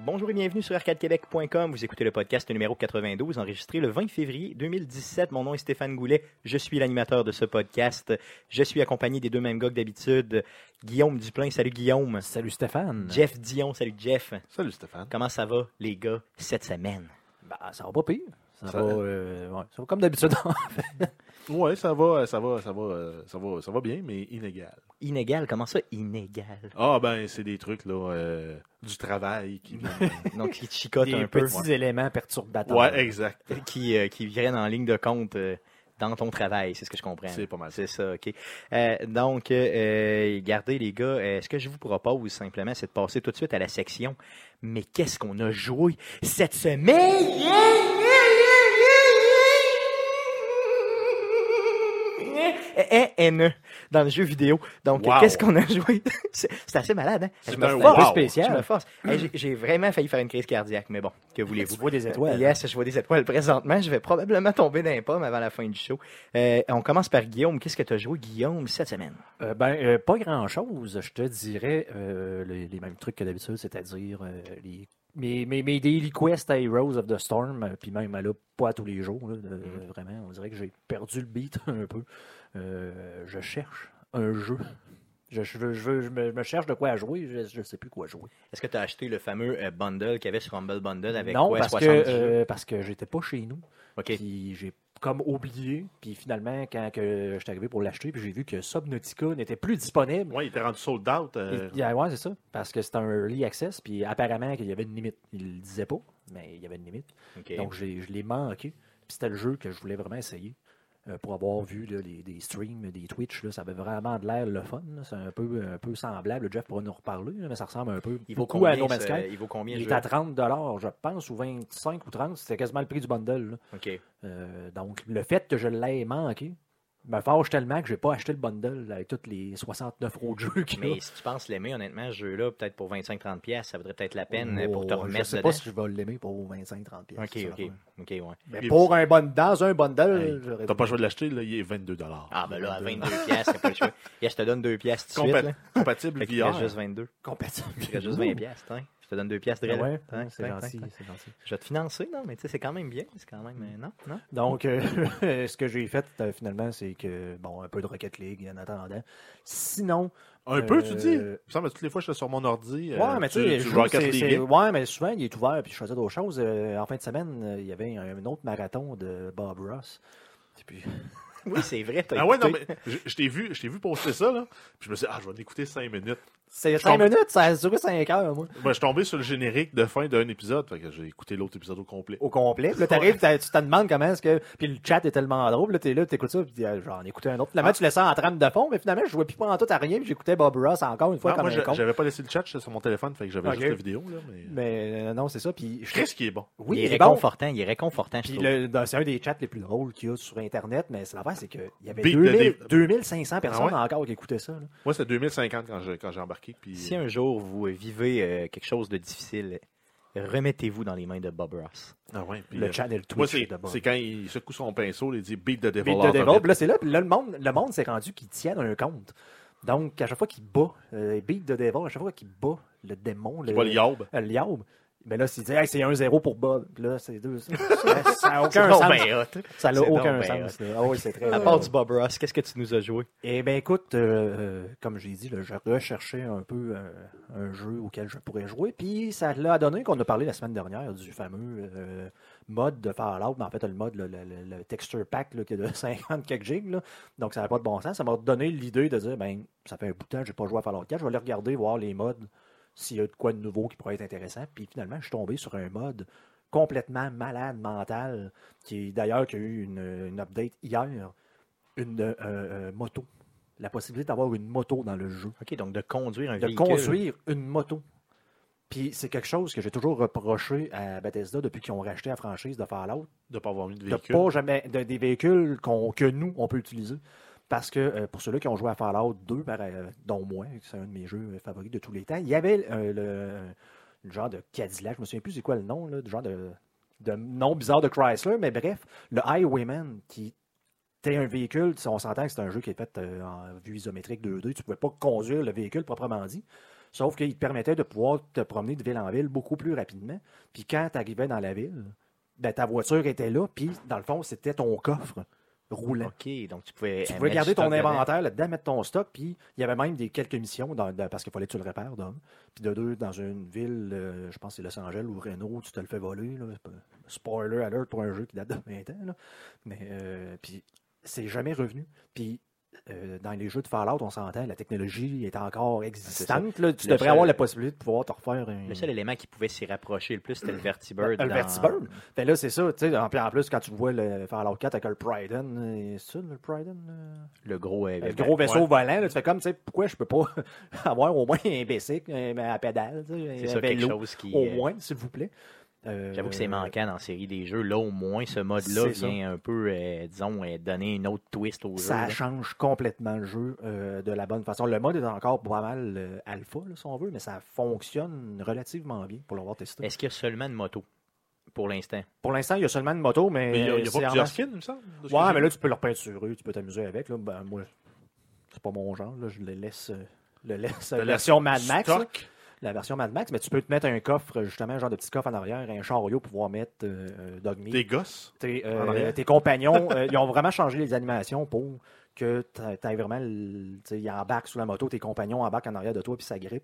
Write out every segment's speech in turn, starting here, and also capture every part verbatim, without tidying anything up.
Bonjour et bienvenue sur arcade québec point com. Vous écoutez le podcast numéro quatre-vingt-douze, enregistré le vingt février deux mille dix-sept. Mon nom est Stéphane Goulet. Je suis l'animateur de ce podcast. Je suis accompagné des deux mêmes gars que d'habitude. Guillaume Duplain. Salut Guillaume. Salut Stéphane. Jeff Dion. Salut Jeff. Salut Stéphane. Comment ça va, les gars, cette semaine? Ben, ça va pas pire. Ça, Ça va, va. euh, ouais, ça va comme d'habitude. Ouais, ça va, ça va, ça va, ça va, ça va bien, mais inégal. Inégal? Comment ça, inégal? Ah ben, c'est des trucs là, euh, du travail qui. viennent- Donc, qui te chicote Des un peu, petits éléments perturbateurs. ouais, exact. qui, euh, qui viennent en ligne de compte euh, dans ton travail, c'est ce que je comprends. C'est pas mal. C'est ça, OK. Euh, donc, euh, regardez les gars, euh, ce que je vous propose simplement, c'est de passer tout de suite à la section. Mais qu'est-ce qu'on a joué cette semaine? N E dans le jeu vidéo. Donc, Wow. qu'est-ce qu'on a joué? C'est c'est assez malade, hein? C'est Je me un force. peu wow. spécial. Je me force. Hey, j'ai- J'ai vraiment failli faire une crise cardiaque, mais bon, que Tu voulez-vous? vois des étoiles. Yes, je vois des étoiles présentement. Je vais probablement tomber dans les pommes avant la fin du show. Euh, on commence par Guillaume. Qu'est-ce que tu as joué, Guillaume, cette semaine? Euh, ben, euh, pas grand-chose. Je te dirais euh, les, les mêmes trucs que d'habitude, c'est-à-dire euh, les, mes, mes, mes Daily Quest à Heroes of the Storm, euh, puis même là, pas à tous les jours. Là, euh, Vraiment, on dirait que j'ai perdu le beat un peu. Euh, je cherche un jeu. Je, je, veux- je, veux- je me, je me cherche de quoi à jouer, je ne sais plus quoi jouer. Est-ce que tu as acheté le fameux euh, bundle qu'il y avait sur Humble Bundle avec non, quoi, parce que, soixante jeux? euh, parce que j'étais pas chez nous. OK. Puis j'ai comme oublié. Puis finalement, quand que j'étais arrivé pour l'acheter, puis j'ai vu que Subnautica n'était plus disponible. Ouais, il était rendu sold out. euh, Et- yeah, ouais, c'est ça. Parce que c'était un early access. Puis apparemment qu'il y avait une limite. Il le disait pas, mais il y avait une limite. OK. Donc j'ai- je l'ai manqué. Puis c'était le jeu que je voulais vraiment essayer. euh, pour avoir vu là, les, des streams, des Twitch, là, ça avait vraiment de l'air le fun. là. C'est un peu, un peu semblable. Jeff pourra nous reparler, là, mais ça ressemble un peu il vaut beaucoup à combien, No Man's ce- Sky. il vaut combien Il le est jeu? à trente dollars, je pense, ou vingt-cinq ou trente. C'était quasiment le prix du bundle. là. OK. Euh, donc, le fait que je l'ai manqué me fâche tellement que je n'ai pas acheté le bundle avec tous les soixante-neuf autres jeux qu'il y a. Mais si tu penses l'aimer, honnêtement, ce jeu-là, peut-être pour vingt-cinq à trente pièces, ça vaudrait peut-être la peine Oh, pour te je remettre sais dedans. pas si je vais l'aimer pour vingt-cinq à trente pièces. OK, OK. OK, ouais. Mais Et pour vous- un bon, dans un bundle, Hey, j'aurais T'as dit- pas le choix de l'acheter, là, il est vingt-deux dollars. Ah, ben là, à vingt-deux pièces, c'est pas le choix. Yes, je te donne deux pièces tout de suite. là. Compatible Fait qu'il reste V R. juste vingt-deux. compatible. Il reste juste vingt pièces, tiens. Je te donne deux pièces de Ah là. ouais, Tiens, c'est tiens, gentil, tiens, tiens. c'est gentil. Je vais te financer, non, mais tu sais, c'est quand même bien. C'est quand même. euh, non, non. Donc, euh, ce que j'ai fait euh, finalement, c'est que, bon, un peu de Rocket League en attendant. Sinon. Un peu, tu euh, dis? Il me semble que toutes les fois que je suis sur mon ordi. euh, Ouais, mais tu sais, je tu joue, Rocket c'est- League. c'est- ouais, mais souvent, il est ouvert, puis je faisais d'autres choses. Euh, en fin de semaine, euh, il y avait un, un autre marathon de Bob Ross. Et puis, Oui, c'est vrai. t'as Ah ouais, non, écouté. mais je, je t'ai vu, je t'ai vu poster ça, là. Puis je me suis dit, ah, je vais en écouter cinq minutes. c'est Je cinq tombe- minutes, ça a duré cinq heures, moi. Ben, je suis tombé sur le générique de fin d'un épisode. Fait que j'ai écouté l'autre épisode au complet. Au complet. Puis là, t'arrives, t'as- tu te demandes comment est-ce que. Puis le chat est tellement drôle. Là, t'es là, t'écoutes ça, puis euh, j'en écoutais un autre. Finalement, tu laisses ça en trame de fond, mais finalement, je jouais plus pas en tout à rien, puis j'écoutais Bob Ross encore une fois Ah, comme moi, un je- con. j'avais pas laissé le chat, j'étais sur mon téléphone, fait que j'avais Ok. juste la vidéo, là. Mais, Mais euh, non, c'est ça. Puis je qu'est-ce qui est bon? Oui, il est il est bon. réconfortant. Il est réconfortant, je Puis trouve. le- dans- c'est un des chats les plus drôles qu'il y a sur Internet, mais c'est l'affaire, c'est qu'il y avait Beat deux the mille, Dave. deux mille cinq cents personnes Ah ouais? encore qui écoutaient ça. là. Moi, c'est deux mille cinquante quand j'ai, quand j'ai embarqué. Puis, Si un jour vous euh, vivez euh, quelque chose de difficile, remettez-vous dans les mains de Bob Ross. ah ouais, puis, Le euh, channel moi, Twitch c'est, de Bob. c'est quand il secoue son pinceau, il dit Beat the Devil. Beat out the of Devil. it. Puis là, c'est là, puis là, le monde, le monde s'est rendu qu'il tient un compte. Donc, à chaque fois qu'il bat, euh, Beat the Devil, à chaque fois qu'il bat le démon, C'est pas le yob. euh, le Yob, mais là, s'il dit hey, c'est un zéro pour Bob, puis là, c'est deux. Ça n'a aucun C'est donc sens. ben hot. Ça n'a C'est aucun donc ben sens. là. Ah oui, c'est très. À part du Bob Ross, qu'est-ce que tu nous as joué? Eh bien, écoute, euh, euh, comme j'ai dit, là, je recherchais un peu euh, un jeu auquel je pourrais jouer. Puis ça l'a donné qu'on a parlé la semaine dernière du fameux euh, mode de Fallout. Mais en fait, le mode, le, le- le- le texture pack là, qui est de cinquante quelques gigs. là. Donc, ça n'a pas de bon sens. Ça m'a donné l'idée de dire, ben, ça fait un bout de temps que je n'ai pas joué à Fallout quatre. Je vais aller regarder, voir les modes, s'il y a de quoi de nouveau qui pourrait être intéressant. Puis finalement, je suis tombé sur un mode complètement malade mental, qui d'ailleurs qui a eu une, une update hier, une euh, euh, moto. La possibilité d'avoir une moto dans le jeu. OK, donc de conduire un De véhicule. construire une moto. Puis c'est quelque chose que j'ai toujours reproché à Bethesda depuis qu'ils ont racheté la franchise de Fallout, De pas avoir mis de de véhicule. pas jamais de- des véhicules qu'on, que nous, on peut utiliser. Parce que euh, pour ceux-là qui ont joué à Fallout deux, par, euh, dont moi, c'est un de mes jeux favoris de tous les temps, il y avait euh, le, le genre de Cadillac, je me souviens plus c'est quoi le nom, là, du genre de, de nom bizarre de Chrysler, mais bref, le Highwayman qui était un véhicule, on s'entend que c'est un jeu qui est fait euh, en vue isométrique deux D, tu ne pouvais pas conduire le véhicule proprement dit, Sauf qu'il te permettait de pouvoir te promener de ville en ville beaucoup plus rapidement. Puis quand tu arrivais dans la ville, ben, ta voiture était là, puis dans le fond, c'était ton coffre roulant. OK, donc tu pouvais... Tu pouvais garder ton inventaire là-dedans, mettre ton stock, puis il y avait même des quelques missions, dans, dans, parce qu'il fallait que tu le répares, d'un. Puis de deux, dans une ville, euh, je pense que c'est Los Angeles ou Reno, tu te le fais voler. Là. Spoiler alert pour un jeu qui date de vingt ans. Là. Mais, euh, puis c'est jamais revenu. Puis euh, dans les jeux de Fallout, on s'entend, la technologie est encore existante. Là. Tu le devrais seul, avoir la possibilité de pouvoir te refaire un... Le seul élément qui pouvait s'y rapprocher le plus, c'était le Vertibird. Le dans... Vertibird. Ben là, c'est ça. En, en plus, quand tu vois le Fallout quatre avec le Pryden, c'est ça, le Pryden? Le gros, euh, le gros vaisseau ouais. volant, là, tu fais comme, tu sais, pourquoi je peux pas avoir au moins un bicycle, à pédale, c'est un ça, vélo, quelque chose qui... au moins, s'il vous plaît. Euh, J'avoue que c'est manquant dans la série des jeux. Là, au moins, ce mode-là vient ça. un peu, euh, disons, euh, donner une autre twist au ça jeu. Ça là. change complètement le jeu euh, de la bonne façon. Le mode est encore pas mal euh, alpha, là, si on veut, mais ça fonctionne relativement bien pour l'avoir testé. Est-ce qu'il y a seulement une moto pour l'instant? Pour l'instant, il y a seulement une moto, mais... Mais il n'y a, a pas plusieurs skins, il me semble? Ouais, mais là, tu peux leur peinturer, tu peux t'amuser avec. Là. Ben, moi, c'est pas mon genre. Là. Je le laisse... Euh, le laisse la version Mad Max. La version Mad Max, mais tu peux te mettre un coffre, justement, un genre de petit coffre en arrière, un chariot pour pouvoir mettre euh, Dogmeat. Des gosses. Tes, euh, tes compagnons, euh, ils ont vraiment changé les animations pour que tu aies vraiment. Ils embarquent sous la moto, tes compagnons embarquent en arrière de toi puis ça grippe.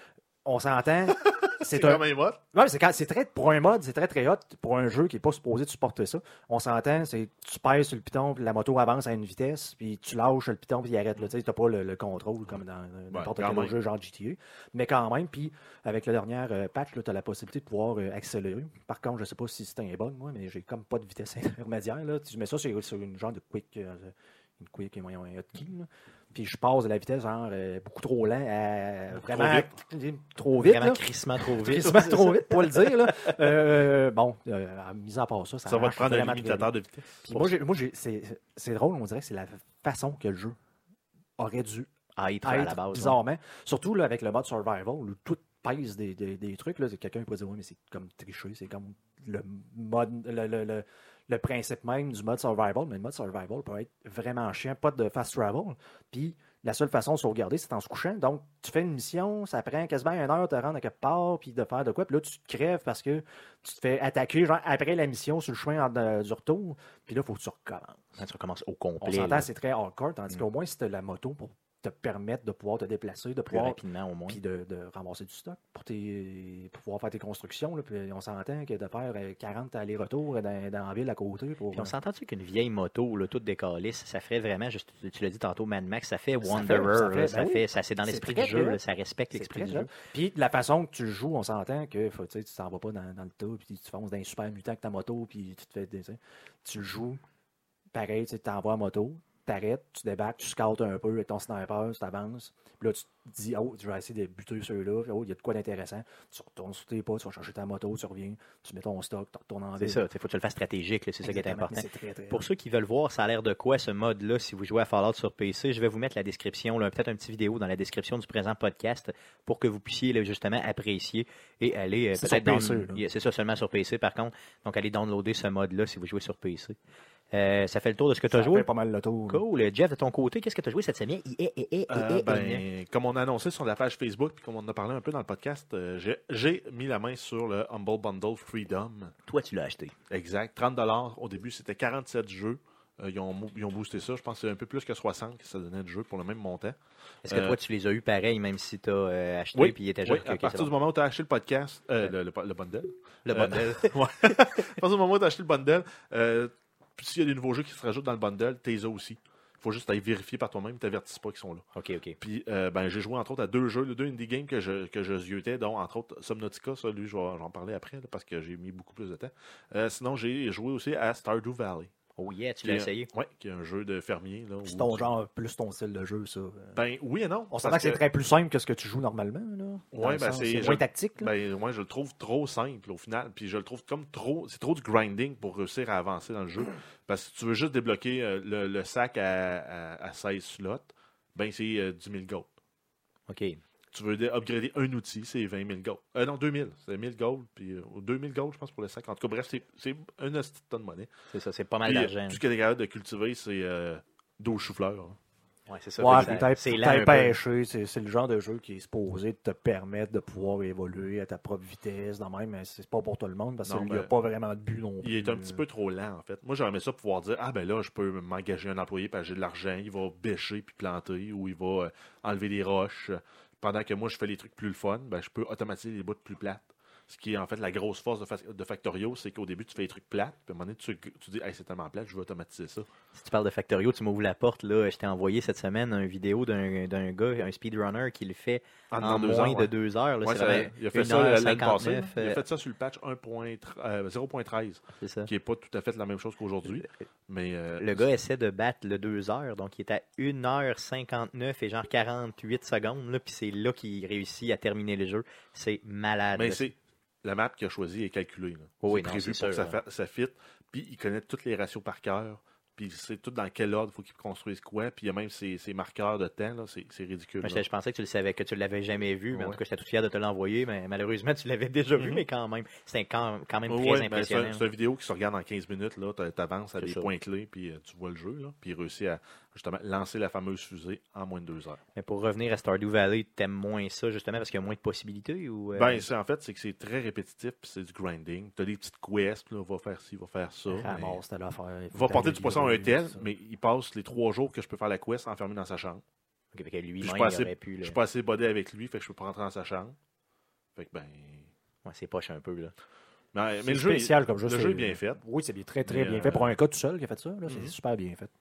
On s'entend. C'est quand même hot. Ouais, c'est, c'est très, pour un mode, c'est très très hot. Pour un jeu qui n'est pas supposé de supporter ça, on s'entend, c'est tu pèses sur le piton, puis la moto avance à une vitesse, puis tu lâches le piton, puis il arrête. Tu n'as pas le, le contrôle comme dans n'importe ouais, quel autre jeu, genre G T A. Mais quand même, puis avec la dernière euh, patch, tu as la possibilité de pouvoir euh, accélérer. Par contre, je ne sais pas si c'est un bug, moi, mais j'ai comme pas de vitesse intermédiaire. Là. Tu mets ça sur, sur une genre de quick, euh, une quick, un hotkey. Là. Puis je passe de la vitesse genre euh, beaucoup trop lent à vraiment trop vite. Trop vite vraiment crissement trop vite. Crissement trop vite, pour le dire. Là. Euh, bon, euh, mis à part ça, ça, ça va te prendre un limitateur de vitesse. Puis moi, j'ai, moi j'ai, c'est, c'est drôle, on dirait que c'est la façon que le jeu aurait dû ah, être, être à la base, bizarrement. Ouais. Surtout là, avec le mode survival, où tout pèse des, des, des trucs. Là, quelqu'un peut dire, oui, mais c'est comme tricher, c'est comme le mode... Le, le, le, le principe même du mode survival, mais le mode survival peut être vraiment chiant, pas de fast travel. Puis la seule façon de sauvegarder, c'est en se couchant. Donc, tu fais une mission, ça prend quasiment une heure de te rendre à quelque part, puis de faire de quoi. Puis là, tu te crèves parce que tu te fais attaquer genre après la mission sur le chemin de, du retour. Puis là, il faut que tu recommences. Quand tu recommences au complet. On s'entend, c'est très hardcore, tandis mm. qu'au moins, si tu as la moto pour te permettre de pouvoir te déplacer, de pouvoir... Plus rapidement, au moins. Puis de, de ramasser du stock pour, tes, pour pouvoir faire tes constructions. Là, puis on s'entend que de faire quarante allers-retours dans, dans la ville à côté. Pour, puis on s'entend-tu qu'une vieille moto, là, toute décalisse, ça ferait vraiment, juste, tu l'as dit tantôt, Mad Max, ça fait Wanderer, ça, fait, ça, fait, là, ben ça, fait, ça c'est dans l'esprit du jeu, là, ça respecte l'esprit du jeu. Puis la façon que tu joues, on s'entend que faut, tu t'en vas pas dans, dans le tas, puis tu fonces dans un super mutant avec ta moto, puis tu te fais des... Tu joues, pareil, tu t'envoies en moto, t'arrêtes, tu débarques, tu scoutes un peu avec ton sniper, tu t'avances. Puis là, tu te dis, oh, je vais essayer de buter ceux-là. Oh, il y a de quoi d'intéressant. Tu retournes sur tes pas, tu vas chercher ta moto, tu reviens, tu mets ton stock, tu retournes en ville. C'est ça, il faut que tu le fasses stratégique, là, c'est ça qui est important. Très, très Pour bien. Ceux qui veulent voir, ça a l'air de quoi ce mode-là, si vous jouez à Fallout sur P C, je vais vous mettre la description, là, peut-être un petit vidéo dans la description du présent podcast pour que vous puissiez là, justement apprécier et aller c'est peut-être sur P C. Down... C'est ça, seulement sur P C par contre. Donc, allez downloader ce mode-là si vous jouez sur P C. Euh, ça fait le tour de ce que tu as joué. Ça fait pas mal le tour. Cool. Jeff, de ton côté, qu'est-ce que tu as joué cette semaine? I- I- I- I- euh, ben, comme on a annoncé sur la page Facebook, puis comme on en a parlé un peu dans le podcast, euh, j'ai, j'ai mis la main sur le Humble Bundle Freedom. Toi, tu l'as acheté. Exact. trente dollars. Au début, c'était quarante-sept jeux. Euh, ils, ont, ils ont boosté ça. Je pense que c'est un peu plus que soixante que ça donnait de jeux pour le même montant. Est-ce que euh, toi, tu les as eu pareil, même si tu as euh, acheté oui, puis il était oui, juste... à okay, partir bon. du moment où tu as acheté le podcast, euh, le, le, le bundle. Le bundle. Euh, ouais. À partir du moment où tu as acheté le bundle, euh, s'il y a des nouveaux jeux qui se rajoutent dans le bundle, tu les as aussi. Il faut juste aller vérifier par toi-même, tu t'avertis pas qu'ils sont là. OK, OK. Puis, euh, ben, j'ai joué entre autres à deux jeux, les deux indie games que je, que je ziotais, dont entre autres Subnautica, ça, lui, je vais en parler après, là, parce que j'ai mis beaucoup plus de temps. Euh, sinon, j'ai joué aussi à Stardew Valley. Oh yeah, tu l'as essayé? Oui, qui est un jeu de fermier. Là, c'est ton genre, plus ton style de jeu, ça. Ben oui et non. On s'entend que c'est très plus simple que ce que tu joues normalement. Oui, ben c'est, c'est moins tactique. Là. Ben, moi, je le trouve trop simple au final. Puis je le trouve comme trop. C'est trop du grinding pour réussir à avancer dans le jeu. Parce que si tu veux juste débloquer euh, le, le sac à, à, à seize slots, ben c'est euh, dix mille gold. OK. Tu veux upgrader un outil, c'est vingt mille gold. Euh, non, deux mille. C'est mille gold. Puis euh, deux mille gold, je pense, pour le sac. En tout cas, bref, c'est, c'est un hostie de tonne de monnaie. C'est ça, c'est pas mal puis, d'argent. Tout ce que tu es capable de cultiver, c'est euh, douze choux-fleurs. Hein. Ouais, c'est ça. Ouais, ça- peut-être c'est c'est lent un peu. pêché. C'est, c'est le genre de jeu qui est supposé te permettre de pouvoir évoluer à ta propre vitesse. Non, même, mais c'est pas pour tout le monde parce Non, qu'il n'y ben, a pas vraiment de but non plus. Il est un petit peu trop lent, en fait. Moi, j'aurais aimé ça pouvoir dire, ah ben là, je peux m'engager un employé parce que j'ai de l'argent, il va bêcher puis planter, ou il va euh, enlever des roches. Pendant que moi, je fais les trucs plus le fun, ben, je peux automatiser les bouts plus plates. Ce qui est en fait la grosse force de, fa- de Factorio, c'est qu'au début, tu fais les trucs plates, puis à un moment donné, tu, tu dis, hey, c'est tellement plate, je veux automatiser ça. Si tu parles de Factorio, tu m'ouvres la porte. Là, je t'ai envoyé cette semaine une vidéo d'un, d'un gars, un speedrunner, qui le fait En, en dans deux moins heures, de ouais. deux heures. Là, Ouais, c'est ça- vraiment il a fait une ça heure l'année passée. là. cinquante-neuf, Il a euh, fait ça sur le patch un point tre- euh, zéro point treize, c'est ça. qui n'est pas tout à fait la même chose qu'aujourd'hui. Mais euh, Le gars essaie de battre le deux heures, donc il est à une heure cinquante-neuf et genre quarante-huit secondes, là, puis c'est là qu'il réussit à terminer le jeu. C'est malade. Mais là. c'est la map qu'il a choisie est calculée. Là. Oh oui, c'est non, prévu c'est pour sûr, que ça, là. fa- ça fit. Puis il connaît tous les ratios par cœur. Puis il sait tout dans quel ordre il faut qu'il construise quoi. Puis il y a même ses, ses marqueurs de temps. Là. C'est, c'est ridicule. Moi, là. je, je pensais que tu le savais, que tu l'avais jamais vu, mais en Ouais. tout cas, j'étais tout fier de te l'envoyer, mais malheureusement, tu l'avais déjà vu, Mhm. mais quand même, c'est quand, quand même Ouais, très ouais, ben, c'est, impressionnant. un- c'est une vidéo qui se regarde en quinze minutes. Tu avances à C'est des ça. points clés, puis euh, tu vois le jeu. Là, puis il réussit à justement lancer la fameuse fusée en moins de deux heures. Mais pour revenir à Stardew Valley, t'aimes moins ça justement parce qu'il y a moins de possibilités ou euh, Ben, c'est, en fait, c'est que c'est très répétitif, puis c'est du grinding. Tu as des petites quests, puis là, va faire ci, va faire ça. mais- Ramasse, t'as l'affaire. Va porter du poisson à un tel, ça. mais il passe les trois jours que je peux faire la quest enfermé dans sa chambre. ok, fait que lui-même Puis je suis il pas assez- aurait pu. Je Là... suis pas assez bodé avec lui, fait que je peux pas rentrer dans sa chambre. Fait que ben. Ouais, c'est poche un peu là. Mais, C'est mais le jeu, spécial est, comme jeu. le c'est- jeu est bien fait. Oui, c'est bien, très très Mais, bien euh, fait. Pour un gars tout seul qui a fait ça, là, c'est Mhm. super bien fait.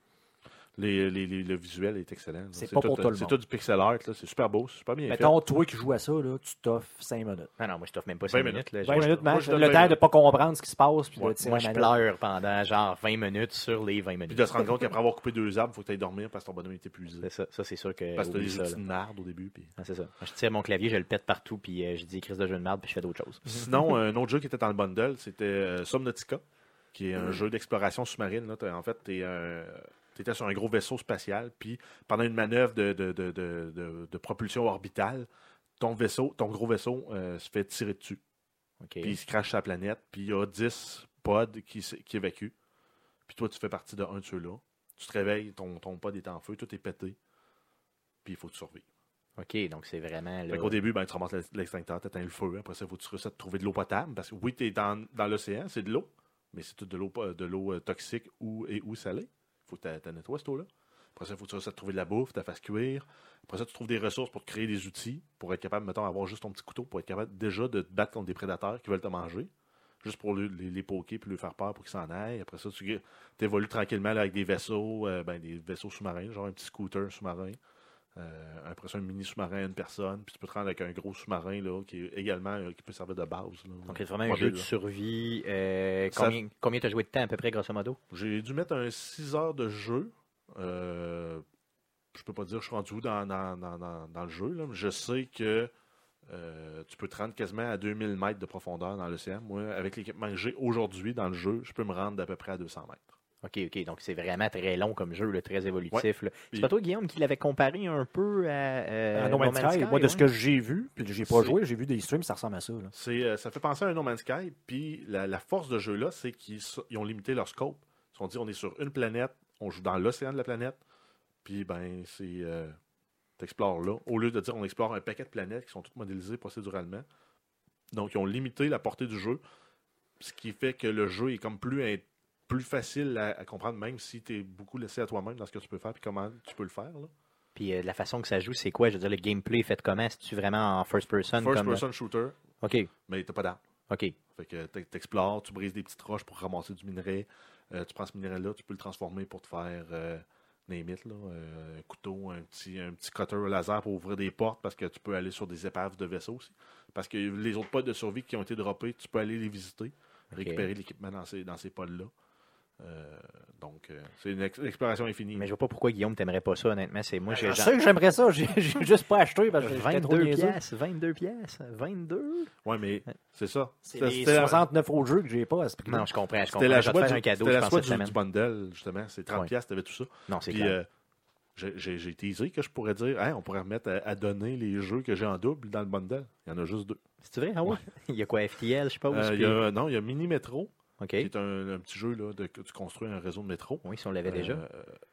Les, les, les- le visuel est excellent. là. C'est pas pour tout, tout le C'est monde. tout du pixel art, là. C'est super beau, c'est super bien Mettons, toi qui joues à ça, là, tu t'offres cinq minutes. Ah non, moi je t'offre même pas vingt cinq minutes. minutes. Là. vingt Je- minutes, moi, match. je donne Le vingt temps de minutes. pas comprendre ce qui se passe. Puis Ouais. de tirer Moi la je manette. pleure pendant genre vingt minutes sur les vingt fait. Puis minutes. de se rendre compte qu'après avoir coupé deux arbres, il faut que tu ailles dormir parce que ton bonhomme est épuisé. C'est ça, ça c'est sûr que. Parce que tu as oublie des ça, outils là. de marde au début. Puis... Ah, c'est ça. Moi, je tire mon clavier, je le pète partout, puis euh, je dis crise de jeu de merde, puis je fais d'autres choses. Sinon, un autre jeu qui était dans le bundle, c'était euh, Subnautica, qui est un jeu d'exploration sous-marine. Là. T'as- En fait, tu étais sur un gros vaisseau spatial, puis pendant une manœuvre de, de, de, de, de- de propulsion orbitale, ton vaisseau, ton gros vaisseau euh, se fait tirer dessus. Ok. Puis il se crache sur la planète, puis il y a dix pods qui, s- qui évacuent. Puis toi, tu fais partie de un de ceux-là. Tu te réveilles, ton, ton pod est en feu, tout est pété, puis il faut que tu survives. Ok, donc c'est vraiment. Là... Fait qu'au début, ben, tu ramasses l'ex- l'extincteur, tu éteins le feu. Après ça, il faut que tu réussisses à te trouver de l'eau potable. Parce que oui, tu es dans, dans l'océan, c'est de l'eau, mais c'est tout de l'eau pas- de l'eau euh, toxique ou, et ou salée. Il faut que tu la nettoies, cette eau-là. Après ça, il faut que tu réussisses à te trouver de la bouffe, tu la fasses cuire. Après ça, tu trouves des ressources pour te créer des outils, pour être capable, mettons, d'avoir juste ton petit couteau, pour être capable déjà de te battre contre des prédateurs qui veulent te manger. Juste pour les, les, les poker puis leur faire peur pour qu'ils s'en aillent. Après ça, tu évolues tranquillement là, avec des vaisseaux, euh, ben, des vaisseaux sous-marins, genre un petit scooter sous-marin. Euh, après ça, un mini sous-marin à une personne, puis tu peux te rendre avec un gros sous-marin là, qui est également euh, qui peut servir de base. Là, Donc c'est vraiment un mobile, jeu de là. survie. Euh, Ça- combien combien tu as joué de temps à peu près, grosso modo? J'ai dû mettre un six heures de jeu. Euh, je peux pas dire que je suis rendu où dans, dans, dans, dans, dans le jeu. Là. Je sais que euh, tu peux te rendre quasiment à deux mille mètres de profondeur dans l'océan. Moi, avec l'équipement que j'ai aujourd'hui dans le jeu, je peux me rendre d'à peu près à deux cents mètres. Ok, ok, donc c'est vraiment très long comme jeu, là, très évolutif. là. C'est Puis- pas toi, Guillaume, qui l'avait comparé un peu à, euh, À No Man's Sky, moi, de ce ouais? que j'ai vu, puis j'ai pas C'est- joué, j'ai vu des streams, ça ressemble à ça. Là. C'est, euh, ça fait penser à un No Man's Sky. Puis la, la force de jeu-là, c'est qu'ils s- ils ont limité leur scope. Ils se sont dit, on est sur une planète, on joue dans l'océan de la planète. Puis, ben, c'est. Euh, t'explores là. Au lieu de dire, on explore un paquet de planètes qui sont toutes modélisées procéduralement. Donc, ils ont limité la portée du jeu. Ce qui fait que le jeu est comme plus, in- plus facile à, à comprendre, même si tu es beaucoup laissé à toi-même dans ce que tu peux faire et comment tu peux le faire. Là. Puis euh, la façon que ça joue, c'est quoi? Je veux dire, le gameplay est fait comment? C'est-tu vraiment en first person? First comme... person shooter, Ok, mais t'as pas d'armes. ok. Fait que t'ex- t'explores, tu brises des petites roches pour ramasser du minerai. Euh, tu prends ce minerai-là, tu peux le transformer pour te faire euh, name it, là, euh, un couteau, un petit, un petit cutter au laser pour ouvrir des portes parce que tu peux aller sur des épaves de vaisseaux aussi. Parce que les autres pods de survie qui ont été droppés, tu peux aller les visiter, Ok. récupérer de l'équipement dans ces, dans ces pods-là. Euh, donc, euh, c'est une ex- exploration infinie. Mais je vois pas pourquoi, Guillaume, t'aimerais pas ça, honnêtement. C'est moi, Je j'ai sais que j'aimerais ça, j'ai j'ai juste pas acheté parce que j'étais trop vingt-deux niaiseux. piastres, vingt-deux piastres, vingt-deux? Ouais, mais c'est ça. C'est C'était- les c'était la- soixante-neuf autres jeux que j'ai pas à ce prix. Non, je comprends, je C'était comprends. la Je vais te joie faire du, un cadeau, c'était je la pense, joie cette du, semaine. du bundle, justement. C'est trente Ouais. piastres, t'avais tout ça. Non, c'est Puis, clair. euh, j'ai- j'ai j'ai teasé que je pourrais dire, Hey, on pourrait remettre à, à donner les jeux que j'ai en double dans le bundle. Il y en a juste deux. C'est vrai? Ah ouais? Il y a quoi, F T L, je suppose? Euh, il puis- y a- non, il y a Mini Metro, OK. qui est un, un petit jeu là, de, que tu construis un réseau de métro. Oui, si on l'avait déjà. Euh,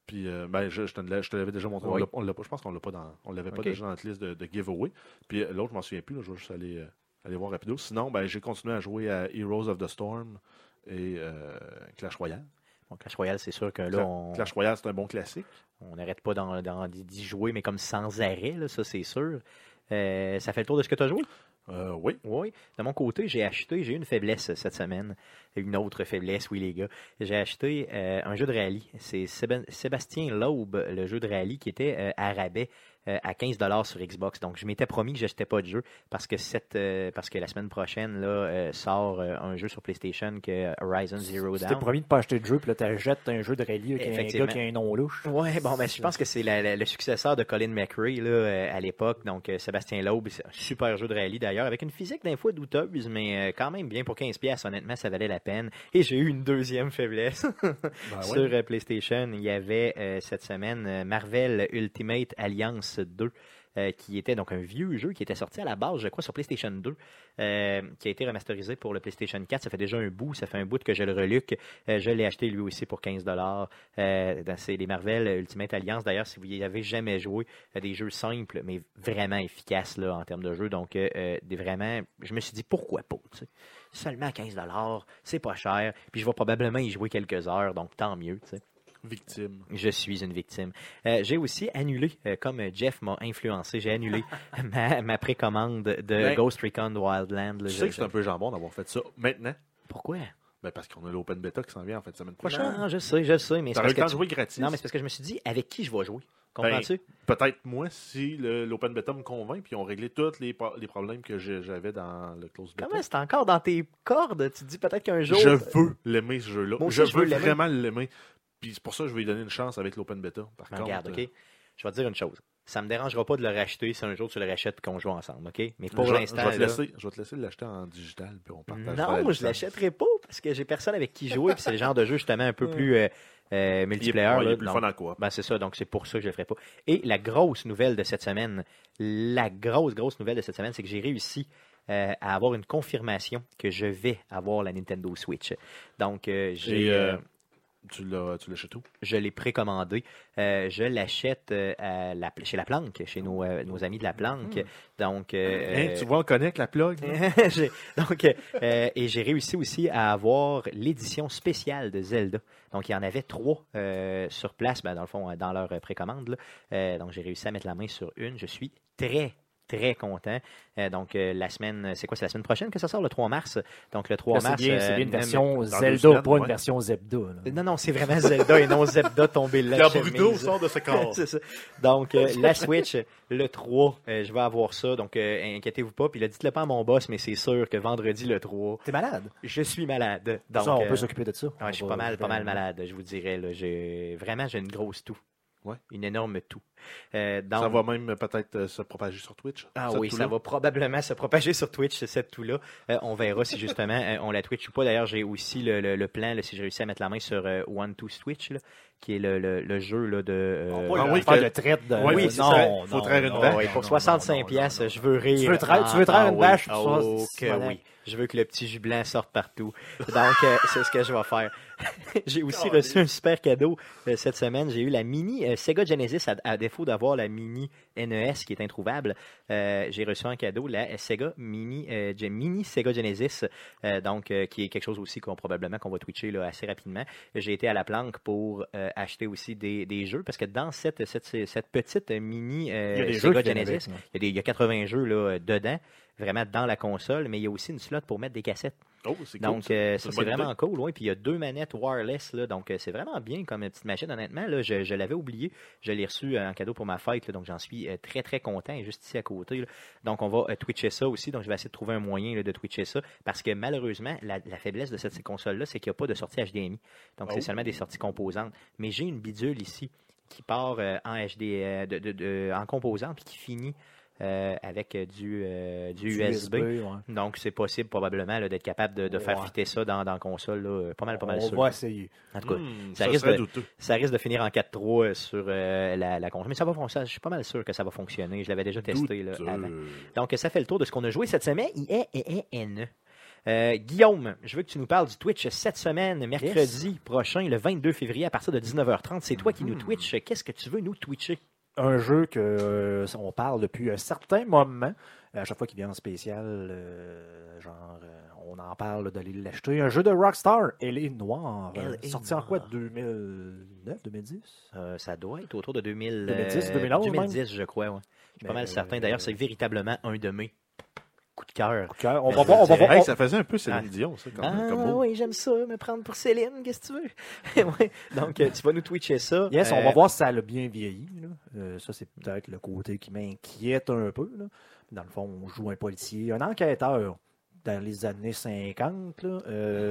Puis, euh, ben, je, je, te l'ai- je te l'avais déjà montré. Oui. On l'a- on l'a pas, je pense qu'on l'a pas dans, on l'avait pas Ok. déjà dans notre liste de, de giveaway. Puis euh, l'autre, je m'en souviens plus. Là, je vais juste aller, euh, aller voir rapido. Sinon, ben, j'ai continué à jouer à Heroes of the Storm et euh, Clash Royale. Bon, Clash Royale, c'est sûr que là, Cla- on Clash Royale, c'est un bon classique. on n'arrête pas d'en- d'en- d'y jouer, mais comme sans arrêt, là, ça, c'est sûr. Euh, ça fait le tour de ce que tu as joué? Euh, oui. Oui. De mon côté, j'ai acheté, j'ai eu une faiblesse cette semaine. Une autre faiblesse, oui, les gars. J'ai acheté euh, un jeu de rallye. C'est Séba- Sébastien Loeb, le jeu de rallye, qui était euh, à rabais euh, à quinze dollars sur Xbox. Donc, je m'étais promis que je n'achetais pas de jeu parce que, cette, euh, parce que la semaine prochaine là, euh, sort euh, un jeu sur PlayStation que euh, Horizon Zero Tu t'es Dawn. promis de pas acheter de jeu, puis là, t'achètes un jeu de rallye avec un Effectivement. gars qui a un nom louche. Ouais, bon, ben, je pense que c'est la- la- le successeur de Colin McRae là, euh, à l'époque. Donc, euh, Sébastien Loeb, c'est un super jeu de rallye d'ailleurs, avec une physique d'un fois douteuse, mais euh, quand même bien pour quinze piastres. Honnêtement, ça valait la peine. Et j'ai eu une deuxième faiblesse. Ben ouais. Sur euh, PlayStation, il y avait euh, cette semaine euh, Marvel Ultimate Alliance deux. euh, qui était donc un vieux jeu qui était sorti à la base, je crois, sur PlayStation deux, euh, qui a été remasterisé pour le PlayStation quatre. Ça fait déjà un bout, ça fait un bout que je le reluque. Euh, je l'ai acheté lui aussi pour quinze dollars. Euh, c'est les Marvel Ultimate Alliance. D'ailleurs, si vous y avez jamais joué, euh, des jeux simples, mais vraiment efficaces là, en termes de jeu. Donc, euh, des vraiment, je me suis dit, pourquoi pas? Tu sais? Seulement quinze dollars, c'est pas cher. Puis je vais probablement y jouer quelques heures, donc tant mieux. Tu sais. Victime. Je suis une victime. Euh, j'ai aussi annulé, euh, comme Jeff m'a influencé, j'ai annulé ma, ma précommande de Ben, Ghost Recon Wildland. Tu sais que c'est un peu jambon d'avoir fait ça maintenant. Pourquoi? Ben, parce qu'on a l'open beta qui s'en vient en fait semaine prochaine. Non, je sais, je sais, mais c'est T'aurais parce eu le temps que de tu- jouer gratis. non, mais c'est parce que je me suis dit, avec qui je vais jouer? Comprends-tu? Peut-être moi si le- l'open beta me convainc, puis ils ont réglé tous les, po- les problèmes que j'ai- j'avais dans le close beta. Comment c'est encore dans tes cordes? Tu te dis peut-être qu'un jour... Je veux l'aimer ce jeu-là. Moi aussi, Je je veux veux l'aimer. vraiment l'aimer. Puis c'est pour ça que je vais lui donner une chance avec l'open beta. Par Mais contre, regarde, euh, OK? Je vais te dire une chose. Ça me dérangera pas de le racheter si un jour tu le rachètes et qu'on joue ensemble, OK? Mais pour je, vais- l'instant... je vais te là- laisser, je vais te laisser l'acheter en digital, puis on partage. Non, je l'achèterai pas parce que j'ai personne avec qui jouer. Puis c'est le genre de jeu justement un peu plus euh, euh, multiplayer. Il est, ouais, il là, est plus donc- fun en coop. Ben, c'est ça, donc c'est pour ça que je le ferai pas. Et la grosse nouvelle de cette semaine, la grosse, grosse nouvelle de cette semaine, c'est que j'ai réussi euh, à avoir une confirmation que je vais avoir la Nintendo Switch. Donc, euh, j'ai, Et, euh, euh, Tu l'as tu l'achètes où? je l'ai précommandé. Euh, je l'achète euh, à la- chez La Planque, chez nos, euh, nos amis de La Planque. Donc, euh, Hein, tu vois, on connecte la plug. là? J'ai- donc, euh, et j'ai réussi aussi à avoir l'édition spéciale de Zelda. Donc, il y en avait trois euh, sur place, ben, dans le fond, dans leur euh, précommande. là. Euh, donc, j'ai réussi à mettre la main sur une. Je suis très, très content. Euh, donc, euh, la semaine, c'est quoi? C'est la semaine prochaine que ça sort, le trois mars. Donc, le trois Là, c'est mars. bien, c'est euh, bien une même- version deux Zelda, semaines, pas ouais. une version Zebda. là. Non, non, c'est vraiment Zelda et non Zebda tombé là. Gabriel sort de ce corps. C'est ça. Donc, euh, la Switch, le trois, euh, je vais avoir ça. Donc, euh, inquiétez-vous pas. Puis, là, dites-le pas à mon boss, mais c'est sûr que vendredi, le trois, T'es malade? je suis malade. Donc, ça, on euh, peut s'occuper de ça. ouais, On je suis va- pas mal, je pas vais- mal malade, je vous dirais. Là. J'ai, vraiment, j'ai une grosse toux. Ouais. Une énorme toux. Euh, donc- Ça va même euh, peut-être euh, se propager sur Twitch. Ah cette oui, toux-là. ça va probablement se propager sur Twitch, cette toux-là. Euh, on verra si justement euh, on la Twitch ou pas. D'ailleurs, j'ai aussi le, le, le plan, là, si j'ai réussi à mettre la main sur euh, One Two Switch, là, qui est le, le, le jeu là, de... euh, On Ah va oui, faire que- de traite de... Oui, oui, c'est non, ça. non, Faut traire une non, vache. ouais, non, pour non, soixante-cinq non, piastres, non, non. je veux rire. Tu veux traire- Ah, tu veux traire ah une oui. vache pour Oh, soixante- que voilà. oui. Je veux que le petit jus blanc sorte partout. Donc, euh, c'est ce que je vais faire. J'ai aussi reçu un super cadeau euh, cette semaine. J'ai eu la mini euh, Sega Genesis, à, à défaut d'avoir la mini N E S qui est introuvable. Euh, j'ai reçu en cadeau la Sega Mini, euh, Ge- mini Sega Genesis, euh, donc euh, qui est quelque chose aussi qu'on probablement qu'on va twitcher là, assez rapidement. J'ai été à la planque pour euh, acheter aussi des, des jeux parce que dans cette, cette, cette petite mini euh, Il y a des jeux Sega qui viennent Genesis, avec, il y, a des, il y a quatre-vingts jeux là, dedans, vraiment dans la console, mais il y a aussi une slot pour mettre des cassettes. Oh, c'est cool. Donc, ça. euh, C'est ça, une c'est bonne vraiment idée. cool. Ouais. Puis, il y a deux manettes wireless. Là, donc, euh, c'est vraiment bien comme petite machine. Honnêtement, là, je, je l'avais oublié. Je l'ai reçu euh, en cadeau pour ma fête. Là, donc, j'en suis euh, très, très content. Et juste ici à côté. Là. Donc, on va euh, twitcher ça aussi. Donc, je vais essayer de trouver un moyen là, de twitcher ça. Parce que malheureusement, la, la faiblesse de cette ces console-là, c'est qu'il n'y a pas de sortie H D M I. Donc, Oh. c'est seulement des sorties composantes. Mais j'ai une bidule ici qui part euh, en H D, euh, de, de, de- en composante puis qui finit euh, avec euh, du, euh, du, Du U S B. ouais. Donc, c'est possible probablement là, d'être capable de, de faire Ouais. fitter ça dans, dans la console. Là, pas mal, pas mal On sûr. va essayer. En tout cas, Hmm, ça ça risque serait de- douteux. ça risque de finir en quatre trois sur euh, la, la console. Mais ça va fonctionner. Je suis pas mal sûr que ça va fonctionner. Je l'avais déjà testé là, Douteux. avant. Donc, ça fait le tour de ce qu'on a joué cette semaine. I E E N. Euh, Guillaume, je veux que tu nous parles du Twitch cette semaine, mercredi yes. prochain, le vingt-deux février, à partir de dix-neuf heures trente. C'est toi qui mmh. nous Twitch. Qu'est-ce que tu veux nous Twitcher? Un jeu que euh, on parle depuis un certain moment. À chaque fois qu'il vient en spécial, euh, genre, euh, on en parle d'aller l'acheter. Un jeu de Rockstar, L A Noire. Euh, sorti en quoi, deux mille neuf, deux mille dix? Euh, ça doit être autour de deux mille, deux mille dix, deux mille onze, deux mille dix, je crois. Ouais. Je suis pas mal certain. D'ailleurs, c'est véritablement un de mes coups de cœur. Coup de cœur. On va voir. On va voir. Hey, ça faisait un peu Céline ah. Dion, ça. Comme, ah comme oui, j'aime ça, me prendre pour Céline. Qu'est-ce que tu veux? ouais. Donc, tu vas nous twitcher ça. Yes, euh... on va voir si ça a bien vieilli. Là. Euh, ça, c'est peut-être le côté qui m'inquiète un peu. Là. Dans le fond, on joue un policier, un enquêteur dans les années cinquante. Là,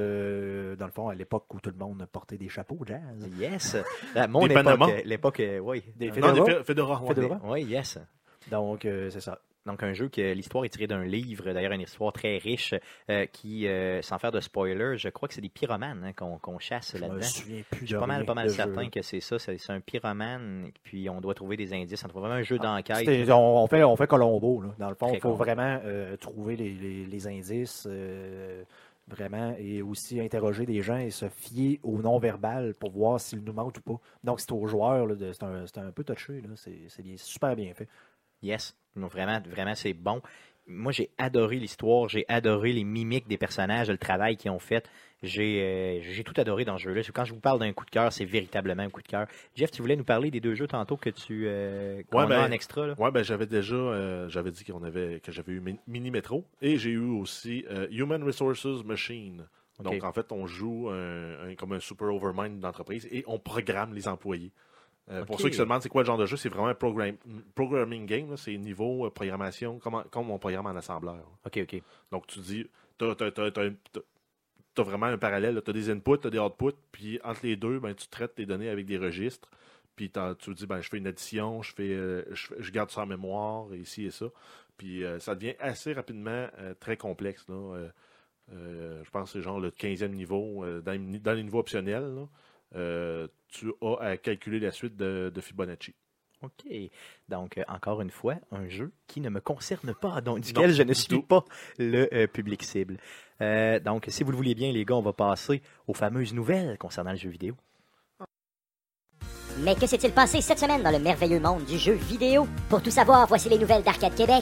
euh, dans le fond, à l'époque où tout le monde portait des chapeaux jazz. Yes. À mon des époque, Panama. l'époque, oui. Des Fedora. Non, des Fedora. Fedora. Oui, yes. Donc, euh, c'est ça. Donc, un jeu que l'histoire est tirée d'un livre, d'ailleurs une histoire très riche, euh, qui, euh, sans faire de spoiler, je crois que c'est des pyromanes hein, qu'on, qu'on chasse je là-dedans. Me souviens plus je suis pas mal, pas mal certain jeu. que c'est ça. C'est, c'est un pyromane, puis on doit trouver des indices. On trouve vraiment un jeu ah, d'enquête. On, on, fait, on fait Colombo. Là. Dans le fond, il faut Colombo. vraiment euh, trouver les, les, les indices. Euh, Vraiment, et aussi interroger des gens et se fier au non-verbal pour voir s'ils nous mentent ou pas. Donc, c'est aux joueurs, là, de, c'est, un, c'est un peu touché. Là. C'est, c'est bien, super bien fait. Yes, donc vraiment, vraiment, c'est bon. Moi, j'ai adoré l'histoire, j'ai adoré les mimiques des personnages, le travail qu'ils ont fait. J'ai, euh, j'ai tout adoré dans ce jeu-là. Quand je vous parle d'un coup de cœur, c'est véritablement un coup de cœur. Jeff, tu voulais nous parler des deux jeux tantôt que tu euh, qu'on ouais, ben, a en extra là? Ouais, ben j'avais déjà euh, j'avais dit qu'on avait que j'avais eu Mini Metro et j'ai eu aussi euh, Human Resources Machine. Donc okay. en fait, on joue un, un, comme un super overmind d'entreprise et on programme les employés. Euh, okay. Pour ceux qui se demandent c'est quoi le genre de jeu, c'est vraiment un program, programming game. Là, c'est niveau euh, programmation, comme, comme on programme en assembleur. OK, OK. Donc tu dis, t'as, t'as, t'as, t'as, t'as, t'as vraiment un parallèle. Tu as des inputs, tu as des outputs, puis entre les deux, ben, tu traites tes données avec des registres. Puis tu dis, ben, je fais une addition, je, fais, euh, je, je garde ça en mémoire, et ici et ça. Puis euh, ça devient assez rapidement euh, très complexe. Là. Euh, euh, je pense que c'est genre le quinzième niveau, euh, dans, dans les niveaux optionnels, là. Euh, tu as à calculer la suite de, de Fibonacci. OK. Donc, euh, encore une fois, un jeu qui ne me concerne pas, donc duquel non, je ne suis tout. pas le euh, public cible. Euh, donc, si vous le voulez bien, les gars, on va passer aux fameuses nouvelles concernant le jeu vidéo. Mais que s'est-il passé cette semaine dans le merveilleux monde du jeu vidéo? Pour tout savoir, voici les nouvelles d'Arcade Québec.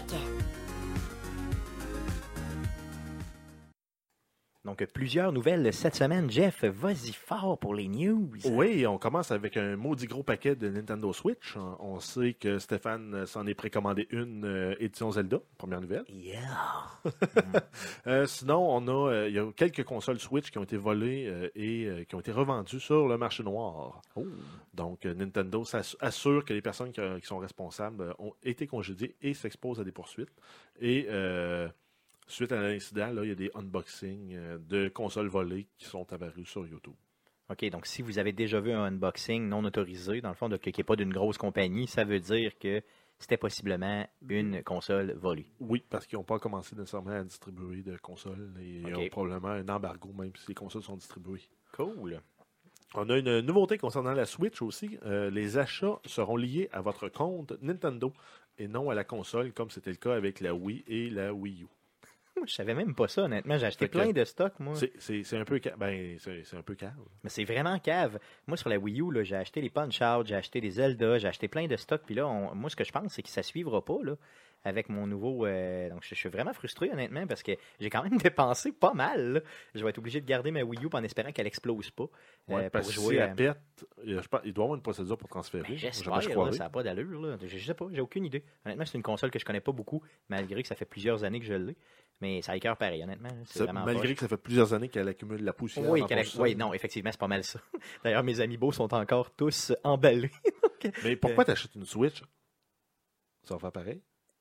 Donc, plusieurs nouvelles cette semaine. Jeff, vas-y fort pour les news. Oui, on commence avec un maudit gros paquet de Nintendo Switch. On sait que Stéphane s'en est précommandé une euh, édition Zelda, première nouvelle. Yeah! euh, sinon, on a, euh, il y a quelques consoles Switch qui ont été volées euh, et euh, qui ont été revendues sur le marché noir. Oh. Donc, euh, Nintendo assure que les personnes qui, qui sont responsables euh, ont été congédiées et s'exposent à des poursuites. Et... Euh, Suite à l'incident, là, il y a des unboxings euh, de consoles volées qui sont apparus sur YouTube. OK, donc si vous avez déjà vu un unboxing non autorisé, dans le fond, de, qui n'est pas d'une grosse compagnie, ça veut dire que c'était possiblement une console volée. Oui, parce qu'ils n'ont pas commencé nécessairement à distribuer de consoles et okay. Ils ont probablement un embargo même si les consoles sont distribuées. Cool. On a une nouveauté concernant la Switch aussi. Euh, les achats seront liés à votre compte Nintendo et non à la console comme c'était le cas avec la Wii et la Wii U. Je savais même pas ça, honnêtement. J'ai acheté plein de stocks, moi. C'est, c'est, c'est un peu ca... ben, c'est, c'est un peu cave. Mais c'est vraiment cave. Moi, sur la Wii U, là, j'ai acheté les Punch-Out, j'ai acheté des Zelda, j'ai acheté plein de stocks. Puis là, on... moi, ce que je pense, c'est que ça ne suivra pas, là, avec mon nouveau... Euh... Donc, je, je suis vraiment frustré, honnêtement, parce que j'ai quand même dépensé pas mal, là. Je vais être obligé de garder ma Wii U en espérant qu'elle explose pas. Ouais, euh, parce que si elle pète, il, je pense, il doit y avoir une procédure pour transférer. Ben, j'espère, je là, ça n'a pas d'allure. Là. Je, je sais pas, j'ai aucune idée. Honnêtement, c'est une console que je connais pas beaucoup, malgré que ça fait plusieurs années que je l'ai. Mais ça écœure pareil, honnêtement. C'est ça, malgré poche. Que ça fait plusieurs années qu'elle accumule la poussière. Oui, qu'elle a... oui, non, effectivement, c'est pas mal ça. D'ailleurs, mes amiibo sont encore tous emballés. Donc, mais pourquoi euh... t'achètes une Switch? Ça va faire pareil?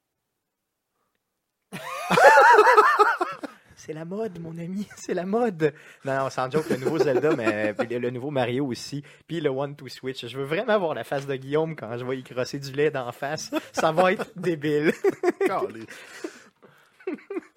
C'est la mode, mon ami, c'est la mode. Non, non, sans joke, le nouveau Zelda, mais le nouveau Mario aussi, puis le One to Switch. Je veux vraiment voir la face de Guillaume quand je vais y crosser du lait d'en face. Ça va être débile.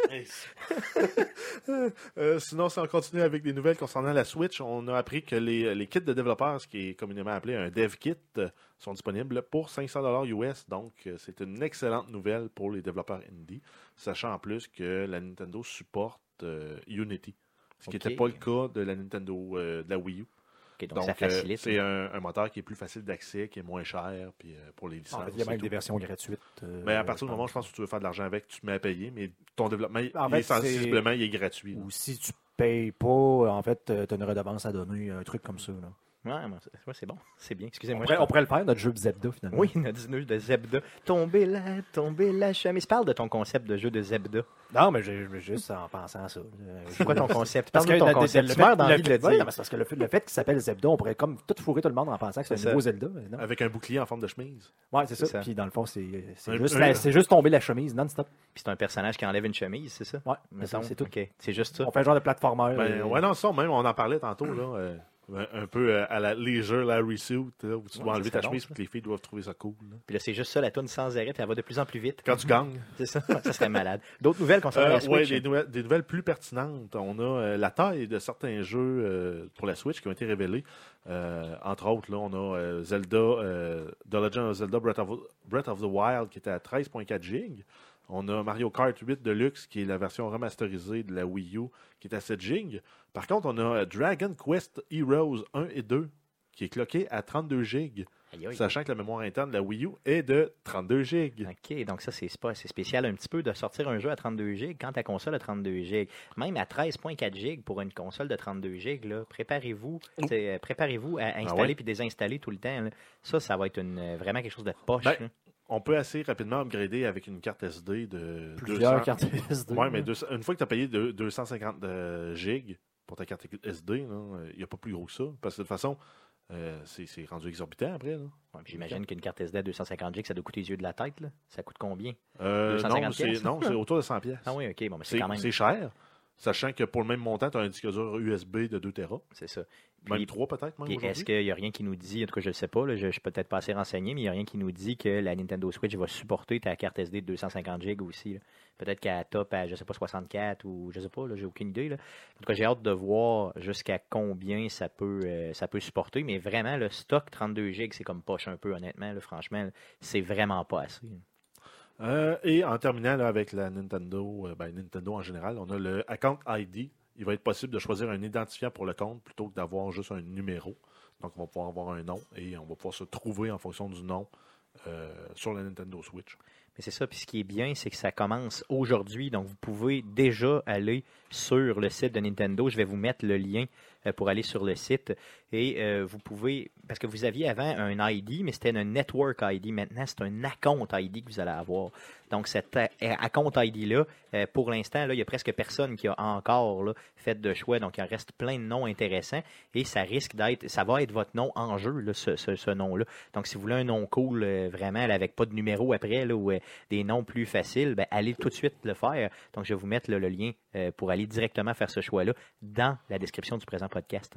euh, sinon, si on continue avec des nouvelles concernant la Switch, on a appris que les, les kits de développeurs, ce qui est communément appelé un dev kit, euh, sont disponibles pour cinq cents dollars U S. Donc, euh, c'est une excellente nouvelle pour les développeurs indie, sachant en plus que la Nintendo supporte euh, Unity, ce qui Ok. n'était pas le cas de la Nintendo, euh, de la Wii U. Ok, donc, Donc, ça facilite. euh, c'est un, un moteur qui est plus facile d'accès, qui est moins cher, puis euh, pour les licences. En fait, il y a c'est même tout. des versions gratuites. euh, Mais à partir du moment, je pense que tu veux faire de l'argent avec, tu te mets à payer, mais ton développement, En il est fait, c'est- sensiblement, il est gratuit. là. Ou si tu payes pas, en fait, tu as une redevance à donner, un truc comme ça. Là. Ouais, moi, c'est ouais, c'est bon. C'est bien. On, Excusez-moi. pourrait, je- on pourrait le faire, notre jeu de Zelda, finalement. Oui, notre jeu de Zebda. Tomber là, tomber là, chemise. Parle de ton concept de jeu de Zebda. Non, mais j'ai j'ai juste en pensant à ça. C'est quoi ton concept? Parce Parle que de ton le- concept. le Tu meurs fait- d'envie le de le fait- oui, dire. non, mais c'est parce que le fait, le fait qu'il s'appelle Zelda, on pourrait comme tout fourrer tout le monde en pensant que c'est C'est un nouveau ça. Zelda. mais non. Avec un bouclier en forme de chemise. Ouais, c'est C'est ça. ça. Puis dans le fond, c'est c'est Un- juste, un- la- c'est juste tomber la chemise non-stop. Puis c'est un personnage qui enlève une chemise, c'est ça? Ouais, c'est ça, Mettons? c'est tout. OK, c'est juste ça. On fait un genre de platformer. Ben, euh, ouais, non, ça, même, on en parlait tantôt, là. euh, un peu euh, à la Leisure Larry Suit, là, où tu Ouais, dois ça enlever serait ta bon, chemise ça. et que les filles doivent trouver ça cool. là. Puis là, c'est juste ça, la tourne sans arrêt, puis elle va de plus en plus vite. Quand tu gagnes. C'est ça. Ça serait malade. D'autres nouvelles concernant Euh, la Switch? ouais, des, nouvelles, des nouvelles plus pertinentes. On a euh, la taille de certains jeux euh, pour la Switch qui ont été révélés. Euh, entre autres, là, on a euh, Zelda, euh, The Legend of Zelda Breath of, Breath of the Wild qui était à treize virgule quatre gigs. On a Mario Kart huit Deluxe qui est la version remasterisée de la Wii U qui est à sept gigs. Par contre, on a euh, Dragon Quest Heroes un et deux qui est cloqué à trente-deux gigs, Aïe, aïe. sachant que la mémoire interne de la Wii U est de trente-deux gigs. OK, donc ça, c'est pas- c'est spécial un petit peu de sortir un jeu à trente-deux gigs quand ta console a trente-deux gigs. Même à treize virgule quatre gigs pour une console de trente-deux gigs, là, préparez-vous c'est, euh, préparez-vous à installer Ah ouais? puis désinstaller tout le temps. là. Ça, ça va être une, euh, vraiment quelque chose de poche. Ben, là. On peut assez rapidement upgrader avec une carte S D de Plusieurs deux cents cartes S D. Ouais, mais deux- une fois que tu as payé deux- deux cent cinquante euh, gigs pour ta carte S D, il n'y a pas plus gros que ça. Parce que de toute façon, euh, c'est c'est rendu exorbitant après. Là. Ouais, puis j'imagine qu'une carte S D à deux cent cinquante gigs, ça doit coûter les yeux de la tête. Là. Ça coûte combien? Euh, deux cent cinquante non, c'est pièces? non, c'est autour de cent pièces. Ah oui, OK, bon, mais c'est c'est quand même... c'est cher, sachant que pour le même montant, tu as un disque dur U S B de deux téra. C'est ça. Même Puis- trois peut-être, même Puis aujourd'hui. est-ce qu'il n'y a rien qui nous dit, en tout cas je ne sais pas, là, je ne suis peut-être pas assez renseigné, mais il n'y a rien qui nous dit que la Nintendo Switch va supporter ta carte S D de deux cent cinquante gigs aussi. là. Peut-être qu'elle top à, je sais pas, soixante-quatre ou je sais pas, là, j'ai aucune idée. Là. En tout cas, j'ai hâte de voir jusqu'à combien ça peut, euh, ça peut supporter, mais vraiment, le stock trente-deux gigs, c'est comme poche un peu, honnêtement, là, franchement, là, c'est vraiment pas assez. là. Euh, et en terminant là, avec la Nintendo, euh, ben, Nintendo en général, on a le Account I D. Il va être possible de choisir un identifiant pour le compte plutôt que d'avoir juste un numéro. Donc, on va pouvoir avoir un nom et on va pouvoir se trouver en fonction du nom euh, sur la Nintendo Switch. Mais c'est ça, puis ce qui est bien, c'est que ça commence aujourd'hui, donc vous pouvez déjà aller sur le site de Nintendo. Je vais vous mettre le lien euh, pour aller sur le site et euh, vous pouvez, parce que vous aviez avant un I D, mais c'était un Network I D. Maintenant, c'est un Account I D que vous allez avoir. Donc, cet a- Account I D-là, euh, pour l'instant, là, il n'y a presque personne qui a encore là, fait de choix. Donc, il en reste plein de noms intéressants et ça risque d'être, ça va être votre nom en jeu, là, ce, ce- ce nom-là. Donc, si vous voulez un nom cool, euh, vraiment, là, avec pas de numéro après, là, ou euh, des noms plus faciles, ben, allez tout de suite le faire. Donc, je vais vous mettre là, le lien euh, pour aller directement faire ce choix-là dans la description du présent podcast.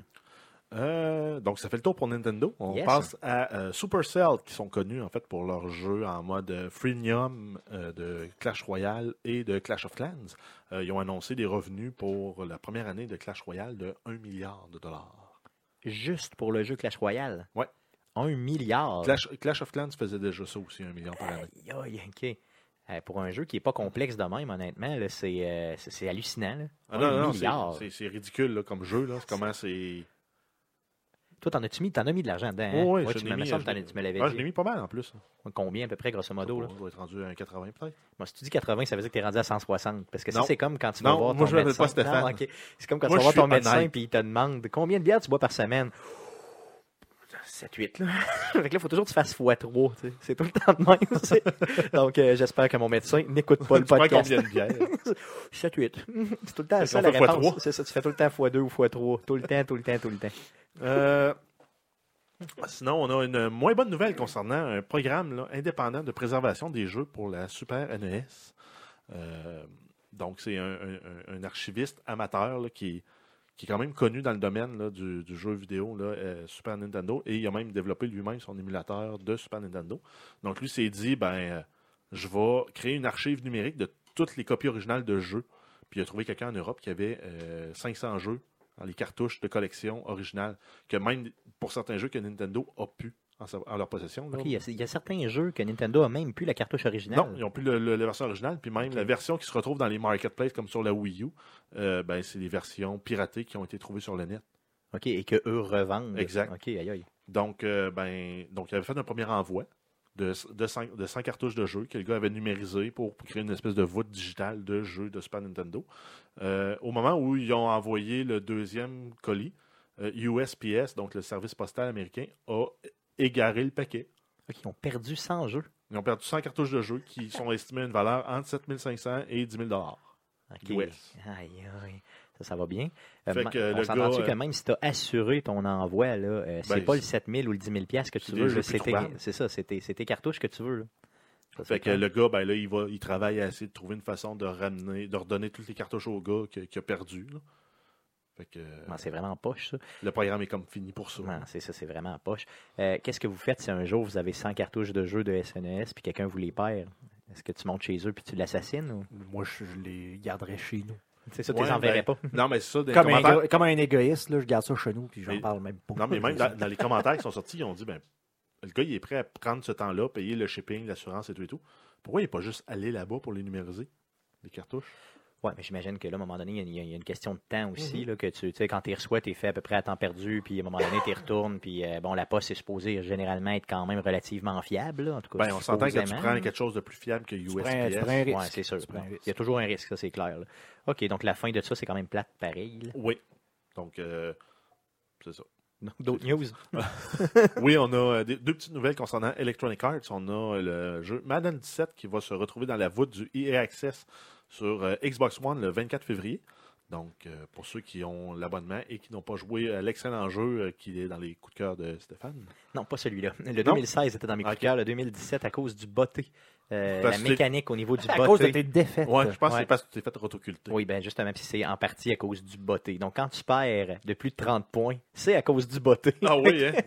Euh, donc, ça fait le tour pour Nintendo. On Yes. passe à euh, Supercell, qui sont connus en fait pour leurs jeux en mode euh, freemium euh, de Clash Royale et de Clash of Clans. Euh, ils ont annoncé des revenus pour la première année de Clash Royale de un milliard de dollars. Juste pour le jeu Clash Royale. Ouais. Un milliard. Clash, Clash of Clans faisait déjà ça aussi, un million par année. Aïe, aïe, OK. Euh, pour un jeu qui n'est pas complexe de même, honnêtement, là, c'est, euh, c'est, c'est hallucinant. Là. Ah Un non, non, c'est- milliard. c'est c'est ridicule là, comme jeu. Là. C'est comment c'est. Toi, t'en as-tu mis? T'en as mis de l'argent dedans, hein? Oh, oui, Ouais, je tu l'ai me mis, me semble je que l'ai- tu me l'avais Ah, je dit. l'ai mis pas mal en plus. Combien, à peu près, grosso modo? Là? On doit être rendu à un quatre-vingts peut-être. Bon, si tu dis quatre-vingts, ça veut dire que tu es rendu à cent soixante. Parce que ça, Non. c'est comme quand tu vas Non, voir moi, ton je m'appelle médecin. pas Stéphane. Non, ok. C'est comme quand Moi, tu vas voir je ton suis médecin honnête. et il te demande combien de bières tu bois par semaine. sept huit, là. Fait que là, il faut toujours que tu fasses fois trois. Tu sais. C'est tout le temps de même. tu sais. Donc, euh, j'espère que mon médecin n'écoute pas le Tu prends podcast. combien de bières? sept huit. C'est tout le temps Fait ça, qu'on la fait fois réponse. trois. C'est ça, tu fais tout le temps fois deux ou fois trois. Tout le temps, tout le temps, tout le temps. Euh, sinon, on a une moins bonne nouvelle concernant un programme là, indépendant de préservation des jeux pour la Super N E S. Euh, donc, c'est un, un- un archiviste amateur là, qui, qui est quand même connu dans le domaine là, du, du jeu vidéo là, euh, Super Nintendo, et il a même développé lui-même son émulateur de Super Nintendo. Donc, lui s'est dit, ben, euh, je vais créer une archive numérique de toutes les copies originales de jeux Puis il a trouvé quelqu'un en Europe qui avait euh, cinq cents jeux dans les cartouches de collection originales, que même pour certains jeux que Nintendo a pu en, sa- en leur possession. Là. Ok, il y, a, il y a certains jeux que Nintendo a même plus la cartouche originale. Non, ils n'ont plus le- le- la version originale, puis même Ok. la version qui se retrouve dans les marketplaces comme sur la Wii U, euh, ben, c'est des versions piratées qui ont été trouvées sur le net. Ok, et que eux revendent. Exact. Ok, aïe aïe. Donc, euh, ben, donc, il avait fait un premier envoi de, de, cent, de cent cartouches de jeux que le gars avait numérisé pour, pour créer une espèce de voûte digitale de jeux de Super Nintendo. Euh, au moment où ils ont envoyé le deuxième colis, euh, U S P S, donc le service postal américain, a égaré le paquet. Ok, ils ont perdu cent jeux. Ils ont perdu cent cartouches de jeux qui sont estimées à une valeur entre sept mille cinq cents et dix mille dollars. Ok. U S. Aïe aïe. Ça, ça va bien. Euh, Fait ma- que on le s'entend-tu gars, que euh, même si tu as assuré ton envoi, là, euh, c'est Ben, pas le c'est- sept mille ou le dix mille piastres que tu c'est des veux. jeux là, plus C'est tes- trouvables. c'est ça, c'est tes, c'est tes cartouches que tu veux. Là. Ça, Fait c'est que clair. le gars, ben là, il va, il travaille à essayer de trouver une façon de ramener, de redonner toutes les cartouches au gars qui, qui a perdu. Là. Fait que euh, Non, c'est vraiment poche, ça. le programme est comme fini pour ça. Non, c'est ça, c'est vraiment poche. Euh, Qu'est-ce que vous faites si un jour vous avez cent cartouches de jeux de S N E S puis quelqu'un vous les perd? Est-ce que tu montes chez eux puis tu l'assassines? Ou... Moi, je, je les garderais chez nous. C'est ça, tu Ouais, les enverrais ben, pas. Non, mais c'est ça, des Comme un, commentaires. égo- comme un égoïste, là, je garde ça chez nous puis j'en Mais- parle même pas. Non, mais même dans, dans les commentaires qui sont sortis, ils ont dit, ben, le gars, il est prêt à prendre ce temps-là, payer le shipping, l'assurance et tout et tout. Pourquoi il n'est pas juste allé là-bas pour les numériser, les cartouches? Ouais, mais j'imagine que là, à un moment donné, il y a, il y a- il y a une question de temps aussi, Mhm. là, que tu tu sais, quand tu les reçois, tu es fait à peu près à temps perdu, puis à un moment donné, tu y retournes, puis euh, bon, la poste est supposée généralement être quand même relativement fiable, là, en tout cas. Ben, on s'entend que tu supposément, prends là. quelque chose de plus fiable que Tu prends, tu U S P S. prends un risque. Ouais, c'est sûr. Tu prends un risque. Il y a toujours un risque, ça, c'est clair. là. OK, donc la fin de ça, c'est quand même plate pareil. là. Oui. Donc, euh, c'est ça. Donc, d'autres news? Oui, on a euh, des- deux petites nouvelles concernant Electronic Arts. On a euh, le jeu Madden dix-sept qui va se retrouver dans la voûte du E A Access sur euh, Xbox One le vingt-quatre février. Donc, euh, pour ceux qui ont l'abonnement et qui n'ont pas joué à l'excellent jeu euh, qui est dans les coups de cœur de Stéphane. Non, pas celui-là. Le Non? deux mille seize était dans mes coups Ok. de cœur. Le deux mille dix-sept, à cause du botté. Euh, Parce la que mécanique au niveau du À cause de botté. tes défaites. Ouais, je pense que Ouais. c'est parce que tu t'es fait rotoculter. Oui, ben justement, puis c'est en partie à cause du botté. Donc, quand tu perds de plus de trente points, c'est à cause du botté. Ah oui, hein?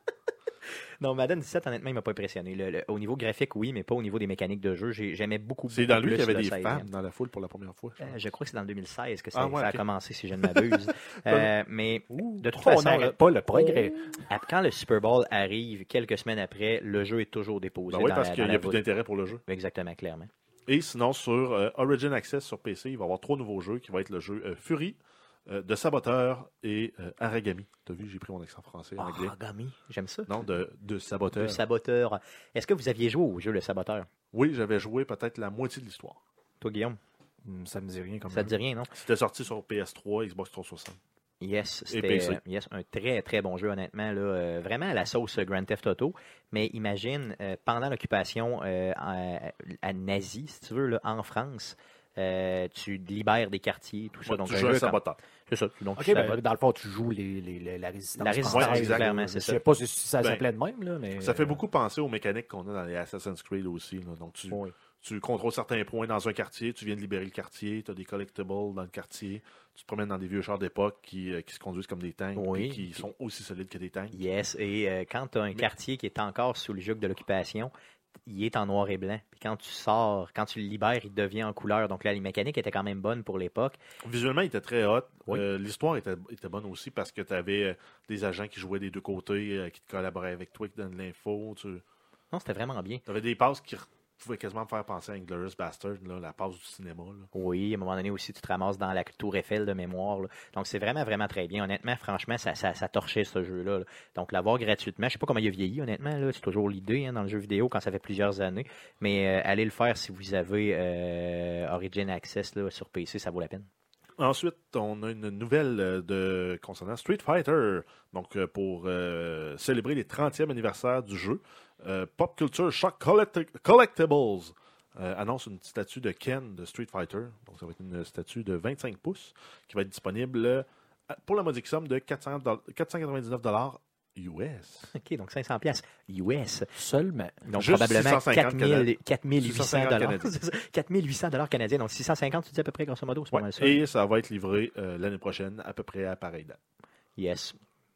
Non, Madden dix-sept, honnêtement, il m'a pas impressionné. Le- le- au niveau graphique, oui, mais pas au niveau des mécaniques de jeu. J'ai- J'aimais beaucoup, C'est beaucoup dans lui plus qu'il y avait le des seize. femmes dans la foule pour la première fois. je Euh, pense. je crois que c'est dans le deux mille seize que ça, Ah ouais, ça a ok. commencé, si je ne m'abuse. Euh, mais de toute Oh façon, non, le- pas le progrès. à- quand le Super Bowl arrive, quelques semaines après, le jeu est toujours déposé Ben oui, dans parce la, qu'il dans n'y la a plus voûte. d'intérêt pour le jeu. Exactement, clairement. Et sinon, sur euh, Origin Access sur P C, il va y avoir trois nouveaux jeux qui vont être le jeu euh, Fury, euh, de Saboteur et euh, Aragami. T'as vu, j'ai pris mon accent français en anglais. Ah, Gami, j'aime ça. Non, de, de Saboteur. Le Saboteur. Est-ce que vous aviez joué au jeu Le Saboteur? Oui, j'avais joué peut-être la moitié de l'histoire. Toi, Guillaume, Hum, Ça me dit rien comme ça te dit rien, non? C'était sorti sur P S trois, Xbox trois cent soixante. Yes, Et P C. c'était euh, yes, un très très bon jeu honnêtement là, euh, vraiment à la sauce euh, Grand Theft Auto. Mais imagine euh, pendant l'occupation euh, à, à nazie, si tu veux, là, en France, euh, tu libères des quartiers, tout ça. Ouais, donc tu un joues jeu un comme- Saboteur. c'est ça. Donc OK, tu ben, sabotes. dans le fond, tu joues les, les- les- la résistance. La résistance, Ouais, exact. clairement, Je c'est sais ça. pas si ça Ben, s'appelait de même, là, mais... Ça fait beaucoup penser aux mécaniques qu'on a dans les Assassin's Creed aussi. là. Donc, tu, Oui. tu contrôles certains points dans un quartier, tu viens de libérer le quartier, tu as des collectibles dans le quartier, tu te promènes dans des vieux chars d'époque qui, euh, qui se conduisent comme des tanks, Oui. puis qui sont aussi solides que des tanks. Yes, et euh, quand tu as un Mais- quartier qui est encore sous le joug de l'occupation, il est en noir et blanc. Puis quand tu sors, quand tu le libères, il devient en couleur. Donc là, les mécaniques étaient quand même bonnes pour l'époque. Visuellement, il était très hot. Oui. Euh, L'histoire était, était bonne aussi parce que tu avais des agents qui jouaient des deux côtés, euh, qui te collaboraient avec toi, qui donnent de l'info. Tu Non, c'était vraiment bien. avais des passes qui re- pouvaient quasiment me faire penser à Inglourious Bastard, là, la passe du cinéma. là. Oui, à un moment donné aussi, tu te ramasses dans la tour Eiffel de mémoire. là. Donc, c'est vraiment, vraiment très bien. Honnêtement, franchement, ça, ça, ça torchait ce jeu-là. là. Donc, l'avoir gratuitement, je sais pas comment il a vieilli, honnêtement. là. C'est toujours l'idée hein, dans le jeu vidéo quand ça fait plusieurs années. Mais euh, allez le faire si vous avez euh, Origin Access là, sur P C, ça vaut la peine. Ensuite, on a une nouvelle euh, de, concernant Street Fighter. Donc, euh, pour euh, célébrer les trentième anniversaire du jeu, euh, Pop Culture Shock Collect- Collectibles euh, annonce une statue de Ken de Street Fighter. Donc, ça va être une statue de vingt-cinq pouces qui va être disponible euh, pour la modique somme de quatre cents dollars quatre cent quatre-vingt-dix-neuf dollars U S. OK, donc cinq cents piastres U S. Seulement. Donc, Juste probablement six cent cinquante quatre mille huit cents dollars. canadiens. quatre mille huit cents dollars canadiens. Donc, six cent cinquante, tu dis à peu près, grosso modo, c'est pas Ouais. mal ça. Et ça va être livré euh, l'année prochaine, à peu près à pareille date. Yes.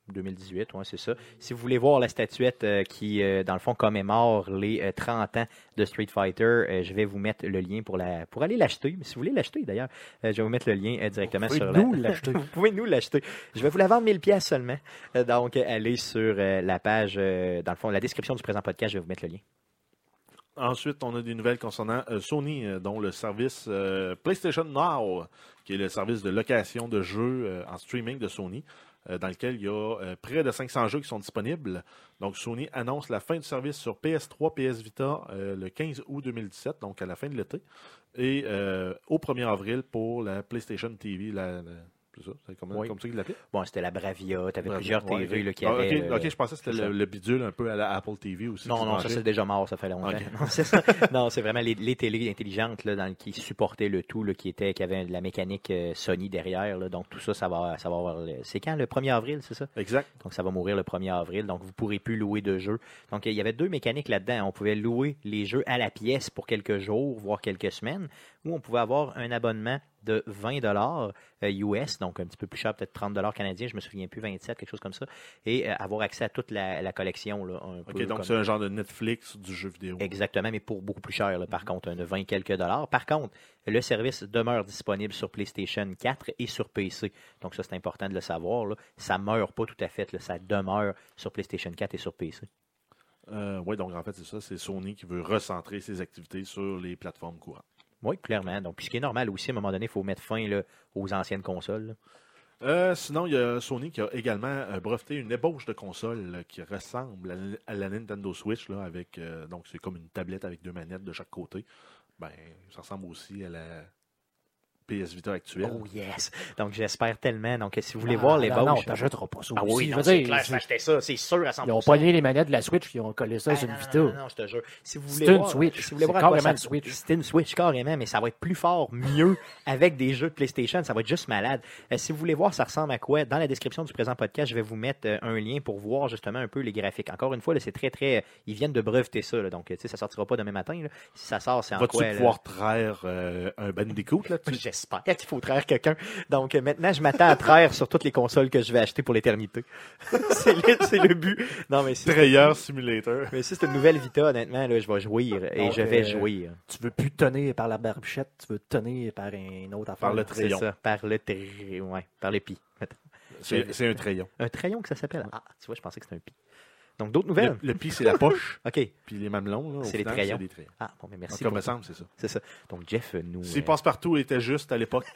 deux mille dix-huit, ouais, c'est ça. Si vous voulez voir la statuette euh, qui, euh, dans le fond, commémore les euh, trente ans de Street Fighter, euh, je vais vous mettre le lien pour, la, pour aller l'acheter. Mais si vous voulez l'acheter, d'ailleurs, euh, je vais vous mettre le lien euh, directement Vous sur pouvez nous la... l'acheter. Vous pouvez nous l'acheter. Je vais vous la vendre mille pièces seulement. Euh, donc, allez sur euh, la page, euh, dans le fond, la description du présent podcast, je vais vous mettre le lien. Ensuite, on a des nouvelles concernant euh, Sony, euh, dont le service euh, PlayStation Now, qui est le service de location de jeux euh, en streaming de Sony, euh, dans lequel il y a euh, près de cinq cents jeux qui sont disponibles. Donc, Sony annonce la fin du service sur P S trois, P S Vita euh, le quinze août deux mille dix-sept, donc à la fin de l'été, et euh, au premier avril pour la PlayStation T V, la, la C'est ça, c'est comme, Oui. comme ça qu'il l'appelait. Bon, c'était la Bravia. Tu avais Bravia, plusieurs T V ouais, là, ok. qui Ah, avaient... ok, euh, ok, je pensais que c'était c'est le, ça. le bidule un peu à la Apple T V aussi. Non, qui non, ça branchait. c'est déjà mort, ça fait longtemps. Ok. Non, c'est ça. Non, c'est vraiment les, les télés intelligentes là, dans, le- qui supportaient le tout, là, qui, était, qui avaient de la mécanique euh, Sony derrière. Là, donc tout ça, ça va, ça va avoir... le- C'est quand, le premier avril, c'est ça? Exact. Donc ça va mourir le premier avril. Donc vous ne pourrez plus louer de jeux. Donc il y avait deux mécaniques là-dedans. On pouvait louer les jeux à la pièce pour quelques jours, voire quelques semaines, ou on pouvait avoir un abonnement de vingt dollars U S, donc un petit peu plus cher, peut-être trente dollars canadiens, je me souviens plus, vingt-sept, quelque chose comme ça, et euh, avoir accès à toute la, la collection. Là, un Ok, peu donc comme- c'est un genre de Netflix du jeu vidéo. Exactement, mais pour beaucoup plus cher, là, par contre, un de vingt quelques dollars. Par contre, le service demeure disponible sur PlayStation quatre et sur P C. Donc ça, c'est important de le savoir. Là. Ça ne meurt pas tout à fait, là. Ça demeure sur PlayStation quatre et sur P C. Euh, oui, donc en fait, c'est ça. C'est Sony qui veut recentrer ses activités sur les plateformes courantes. Oui, clairement. Donc, puis ce qui est normal aussi, à un moment donné, il faut mettre fin là, aux anciennes consoles. là. Euh, sinon, il y a Sony qui a également euh, breveté une ébauche de console euh, qui ressemble à, la- à la Nintendo Switch. Là, avec, euh, donc, c'est comme une tablette avec deux manettes de chaque côté. Ben, ça ressemble aussi à la P S Vita actuelle. Oh yes! Donc, j'espère tellement. Donc, si vous voulez Ah, voir les non, non, bauches... t'achèteras pas ça Ah aussi. oui, Je non, veux c'est dire, clair, je vais acheter ça, c'est sûr à cent pour cent. Ils ont pogné les manettes de la Switch, ils ont collé ça Ah, sur non, une non, Vita. non, non, je te jure. Si vous voulez C'est une voir, Switch. si vous voulez C'est voir à quoi carrément ça- une Switch. C'est une Switch carrément, mais ça va être plus fort, mieux avec des jeux de PlayStation. Ça va être juste malade. Euh, si vous voulez voir, ça ressemble à quoi? Dans la description du présent podcast, je vais vous mettre euh, un lien pour voir justement un peu les graphiques. Encore une fois, là, c'est très, très... Ils viennent de breveter ça, là, donc tu sais, ça sortira pas demain matin. Là. Si ça sort, c'est en Vas-tu quoi? là? pouvoir traire euh, un Bandicoot là-dessus? J'espère qu'il faut traire quelqu'un. Donc euh, maintenant, je m'attends à traire sur toutes les consoles que je vais acheter pour l'éternité. c'est, le, c'est le but. Non, mais si, Trayeur Simulator. mais si c'est une nouvelle Vita, honnêtement, là, je vais jouir et Donc, je vais euh, jouir. Tu veux plus te tenir par la barbichette, tu veux te tenir par une autre affaire. Par le C'est Trayon. ça, par le tri... ouais, par le pi. C'est c'est un crayon. Un crayon que ça s'appelle. Ah, tu vois, je pensais que c'était un pi. Donc d'autres Le, nouvelles. le pli, c'est la poche. OK. Puis les mamelons, là, au C'est les final, crayons. c'est des crayons. Ah, bon, mais merci. Comme pour me ça. semble, c'est ça. C'est ça. Donc Jeff nous. Si euh, Passe-Partout était juste à l'époque,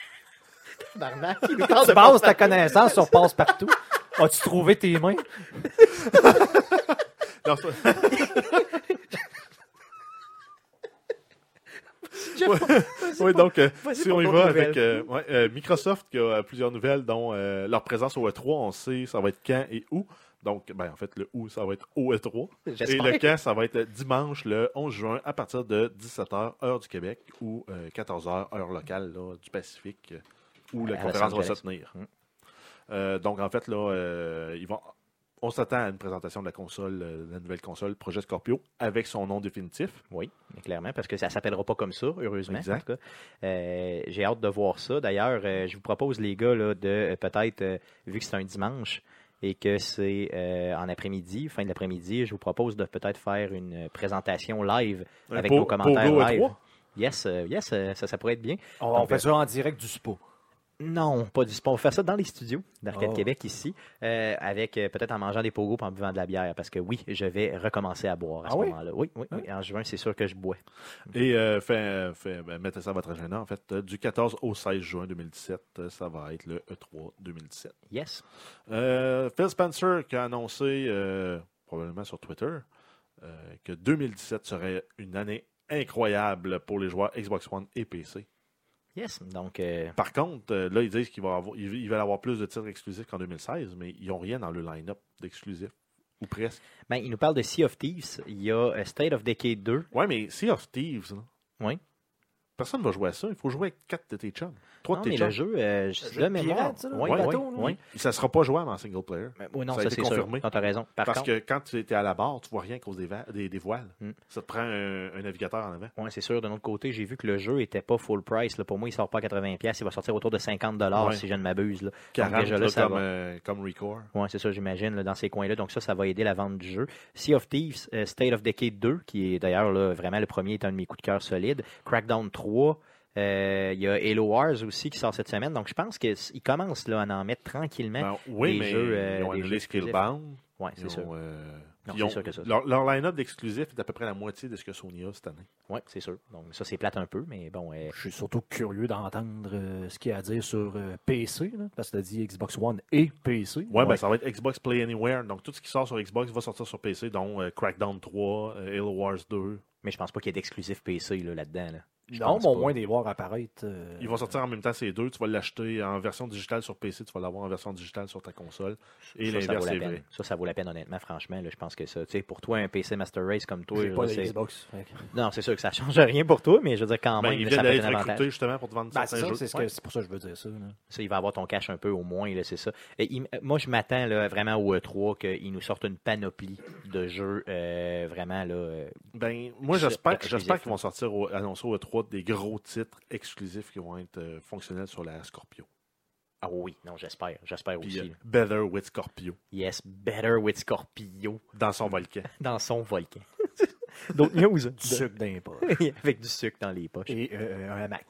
tabarnak, il nous parle Tu de bases ta connaissance sur Passe-Partout. As-tu trouvé tes mains? non, ça- Ouais, ouais, donc, euh, vas-y si pour on y d'autres va nouvelles. avec euh, ouais, euh, Microsoft qui a euh, plusieurs nouvelles, dont euh, leur présence au E trois, on sait ça va être quand et où. Donc, ben, en fait, le où, ça va être au E trois. Et J'espère. le quand, ça va être dimanche, le onze juin, à partir de dix-sept heures, heure du Québec, ou euh, quatorze heures, heure locale là, du Pacifique, euh, où la À conférence Los va se Angeles. tenir. Mm. Euh, donc, en fait, là, euh, ils vont... on s'attend à une présentation de la console, euh, de la nouvelle console Projet Scorpio, avec son nom définitif. Oui, mais clairement, parce que ça ne s'appellera pas comme ça, heureusement. Exact. En tout cas. Euh, j'ai hâte de voir ça. D'ailleurs, euh, je vous propose, les gars, là, de euh, peut-être, euh, vu que c'est un dimanche et que c'est euh, en après-midi, fin de l'après-midi, je vous propose de peut-être faire une présentation live Un avec po- nos commentaires Pogo E live. trois? Yes, euh, yes, euh, ça, ça pourrait être bien. On, on Donc, fait ça en direct du Spa. Non, pas du sport. On va faire ça dans les studios d'Arcade Oh. Québec ici, euh, avec euh, peut-être en mangeant des pogos et en buvant de la bière, parce que oui, je vais recommencer à boire à Ah ce oui? moment-là. Oui, oui, oui. En juin, c'est sûr que je bois. Et euh, fait, fait, ben, mettez ça à votre agenda. En fait, euh, du quatorze au seize juin deux mille dix-sept, euh, ça va être le E trois deux mille dix-sept. Yes. Euh, Phil Spencer qui a annoncé, euh, probablement sur Twitter, euh, que deux mille dix-sept serait une année incroyable pour les joueurs Xbox One et P C. Yes. Donc, euh, Par contre, euh, là, ils disent qu'ils vont avoir, ils, ils veulent avoir plus de titres exclusifs qu'en deux mille seize, mais ils n'ont rien dans le line-up d'exclusifs. Ou presque. ben, il nous parle de Sea of Thieves. Il y a euh, State of Decay deux. Ouais, mais Sea of Thieves, là, Oui. Personne ne va jouer à ça. Il faut jouer avec quatre de tes chums. Trois Non, de tes mais chums. le jeu, euh, je- jeu de de mémoire. pirate, ça, là, Oui, le oui, bateau, là. oui. Ça ne sera pas jouable en single player. Mais- oui, non, Ça a ça, été c'est confirmé. sûr. Tu as raison. Par Parce contre, que quand tu es à la barre, tu vois rien à cause des, va- des, des voiles. Mm. Ça te prend un, un navigateur en avant. oui, c'est sûr. De notre côté, j'ai vu que le jeu n'était pas full price. Là. Pour moi, il ne sort pas à quatre-vingts dollars. Il va sortir autour de cinquante dollars Ouais. si je ne m'abuse. Là. Donc, quarante déjà, là, là, ça comme, va. euh, comme Recore. Oui, c'est ça, j'imagine, là, dans ces coins-là. Donc ça, ça va aider la vente du jeu. Sea of Thieves, euh, State of Decay deux, qui est d'ailleurs là, vraiment le premier est un de mes coups de cœur solides. Crackdown trois. Euh, Il y a Halo Wars aussi qui sort cette semaine. Donc je pense qu'ils commencent là, à en mettre tranquillement. Ben, oui, des mais jeux, euh, ils ont des annulé jeux exclusifs. Skillbound. Oui, Ils c'est sûr. ont, euh, Non, ils c'est ont- sûr que ça. Leur, leur line-up d'exclusifs est à peu près la moitié de ce que Sony a cette année. Oui, c'est sûr. Donc ça, c'est plate un peu, mais bon. euh, Je suis surtout curieux d'entendre euh, ce qu'il y a à dire sur euh, P C, là, parce que tu as dit Xbox One et P C. Ouais, ben ça va être Xbox Play Anywhere. Donc tout ce qui sort sur Xbox va sortir sur P C, dont euh, Crackdown trois, euh, Halo Wars deux. Mais je pense pas qu'il y ait d'exclusif P C là, là-dedans. Là. Je Non, pense mais au pas. moins des voir apparaître. euh, Ils vont sortir en même temps ces deux. Tu vas l'acheter en version digitale sur P C, tu vas l'avoir en version digitale sur ta console. Et Ça, ça l'inverse vaut la est peine. vrai. Ça, ça vaut la peine, honnêtement, franchement. Là, je pense que ça, tu sais, pour toi, un P C Master Race comme toi, J'ai là, pas de c'est- Xbox. fait que- non, c'est sûr que ça change rien pour toi, mais je veux dire, quand Ben, même, ils là, viennent ça peut d'aller être te un avantage. recruter justement pour te vendre Ben, c'est certains ça, jeux. c'est ce que- c'est pour ça que je veux dire ça. là. Ça, il va avoir ton cash un peu au moins, là, c'est ça. Et il- moi, je m'attends là, vraiment au E trois qu'ils nous sortent une panoplie de jeux euh, vraiment là. euh, Ben, moi, C'est j'espère, exclusif, j'espère hein. qu'ils vont sortir au, annoncer au E trois des gros titres exclusifs qui vont être euh, fonctionnels sur la Scorpio. Ah oui, non, j'espère. J'espère Puis, aussi. euh, là. Better with Scorpio Yes, better with Scorpio dans son volcan. dans son volcan. D'autres news? Du sucre d'un pas. Avec du sucre dans les poches. Et euh, un Mac.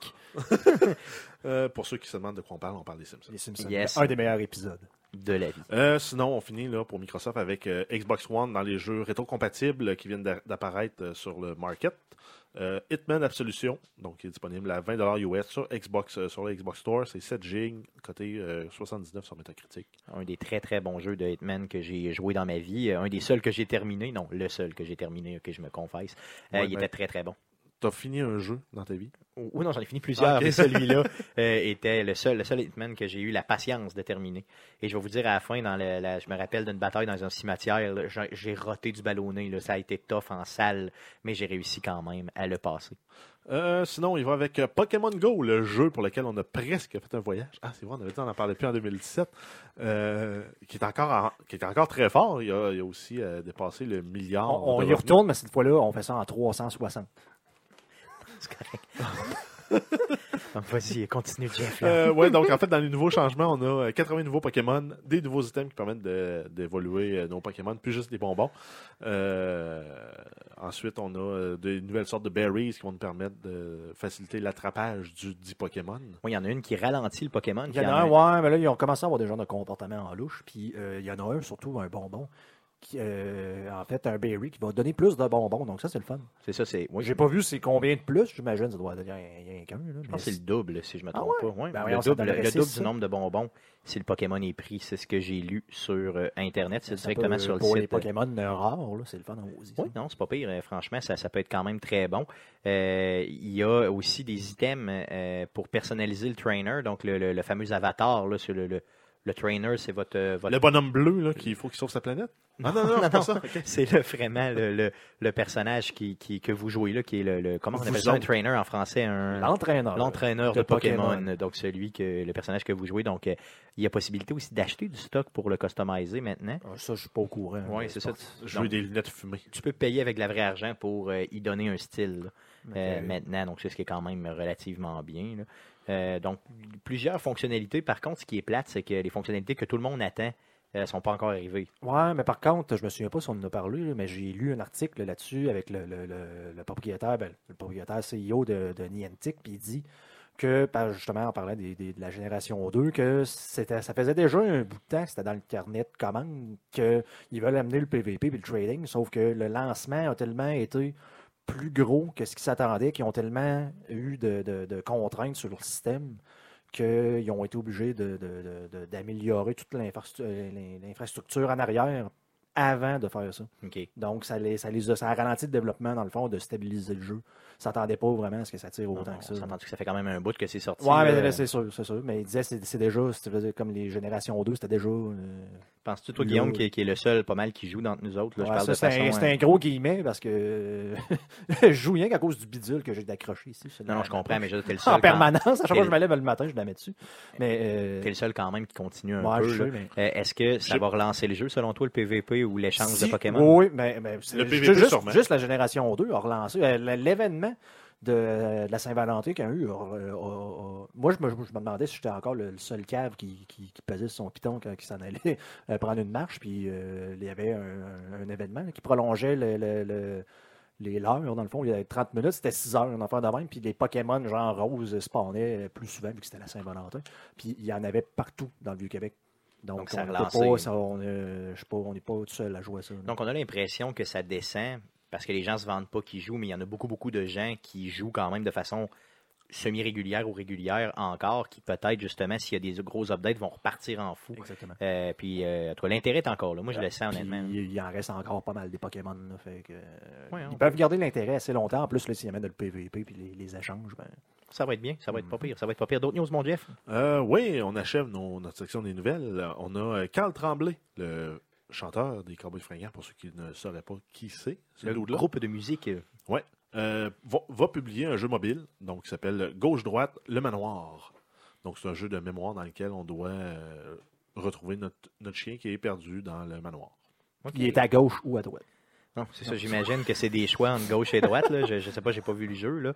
Euh, pour ceux qui se demandent de quoi on parle, on parle des Simpsons. Les Simpsons. Yes. Un des meilleurs épisodes. De la vie. Euh, sinon, on finit là, pour Microsoft avec euh, Xbox One dans les jeux rétro-compatibles qui viennent d'a- d'apparaître euh, sur le market. Euh, Hitman Absolution, donc qui est disponible à vingt dollars U S sur Xbox, euh, sur le Xbox Store. C'est sept gigs, côté euh, soixante-dix-neuf sur Metacritic. Un des très très bons jeux de Hitman que j'ai joué dans ma vie. Un des seuls que j'ai terminé. Non, le seul que j'ai terminé, que je me confesse. Euh, Ouais, il ben- était très très bon. T'as fini un jeu dans ta vie? Ou non, j'en ai fini plusieurs, Ok. mais celui-là euh, était le seul, le seul Hitman que j'ai eu la patience de terminer. Et je vais vous dire à la fin, dans le- la, je me rappelle d'une bataille dans un cimetière, là, j'ai, j'ai roté du ballonné. Là, ça a été tough en salle, mais j'ai réussi quand même à le passer. Euh, sinon, il va avec euh, Pokémon Go, le jeu pour lequel on a presque fait un voyage. Ah, c'est vrai, on avait dit, on n'en parlait plus en deux mille dix-sept, euh, qui, est encore en- qui est encore très fort. Il a, il a aussi euh, dépassé le milliard. On, on de y revenus. retourne, mais cette fois-là, on fait ça en trois cent soixante. C'est correct. Donc, vas-y, continue, Jeff. là. Euh, ouais, donc en fait, dans les nouveaux changements, on a euh, quatre-vingts nouveaux Pokémon, des nouveaux items qui permettent de- d'évoluer euh, nos Pokémon, plus juste des bonbons. Euh, ensuite, on a euh, de nouvelles sortes de berries qui vont nous permettre de faciliter l'attrapage du dit Pokémon. Oui, il y en a une qui ralentit le Pokémon. Il y en puis a un, ouais, mais là, ils ont commencé à avoir des genres de comportements en louche. Puis euh, il y en a un, surtout un bonbon, qui, euh, en fait, un berry qui va donner plus de bonbons. Donc ça, c'est le fun. C'est ça, c'est. Oui, J'ai pas vu c'est combien de plus. J'imagine que ça doit donner rien qu'un. là, je mais pense que c'est le double, si je me Ah trompe ouais? pas. Ouais, Ben le voyons, ça double, devrait le six, double ça. du nombre de bonbons si le Pokémon est pris. C'est ce que j'ai lu sur euh, Internet. C'est ça directement peut- sur le pour site. les Pokémon euh, rares, là, c'est le fun aussi. ça. Oui, non, c'est pas pire. Euh, franchement, ça, ça peut être quand même très bon. Euh, il y a aussi des items euh, pour personnaliser le trainer, donc le, le- le fameux avatar là, sur le, le, le trainer, c'est votre, euh, votre Le bonhomme bleu, là, qu'il faut qu'il sauve sa planète. Ah non, non, c'est pas ça. Ok. c'est le, vraiment le, le, le personnage qui, qui, que vous jouez là, qui est le, le comment on Vous appelle ça, un autres. trainer en français, un L'entraîneur. l'entraîneur de, de Pokémon, Pokémon. donc celui que le personnage que vous jouez. Donc euh, il y a possibilité aussi d'acheter du stock pour le customiser maintenant. Ah, ça, je suis pas au courant. Oui, mais c'est ça. pas- Je veux des lunettes fumées. Tu peux payer avec de la vraie argent pour euh, y donner un style là, euh, Ok. maintenant, donc c'est ce qui est quand même relativement bien. là. Euh, donc plusieurs fonctionnalités. Par contre, ce qui est plate, c'est que les fonctionnalités que tout le monde attend ne sont pas encore arrivées. Ouais, mais par contre, je me souviens pas si on en a parlé, là, mais j'ai lu un article là-dessus avec le, le, le, le propriétaire, ben, le propriétaire C E O de, de Niantic, puis il dit que, par- justement, en parlant des, des- de la génération deux, que c'était, ça faisait déjà un bout de temps que c'était dans le carnet de commandes, qu'ils veulent amener le P V P et le trading, sauf que le lancement a tellement été plus gros que ce qu'ils s'attendaient, qu'ils ont tellement eu de, de- de contraintes sur leur système qu'ils ont été obligés de- de- de- de- d'améliorer toute l'infrastructure, l'infrastructure en arrière avant de faire ça. OK. Donc, ça, les, ça, les a, ça a ralenti le développement, dans le fond, de stabiliser le jeu. Ça s'attendait pas vraiment à ce que ça tire autant On que ça. s'entend que ça fait quand même un bout que c'est sorti. Ouais, mais là. là, c'est sûr, c'est sûr. Mais il disait c'est c'est déjà, si tu veux dire, comme les générations deux, c'était déjà euh, Penses-tu, toi, Guillaume, qui, qui est le seul pas mal qui joue d'entre nous autres? Là, Ouais, je parle ça, de c'est, façon, un, c'est euh... un gros guillemet parce que je joue rien qu'à cause du bidule que j'ai d'accrocher ici. Non, non, je comprends, mais je t'es le seul. En permanence, à chaque t'es fois que je me lève le matin, je la mets dessus. Mais, euh... T'es le seul quand même qui continue un ouais, peu. je sais, là. mais... Euh, est-ce que ça J'ai... va relancer le jeu, selon toi, le P V P ou l'échange si... de Pokémon? Oui, mais, mais c'est le P V P, juste, sûrement. juste la génération deux a relancé. L'événement de, de la Saint-Valentin qu'il y a eu, a, a, a, moi, je me, je me demandais si j'étais encore le, le seul cave qui, qui, qui pesait sur son piton quand il s'en allait euh, prendre une marche. Puis euh, il y avait un, un, un événement là, qui prolongeait le, le, le, les l'heure. Dans le fond, il y avait trente minutes, c'était six heures, un affaire de même. Puis les Pokémon, genre rose, spawnaient plus souvent vu que c'était la Saint-Valentin. Puis il y en avait partout dans le Vieux-Québec. Donc, Donc ça on a n'est pas, pas tout seul à jouer à ça. Là. Donc, on a l'impression que ça descend parce que les gens ne se vendent pas qu'ils jouent, mais il y en a beaucoup, beaucoup de gens qui jouent quand même de façon semi-régulière ou régulière encore, qui peut-être, justement, s'il y a des gros updates, vont repartir en fou. Exactement. Euh, puis, euh, toi, l'intérêt est encore là. Moi, je le sens, honnêtement. Il, il en reste encore pas mal des Pokémon. Là, fait que, ouais, ils peuvent garder l'intérêt assez longtemps. En plus, là, s'ils amènent le P V P et les, les échanges, ben... Ça va être bien. Ça va être pas pire. Ça va être pas pire. D'autres news, mon Jeff? Euh, oui, on achève nos, notre section des nouvelles. On a Carl Tremblay, le chanteur des Cowboys Fringants, pour ceux qui ne sauraient pas qui c'est. Le groupe de musique. Oui. Euh, va, va publier un jeu mobile donc qui s'appelle Gauche-Droite, le manoir. Donc, c'est un jeu de mémoire dans lequel on doit euh, retrouver notre, notre chien qui est perdu dans le manoir. Okay. Il est à gauche ou à droite? Non, c'est ça. J'imagine que c'est des choix entre gauche et droite. Là. Je ne sais pas, j'ai pas vu le jeu. Là.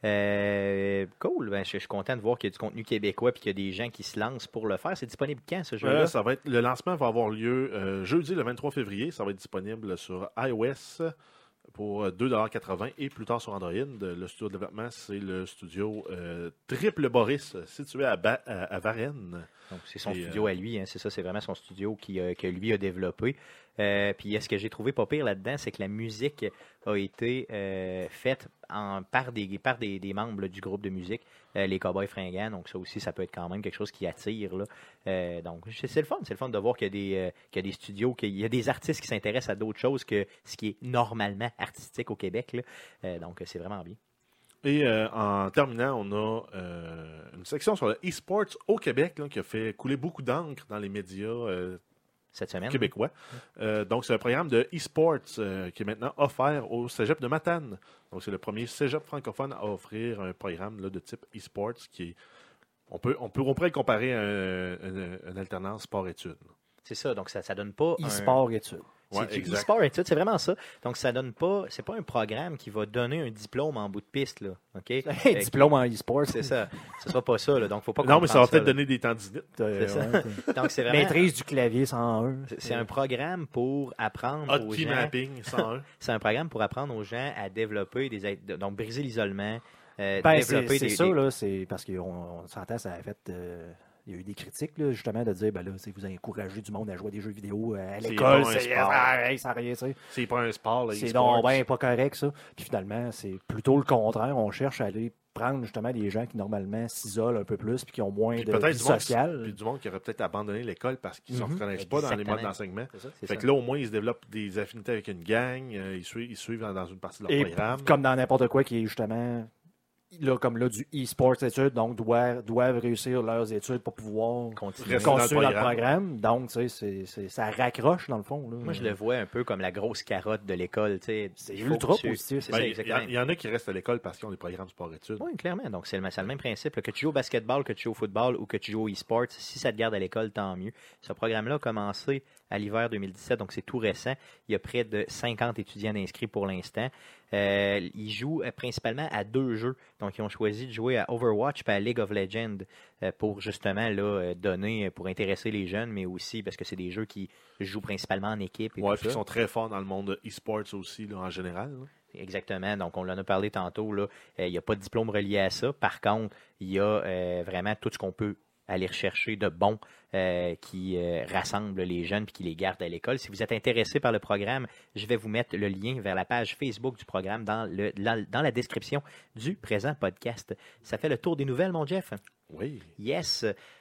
Euh, cool. Ben, je, je suis content de voir qu'il y a du contenu québécois et qu'il y a des gens qui se lancent pour le faire. C'est disponible quand, ce jeu-là? Euh, ça va être, le lancement va avoir lieu euh, jeudi, le vingt-trois février. Ça va être disponible sur iOS pour deux dollars quatre-vingts et plus tard sur Android. Le studio de développement, c'est le studio euh, Triple Boris, situé à, ba- à, à Varennes. Donc, c'est son et, studio euh... à lui. Hein, c'est ça, c'est vraiment son studio qui, euh, que lui a développé. Euh, puis, ce que j'ai trouvé pas pire là-dedans, c'est que la musique a été euh, faite en, par, des, par des, des membres là, du groupe de musique, euh, les Cowboys Fringants. Donc, ça aussi, ça peut être quand même quelque chose qui attire. Là. Euh, donc, c'est, c'est le fun. C'est le fun de voir qu'il y a des, euh, qu'il y a des studios, qu'il y a des artistes qui s'intéressent à d'autres choses que ce qui est normalement artistique au Québec. Là. Euh, donc, c'est vraiment bien. Et euh, en terminant, on a euh, une section sur le e-sports au Québec là, qui a fait couler beaucoup d'encre dans les médias euh, cette semaine québécois. Euh, donc, c'est un programme de e-sports euh, qui est maintenant offert au Cégep de Matane. Donc, c'est le premier Cégep francophone à offrir un programme là, de type e-sports qui est, on peut, on peut, on pourrait le comparer à un, un, une alternance sport-études. C'est ça, donc ça, ça donne pas e-sport-études. Ouais, c'est du e-sport études, c'est vraiment ça. Donc, ça donne pas, c'est pas un programme qui va donner un diplôme en bout de piste, là. OK? Un euh, diplôme en e-sport. C'est ça. Ce sera pas ça, là. Donc, faut pas Non, mais ça va peut-être là. donner des tendinites. Euh, c'est ouais, ça. Donc, c'est vraiment... Maîtrise du clavier cent un. C'est, c'est un programme pour apprendre aux Hotkey gens... mapping cent un. C'est un programme pour apprendre aux gens à développer des... Donc, briser l'isolement, euh, ben, développer c'est, c'est des... ça, des... là. C'est parce qu'on on s'entend, ça a fait... Euh... Il y a eu des critiques, là, justement, de dire, ben là, vous encouragez du monde à jouer à des jeux vidéo à l'école, c'est, c'est, ah, ça rien, tu sais. C'est pas un sport, là, c'est donc ben pas correct, ça. Puis finalement, c'est plutôt le contraire. On cherche à aller prendre, justement, des gens qui, normalement, s'isolent un peu plus puis qui ont moins puis de vie sociale. Puis du monde qui aurait peut-être abandonné l'école parce qu'ils ne mm-hmm. se reconnaissent pas dans les modes d'enseignement. C'est ça, c'est fait ça. que là, au moins, ils se développent des affinités avec une gang. Euh, ils, suivent, ils suivent dans une partie de leur Et programme. Comme dans n'importe quoi qui est, justement... Là, comme là, du e-sports études, donc doivent, doivent réussir leurs études pour pouvoir continuer dans, dans le programme. programme. Donc, tu sais, c'est, c'est, ça raccroche, dans le fond. Là. Moi, je le vois un peu comme la grosse carotte de l'école. Tu sais, c'est ultra tu... positif. C'est ben, ça, exactement. Il y, y en a qui restent à l'école parce qu'ils ont des programmes sport-études. Oui, clairement. Donc, c'est le, c'est le même principe. Là, que tu joues au basketball, que tu joues au football ou que tu joues au e-sport, si ça te garde à l'école, tant mieux. Ce programme-là a commencé à l'hiver deux mille dix-sept, donc c'est tout récent. Il y a près de cinquante étudiants inscrits pour l'instant. Euh, ils jouent euh, principalement à deux jeux. Donc, ils ont choisi de jouer à Overwatch et à League of Legends euh, pour justement là, euh, donner, pour intéresser les jeunes, mais aussi parce que c'est des jeux qui jouent principalement en équipe. Et ouais, tout puis ça. ils sont très forts dans le monde e-sports aussi, là, en général. Là. Exactement. Donc, on en a parlé tantôt. Là. Euh, il n'y a pas de diplôme relié à ça. Par contre, il y a euh, vraiment tout ce qu'on peut aller rechercher de bon euh, qui euh, rassemble les jeunes et qui les garde à l'école. Si vous êtes intéressé par le programme, je vais vous mettre le lien vers la page Facebook du programme dans, le, la, dans la description du présent podcast. Ça fait le tour des nouvelles, mon Jeff? Oui. Yes.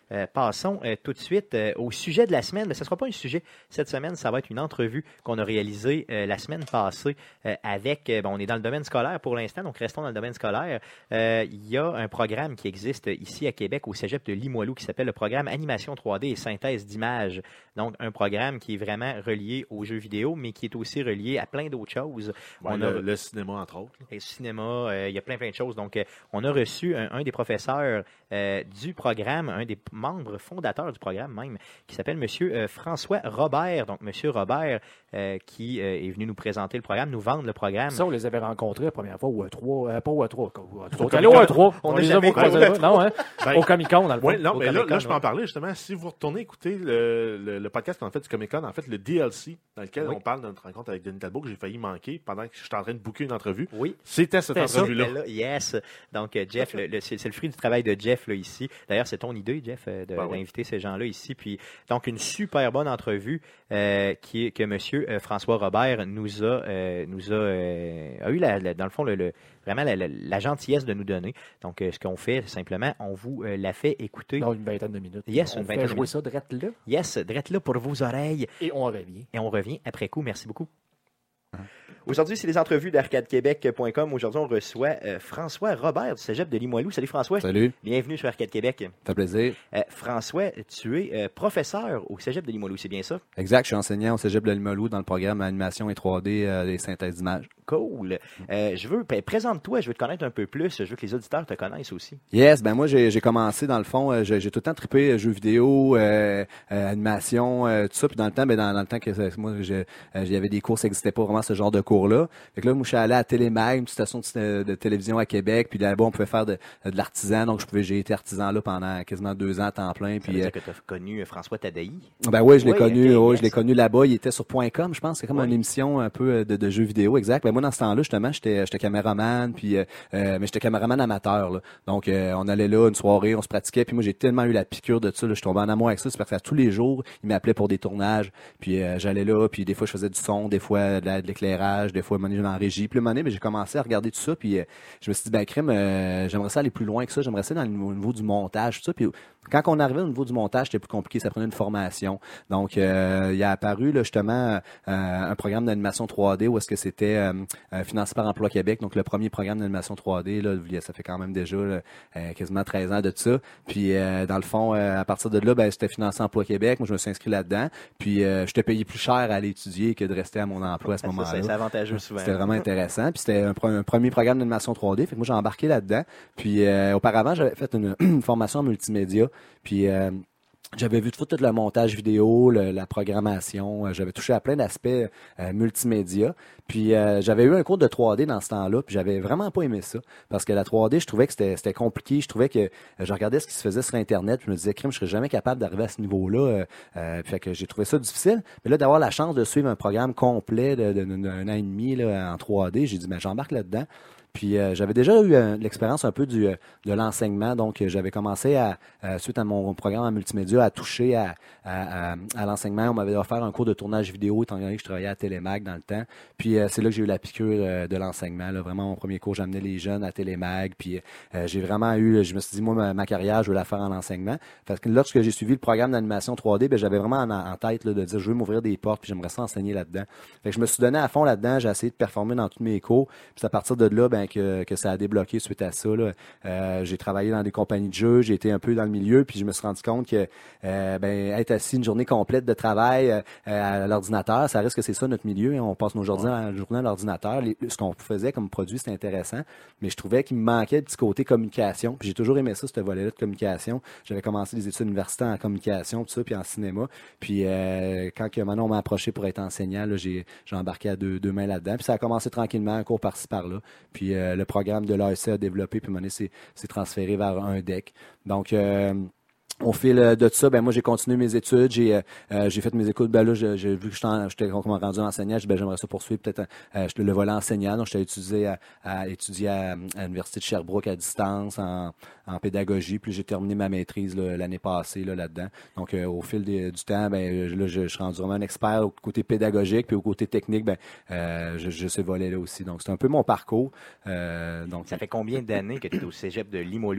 Euh, passons euh, tout de suite euh, au sujet de la semaine. Mais ce ne sera pas un sujet cette semaine, ça va être une entrevue qu'on a réalisée euh, la semaine passée euh, avec, euh, bon, on est dans le domaine scolaire pour l'instant, donc restons dans le domaine scolaire. Euh, il y a un programme qui existe ici à Québec au cégep de Limoilou qui s'appelle le programme Animation trois D et synthèse d'images. Donc, un programme qui est vraiment relié aux jeux vidéo, mais qui est aussi relié à plein d'autres choses. Ouais, on le, a le cinéma, entre autres. Là. Le cinéma, euh, il y a plein, plein de choses. Donc, euh, on a reçu un, un des professeurs euh, du programme, un des membres fondateurs du programme même, qui s'appelle M. Euh, François Robert. Donc, M. Robert, euh, qui euh, est venu nous présenter le programme, nous vendre le programme. Ça, on les avait rencontrés la première fois au E trois. Euh, pas au E trois. Au Au allé au E trois. On On n'a les a jamais beaucoup été au E croisés. Non, hein? Ben, Au Comic-Con, dans le fond. Oui, non, Au mais là, Comic-Con, là, je peux ouais. en parler justement. Si vous retournez écouter le, le, le podcast qu'on a fait du Comic-Con, en fait, le D L C, dans lequel Oui. on parle de notre rencontre avec Denis Talbot, que j'ai failli manquer pendant que j'étais en train de booker une entrevue, Oui. c'était cette C'était ça. entrevue-là. Là, yes. Donc, euh, Jeff, le- le- c'est c'est le fruit du travail de Jeff là, ici. D'ailleurs, c'est ton idée, Jeff, euh, de- Ben oui. d'inviter ces gens-là ici. Puis, donc, une super bonne entrevue euh, qui est- que M. euh, François Robert nous a, euh, nous a, euh, a eu, la, la- dans le fond, le, le- vraiment la, la- la gentillesse de nous donner. Donc, euh, ce qu'on fait, simplement, on vous euh, la fait écouter. Non, une vingtaine de minutes. Yes, on une fait vingtaine de jouer minutes. ça direct là. Yes, drette là pour vos oreilles. Et on revient. Et on revient après coup. Merci beaucoup. Aujourd'hui, c'est les entrevues d'arcade québec point com. Aujourd'hui, on reçoit euh, François Robert du cégep de Limoilou. Salut François. Salut, Bienvenue sur Arcade Québec. ça fait plaisir. Euh, François, tu es euh, professeur au cégep de Limoilou, c'est bien ça? Exact, je suis enseignant au cégep de Limoilou dans le programme animation et trois D euh, et synthèse d'images. Cool. Euh, je veux, ben, présente-toi, je veux te connaître un peu plus. Je veux que les auditeurs te connaissent aussi. Yes, ben moi j'ai j'ai commencé dans le fond, euh, j'ai j'ai tout le temps trippé euh, jeux vidéo, euh, euh, animation, euh, tout ça. Puis dans le temps, ben dans, dans le temps que euh, moi je- euh, il y avait des cours, ça n'existait pas vraiment ce genre de cours-là. Fait que là, moi je suis allé à Télémag, une petite station de, de télévision à Québec. Puis là-bas, on pouvait faire de, de l'artisan. Donc je pouvais, j'ai été artisan là pendant quasiment deux ans à temps plein. Ça Puis veut euh, dire que tu as connu euh, François Tadaï. ben oui, je l'ai Oui, connu, ok, ouais, yes. je l'ai connu là-bas. Il était sur point .com, je pense. C'est comme Ouais. une émission un peu euh, de, de jeux vidéo, exact. Ben moi, dans ce temps-là, justement, j'étais, j'étais caméraman, puis euh, euh, mais j'étais caméraman amateur. Là. Donc, euh, on allait là une soirée, on se pratiquait. Puis moi, j'ai tellement eu la piqûre de ça. Là, je tombais en amour avec ça. C'est parce que tous les jours, il m'appelait pour des tournages. Puis euh, j'allais là, puis des fois, je faisais du son, des fois de, la- de l'éclairage, des fois, j'étais en régie. Puis le moment donné, ben, j'ai commencé à regarder tout ça. Puis euh, je me suis dit, ben crème, euh, j'aimerais ça aller plus loin que ça. J'aimerais ça dans le niveau, au niveau du montage, tout ça. Puis quand on arrivait au niveau du montage, c'était plus compliqué. Ça prenait une formation. Donc, euh, il a apparu là, justement euh, un programme d'animation trois D où est-ce que c'était euh, euh, financé par Emploi Québec. Donc, le premier programme d'animation trois D, là, ça fait quand même déjà là, euh, quasiment treize ans de ça. Puis, euh, dans le fond, euh, à partir de là, ben, c'était financé Emploi Québec. Moi, je me suis inscrit là-dedans. Puis, euh, j'étais payé plus cher à aller étudier que de rester à mon emploi à ce Ça, moment-là. c'est c'est avantageux souvent. C'était vraiment intéressant. Puis c'était un, pre- un premier programme d'animation trois D. Fait que moi, j'ai embarqué là-dedans. Puis euh, auparavant, j'avais fait une, une formation en multimédia. Puis euh, j'avais vu tout, tout le montage vidéo, le- la programmation. Euh, J'avais touché à plein d'aspects euh, multimédia. Puis euh, j'avais eu un cours de trois D dans ce temps-là. Puis j'avais vraiment pas aimé ça. Parce que la trois D, je trouvais que c'était c'était compliqué. Je trouvais que euh, je regardais ce qui se faisait sur Internet. Puis je me disais, crime, je serais jamais capable d'arriver à ce niveau-là. Euh, euh, puis fait que j'ai trouvé ça difficile. Mais là, d'avoir la chance de suivre un programme complet de- de- de- d'un an et demi là, en trois D, j'ai dit, ben j'embarque là-dedans. Puis euh, j'avais déjà eu euh, l'expérience un peu du euh, de l'enseignement, donc euh, j'avais commencé à euh, suite à mon programme en multimédia à toucher à à, à, à l'enseignement. On m'avait offert un cours de tournage vidéo étant donné que je travaillais à Télémag dans le temps. Puis euh, c'est là que j'ai eu la piqûre euh, de l'enseignement. Là, vraiment mon premier cours, j'amenais les jeunes à Télémag. Puis euh, j'ai vraiment eu, je me suis dit moi ma, ma carrière, je veux la faire en enseignement. Parce que lorsque j'ai suivi le programme d'animation trois D, ben j'avais vraiment en, en tête là, de dire je veux m'ouvrir des portes, puis j'aimerais ça enseigner là-dedans. Fait que je me suis donné à fond là-dedans. J'ai essayé de performer dans tous mes cours. Puis c'est à partir de là, ben que, que ça a débloqué suite à ça. Là. Euh, j'ai travaillé dans des compagnies de jeux, j'ai été un peu dans le milieu, puis je me suis rendu compte que euh, ben être assis une journée complète de travail euh, à l'ordinateur, ça risque que c'est ça notre milieu. Hein. On passe nos journées, à, journées à l'ordinateur. Les, ce qu'on faisait comme produit, c'était intéressant, mais je trouvais qu'il me manquait le petit côté communication. Puis j'ai toujours aimé ça, ce volet-là de communication. J'avais commencé des études universitaires en communication, tout ça, puis en cinéma. Puis euh, quand que Manon m'a approché pour être enseignant, là, j'ai, j'ai embarqué à deux, deux mains là-dedans. Puis ça a commencé tranquillement, un cours par-ci par-là. Puis euh, le programme de l'A S C a développé, puis maintenant c'est, c'est transféré vers un D E C. Donc euh, au fil de ça, ben moi j'ai continué mes études, j'ai euh, j'ai fait mes écoutes. Ben là, j'ai, j'ai vu que j'étais, en, j'étais rendu enseignant, j'ai dit, ben j'aimerais ça poursuivre peut-être euh, le volet enseignant. Donc j'étais étudié à, à étudier à, à l'université de Sherbrooke à distance en, en pédagogie. Puis j'ai terminé ma maîtrise là, l'année passée là, là-dedans. Donc euh, au fil des, du temps, ben là je, je suis rendu vraiment un expert au côté pédagogique, puis au côté technique, ben euh, je, je sais voler là aussi. Donc c'est un peu mon parcours. Euh, donc Ça fait combien d'années que tu es au cégep de Limoilou?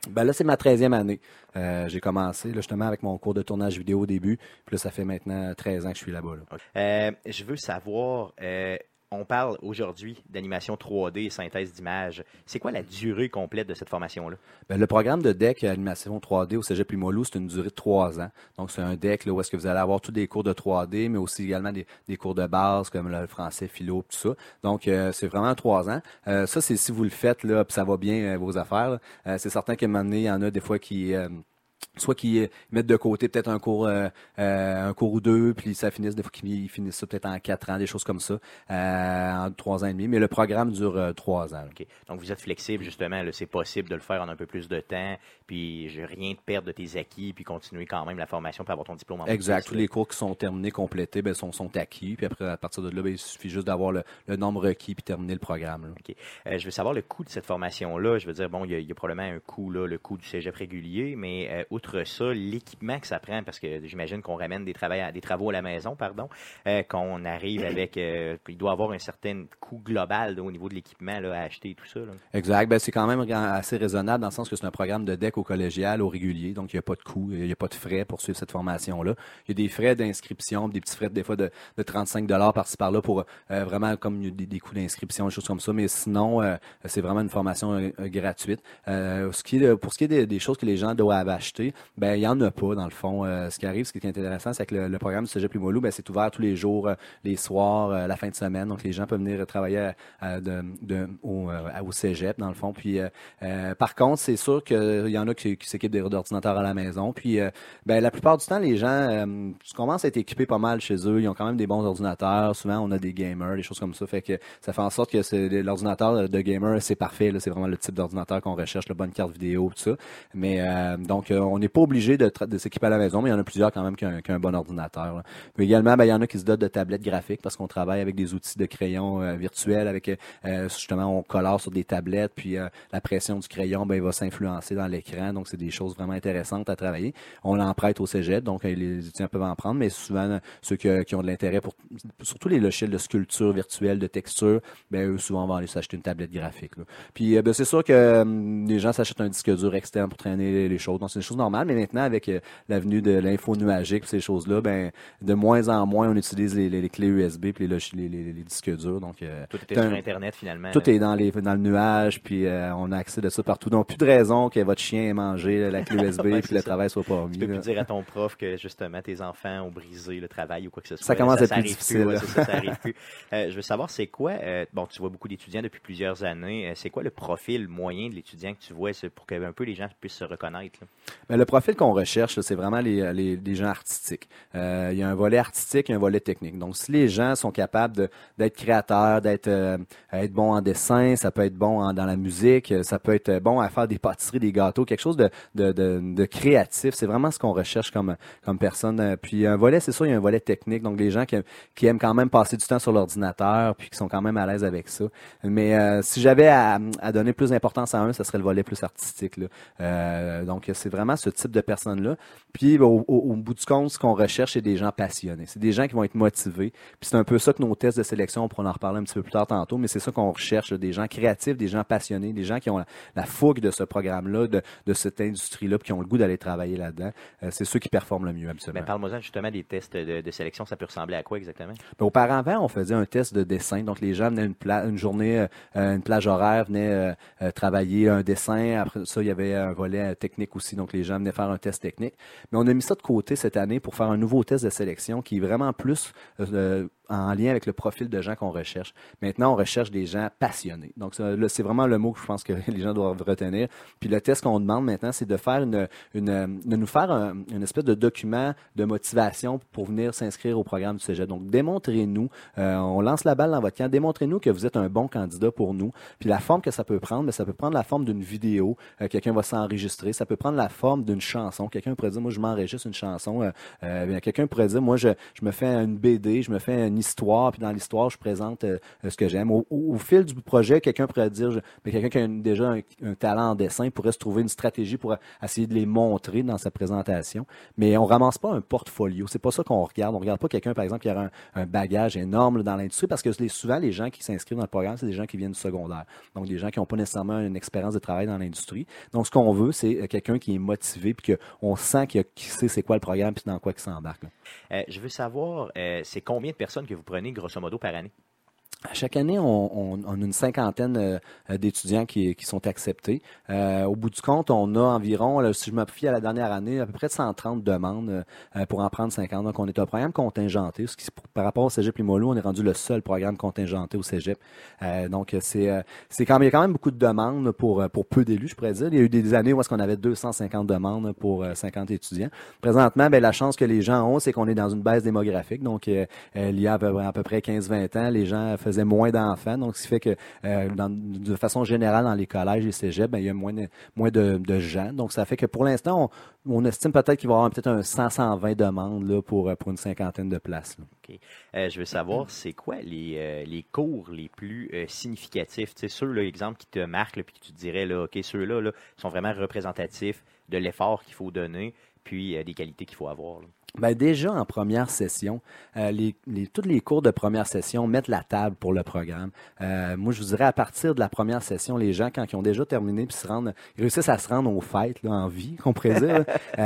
Ben là, c'est ma treizième année. Euh, j'ai commencé là, justement avec mon cours de tournage vidéo au début. Puis là, ça fait maintenant treize ans que je suis là-bas. Là. Euh, je veux savoir, euh, on parle aujourd'hui d'animation trois D et synthèse d'images. C'est quoi la durée complète de cette formation-là? Ben, le programme de D E C animation trois D au Cégep Limoilou, c'est une durée de trois ans. Donc, c'est un D E C là, où est-ce que vous allez avoir tous des cours de trois D, mais aussi également des, des cours de base comme le français, philo, tout ça. Donc, euh, c'est vraiment trois ans. Euh, ça, c'est si vous le faites, là, puis ça va bien euh, vos affaires. Là. Euh, c'est certain qu'à un moment donné, il y en a des fois qui... Euh, soit qu'ils euh, mettent de côté peut-être un cours euh, euh, un cours ou deux, puis ça finisse des fois qu'ils finissent ça peut-être en quatre ans, des choses comme ça, euh, en trois ans et demi, mais le programme dure euh, trois ans. OK. Donc vous êtes flexible justement, là, c'est possible de le faire en un peu plus de temps, puis je rien de perdre de tes acquis, puis continuer quand même la formation pour avoir ton diplôme en Exact. plus, Tous les cours qui sont terminés, complétés, ben, sont, sont acquis, puis après à partir de là, ben, il suffit juste d'avoir le, le nombre requis puis terminer le programme. Là. OK. Euh, je veux savoir le coût de cette formation-là. Je veux dire, bon, il y, a, il y a probablement un coût, là, le coût du cégep régulier, mais euh, outre ça, l'équipement que ça prend, parce que j'imagine qu'on ramène des, travail, des travaux à la maison, pardon, euh, qu'on arrive avec, euh, il doit avoir un certain coût global là, au niveau de l'équipement là, à acheter et tout ça. Là. Exact. Ben, c'est quand même assez raisonnable dans le sens que c'est un programme de D E C au collégial, au régulier, donc il n'y a pas de coût, il n'y a pas de frais pour suivre cette formation-là. Il y a des frais d'inscription, des petits frais des fois de, de trente-cinq dollars par-ci par-là pour euh, vraiment comme des, des coûts d'inscription, des choses comme ça, mais sinon, euh, c'est vraiment une formation euh, gratuite. Euh, ce qui est de, pour ce qui est des, des choses que les gens doivent acheter, ben il y en a pas dans le fond. Euh, ce qui arrive, ce qui est intéressant, c'est que le, le programme du Cégep Limoilou, ben c'est ouvert tous les jours, euh, les soirs, euh, la fin de semaine. Donc les gens peuvent venir travailler à, à, de, de, au, euh, au Cégep dans le fond. Puis euh, euh, par contre, c'est sûr qu'il y en a qui, qui s'équipent d'ordinateurs à la maison. Puis euh, ben la plupart du temps, les gens euh, commencent à être équipés pas mal chez eux. Ils ont quand même des bons ordinateurs. Souvent, on a des gamers, des choses comme ça. Fait que ça fait en sorte que c'est, l'ordinateur de gamer, c'est parfait. Là, c'est vraiment le type d'ordinateur qu'on recherche, la bonne carte vidéo, tout ça. Mais euh, donc, euh, on n'est pas obligé de, tra- de s'équiper à la maison, mais il y en a plusieurs quand même qui ont un, qui ont un bon ordinateur. Là. Puis également, ben, il y en a qui se dotent de tablettes graphiques parce qu'on travaille avec des outils de crayon euh, virtuels, avec euh, justement, on colore sur des tablettes, puis euh, la pression du crayon, ben, il va s'influencer dans l'écran. Donc, c'est des choses vraiment intéressantes à travailler. On en prête au cégep, donc euh, les étudiants peuvent en prendre, mais souvent, ceux que, qui ont de l'intérêt pour surtout les logiciels de sculpture virtuelle, de texture, ben, eux, souvent, vont aller s'acheter une tablette graphique. Là. Puis, euh, ben, c'est sûr que euh, les gens s'achètent un disque dur externe pour traîner les choses. Donc, c'est des choses normales, mais maintenant, avec euh, l'avenue de l'info nuagique, ces choses-là, ben, de moins en moins, on utilise les, les, les clés U S B puis les, les, les, les disques durs. Donc, euh, tout est sur un, Internet, finalement. Tout là. est dans, les, dans le nuage, puis euh, on a accès de ça partout. Donc, plus de raison que votre chien ait mangé là, la clé U S B ouais, puis le ça. travail soit pas mis. Tu peux là. plus dire à ton prof que, justement, tes enfants ont brisé le travail ou quoi que ce soit. Ça commence ça, à être ça plus arrive difficile. Plus, ouais, ça, ça arrive plus. Euh, je veux savoir, c'est quoi, euh, bon, tu vois beaucoup d'étudiants depuis plusieurs années, euh, c'est quoi le profil moyen de l'étudiant que tu vois c'est pour que un peu les gens puissent se reconnaître? Là? Ben, le profil qu'on recherche, là, c'est vraiment les, les, les gens artistiques. Euh, il y a un volet artistique et un volet technique. Donc, si les gens sont capables de, d'être créateurs, d'être euh, être bons en dessin, ça peut être bon en, dans la musique, ça peut être bon à faire des pâtisseries, des gâteaux, quelque chose de, de, de, de créatif. C'est vraiment ce qu'on recherche comme, comme personne. Puis un volet, c'est sûr, il y a un volet technique. Donc, les gens qui, qui aiment quand même passer du temps sur l'ordinateur puis qui sont quand même à l'aise avec ça. Mais euh, si j'avais à, à donner plus d'importance à un, ça serait le volet plus artistique. Là. Euh, donc, c'est vraiment ce type de personnes-là. Puis, au, au, au bout du compte, ce qu'on recherche, c'est des gens passionnés. C'est des gens qui vont être motivés. Puis, c'est un peu ça que nos tests de sélection, on pourra en reparler un petit peu plus tard tantôt, mais c'est ça qu'on recherche, là, des gens créatifs, des gens passionnés, des gens qui ont la, la fougue de ce programme-là, de, de cette industrie-là, puis qui ont le goût d'aller travailler là-dedans. Euh, c'est ceux qui performent le mieux, absolument. Ben, parle-moi justement des tests de, de sélection. Ça peut ressembler à quoi exactement? Ben, auparavant, on faisait un test de dessin. Donc, les gens venaient une, pla- une journée, euh, une plage horaire, venaient euh, euh, travailler un dessin. Après ça, il y avait un volet euh, technique aussi. Donc, les gens venaient faire un test technique. Mais on a mis ça de côté cette année pour faire un nouveau test de sélection qui est vraiment plus euh, en lien avec le profil de gens qu'on recherche. Maintenant, on recherche des gens passionnés. Donc, ça, là, c'est vraiment le mot que je pense que les gens doivent retenir. Puis le test qu'on demande maintenant, c'est de faire une, une de nous faire un, une espèce de document de motivation pour venir s'inscrire au programme du cégep. Donc, démontrez-nous, euh, on lance la balle dans votre camp, démontrez-nous que vous êtes un bon candidat pour nous. Puis la forme que ça peut prendre, bien, ça peut prendre la forme d'une vidéo. Euh, quelqu'un va s'enregistrer. Ça peut prendre la forme d'une chanson. Quelqu'un pourrait dire, moi, je m'enregistre une chanson. Euh, euh, bien, quelqu'un pourrait dire, moi, je, je me fais une B D, je me fais une une histoire, puis dans l'histoire, je présente euh, ce que j'aime. Au, au, au fil du projet, quelqu'un pourrait dire, je, mais quelqu'un qui a une, déjà un, un talent en dessin pourrait se trouver une stratégie pour essayer de les montrer dans sa présentation. Mais on ramasse pas un portfolio. C'est pas ça qu'on regarde. On regarde pas quelqu'un, par exemple, qui a un, un bagage énorme là, dans l'industrie, parce que les, souvent, les gens qui s'inscrivent dans le programme, c'est des gens qui viennent du secondaire. Donc, des gens qui n'ont pas nécessairement une expérience de travail dans l'industrie. Donc, ce qu'on veut, c'est quelqu'un qui est motivé, puis qu'on sent qu'il, qu'il sait c'est quoi le programme, puis dans quoi il s'embarque. Euh, je veux savoir, euh, c'est combien de personnes que vous prenez, grosso modo, par année? Chaque année, on, on, on a une cinquantaine euh, d'étudiants qui, qui sont acceptés. Euh, au bout du compte, on a environ, là, si je m'appuie à la dernière année, à peu près cent trente demandes euh, pour en prendre cinquante. Donc, on est un programme contingenté. Ce qui, par rapport au Cégep Limoilou, on est rendu le seul programme contingenté au Cégep. Euh, donc, c'est, euh, c'est quand, il y a quand même beaucoup de demandes pour, pour peu d'élus, je pourrais dire. Il y a eu des années où est-ce qu'on avait deux cent cinquante demandes pour euh, cinquante étudiants. Présentement, ben, la chance que les gens ont, c'est qu'on est dans une baisse démographique. Donc, euh, il y a à peu, à peu près quinze vingt ans, les gens faisaient moins d'enfants, donc ce qui fait que euh, dans, de façon générale dans les collèges et cégeps, ben, il y a moins de, moins de, de gens. Donc ça fait que pour l'instant, on, on estime peut-être qu'il va y avoir peut-être un cent à cent vingt demandes là, pour, pour une cinquantaine de places. Là. OK. Euh, je veux savoir, c'est quoi les, euh, les cours les plus euh, significatifs? Tu sais, ceux, là, exemple, qui te marquent, là, puis que tu te dirais, là, OK, ceux-là là, sont vraiment représentatifs de l'effort qu'il faut donner, puis euh, des qualités qu'il faut avoir. Là. Ben déjà en première session, euh, les, les, tous les cours de première session mettent la table pour le programme. Euh, moi, je vous dirais à partir de la première session, les gens, quand ils ont déjà terminé puis se rendent, ils réussissent à se rendre aux fêtes là, en vie, qu'on pourrait dire,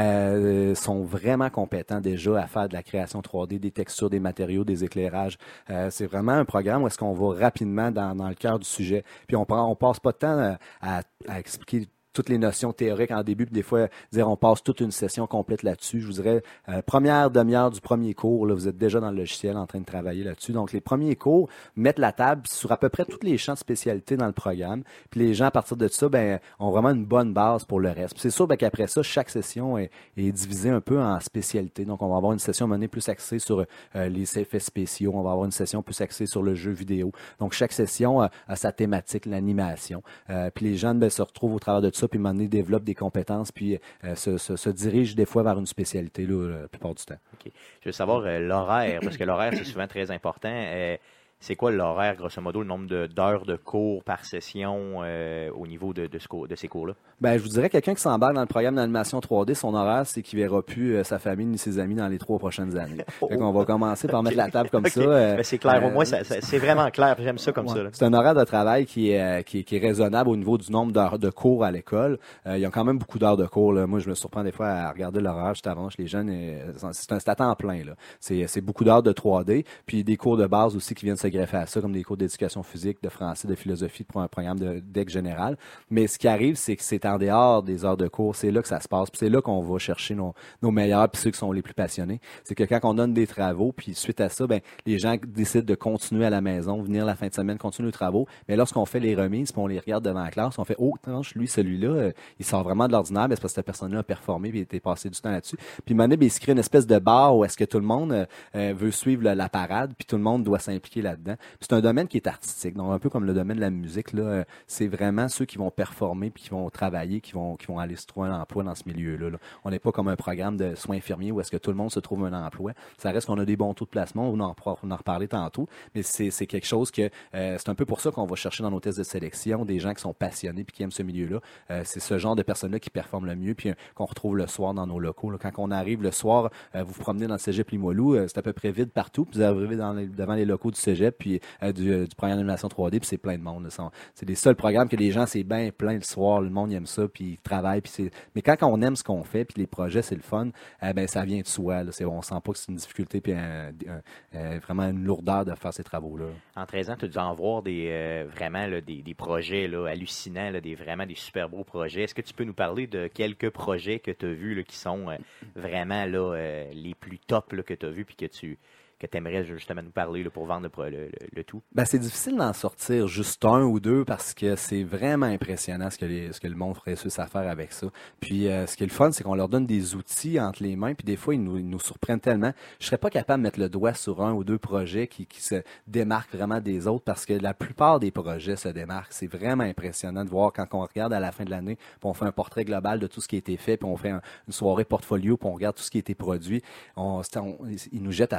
euh, sont vraiment compétents déjà à faire de la création trois D, des textures, des matériaux, des éclairages. Euh, c'est vraiment un programme où est-ce qu'on va rapidement dans, dans le cœur du sujet. Puis on prend, on passe pas de temps à, à expliquer toutes les notions théoriques en début, puis des fois, dire on passe toute une session complète là-dessus. Je vous dirais, euh, première demi-heure du premier cours, là, vous êtes déjà dans le logiciel en train de travailler là-dessus. Donc, les premiers cours mettent la table sur à peu près tous les champs de spécialité dans le programme. Puis les gens, à partir de ça, ben, ont vraiment une bonne base pour le reste. Puis c'est sûr ben, qu'après ça, chaque session est, est divisée un peu en spécialités. Donc, on va avoir une session menée plus axée sur euh, les effets spéciaux. On va avoir une session plus axée sur le jeu vidéo. Donc, chaque session a, a sa thématique, l'animation. Euh, puis les gens ben, se retrouvent au travers de ça, puis à un moment donné, développent des compétences, puis euh, se, se, se dirigent des fois vers une spécialité là, la plupart du temps. OK. Je veux savoir euh, l'horaire, parce que l'horaire, c'est souvent très important. Euh, c'est quoi l'horaire, grosso modo, le nombre de, d'heures de cours par session euh, au niveau de, de, ce cours, de ces cours-là? Ben, je vous dirais, quelqu'un qui s'embarque dans le programme d'animation trois D, son horaire, c'est qu'il ne verra plus euh, sa famille ni ses amis dans les trois prochaines années. Oh. Fait qu'on va commencer par mettre la table comme okay. ça. Euh, ben, c'est clair, euh, au moins, ça, ça, c'est vraiment clair. J'aime ça comme ouais. ça. Là. C'est un horaire de travail qui est, qui, est, qui est raisonnable au niveau du nombre d'heures de cours à l'école. Euh, il y a quand même beaucoup d'heures de cours. Là. Moi, je me surprends des fois à regarder l'horaire juste avant chez les jeunes. Et, c'est un c'est à temps plein. Là. C'est, c'est beaucoup d'heures de trois D, puis des cours de base aussi qui viennent se greffer à ça, comme des cours d'éducation physique, de français, de philosophie pour un programme de D E C général. Mais ce qui arrive, c'est que c'est en dehors des heures de cours, c'est là que ça se passe, puis c'est là qu'on va chercher nos, nos meilleurs, puis ceux qui sont les plus passionnés. C'est que quand on donne des travaux, puis suite à ça, ben les gens décident de continuer à la maison, venir la fin de semaine, continuer les travaux. Mais lorsqu'on fait les remises, puis on les regarde devant la classe, on fait « Oh, tranche, lui, celui-là, euh, il sort vraiment de l'ordinaire, mais c'est parce que cette personne-là a performé, puis il était passé du temps là-dessus. » Puis maintenant, ben, il se crée une espèce de bar où est-ce que tout le monde euh, veut suivre la, la parade, puis tout le monde doit s'impliquer là-dedans. Puis c'est un domaine qui est artistique, donc un peu comme le domaine de la musique, là, euh, c'est vraiment ceux qui vont performer, puis qui vont travailler, qui vont, qui vont aller se trouver un emploi dans ce milieu-là. Là. On n'est pas comme un programme de soins infirmiers où est-ce que tout le monde se trouve un emploi. Ça reste qu'on a des bons taux de placement, on en, on en reparler tantôt, mais c'est, c'est quelque chose que, euh, c'est un peu pour ça qu'on va chercher dans nos tests de sélection des gens qui sont passionnés puis qui aiment ce milieu-là. Euh, c'est ce genre de personnes-là qui performent le mieux puis euh, qu'on retrouve le soir dans nos locaux. Là. Quand on arrive le soir, euh, vous vous promenez dans le Cégep Limoilou, euh, c'est à peu près vide partout, puis vous arrivez dans les, devant les locaux du Cégep puis euh, du, euh, du programme d'animation trois D, puis c'est plein de monde. Là. C'est des seuls programmes que les gens, c'est bien plein le soir, le monde aime ça, puis ils travaillent, puis c'est... Mais quand on aime ce qu'on fait, puis les projets, c'est le fun, euh, ben ça vient de soi. Là. C'est, on sent pas que c'est une difficulté puis un, un, un, vraiment une lourdeur de faire ces travaux-là. En treize ans, tu as dû en voir des, euh, vraiment là, des, des projets là, hallucinants, là, des, vraiment des super beaux projets. Est-ce que tu peux nous parler de quelques projets que tu as vus là, qui sont euh, vraiment là, euh, les plus top là, que tu as vus puis que tu... que tu aimerais justement nous parler là, pour vendre le, le, le tout? Ben, c'est difficile d'en sortir juste un ou deux parce que c'est vraiment impressionnant ce que, les, ce que le monde réussit à faire avec ça. Puis euh, ce qui est le fun, c'est qu'on leur donne des outils entre les mains, puis des fois, ils nous, ils nous surprennent tellement. Je serais pas capable de mettre le doigt sur un ou deux projets qui, qui se démarquent vraiment des autres parce que la plupart des projets se démarquent. C'est vraiment impressionnant de voir quand on regarde à la fin de l'année, puis on fait un portrait global de tout ce qui a été fait, puis on fait un, une soirée portfolio, puis on regarde tout ce qui a été produit. On, on, ils nous jettent à terre, les gens.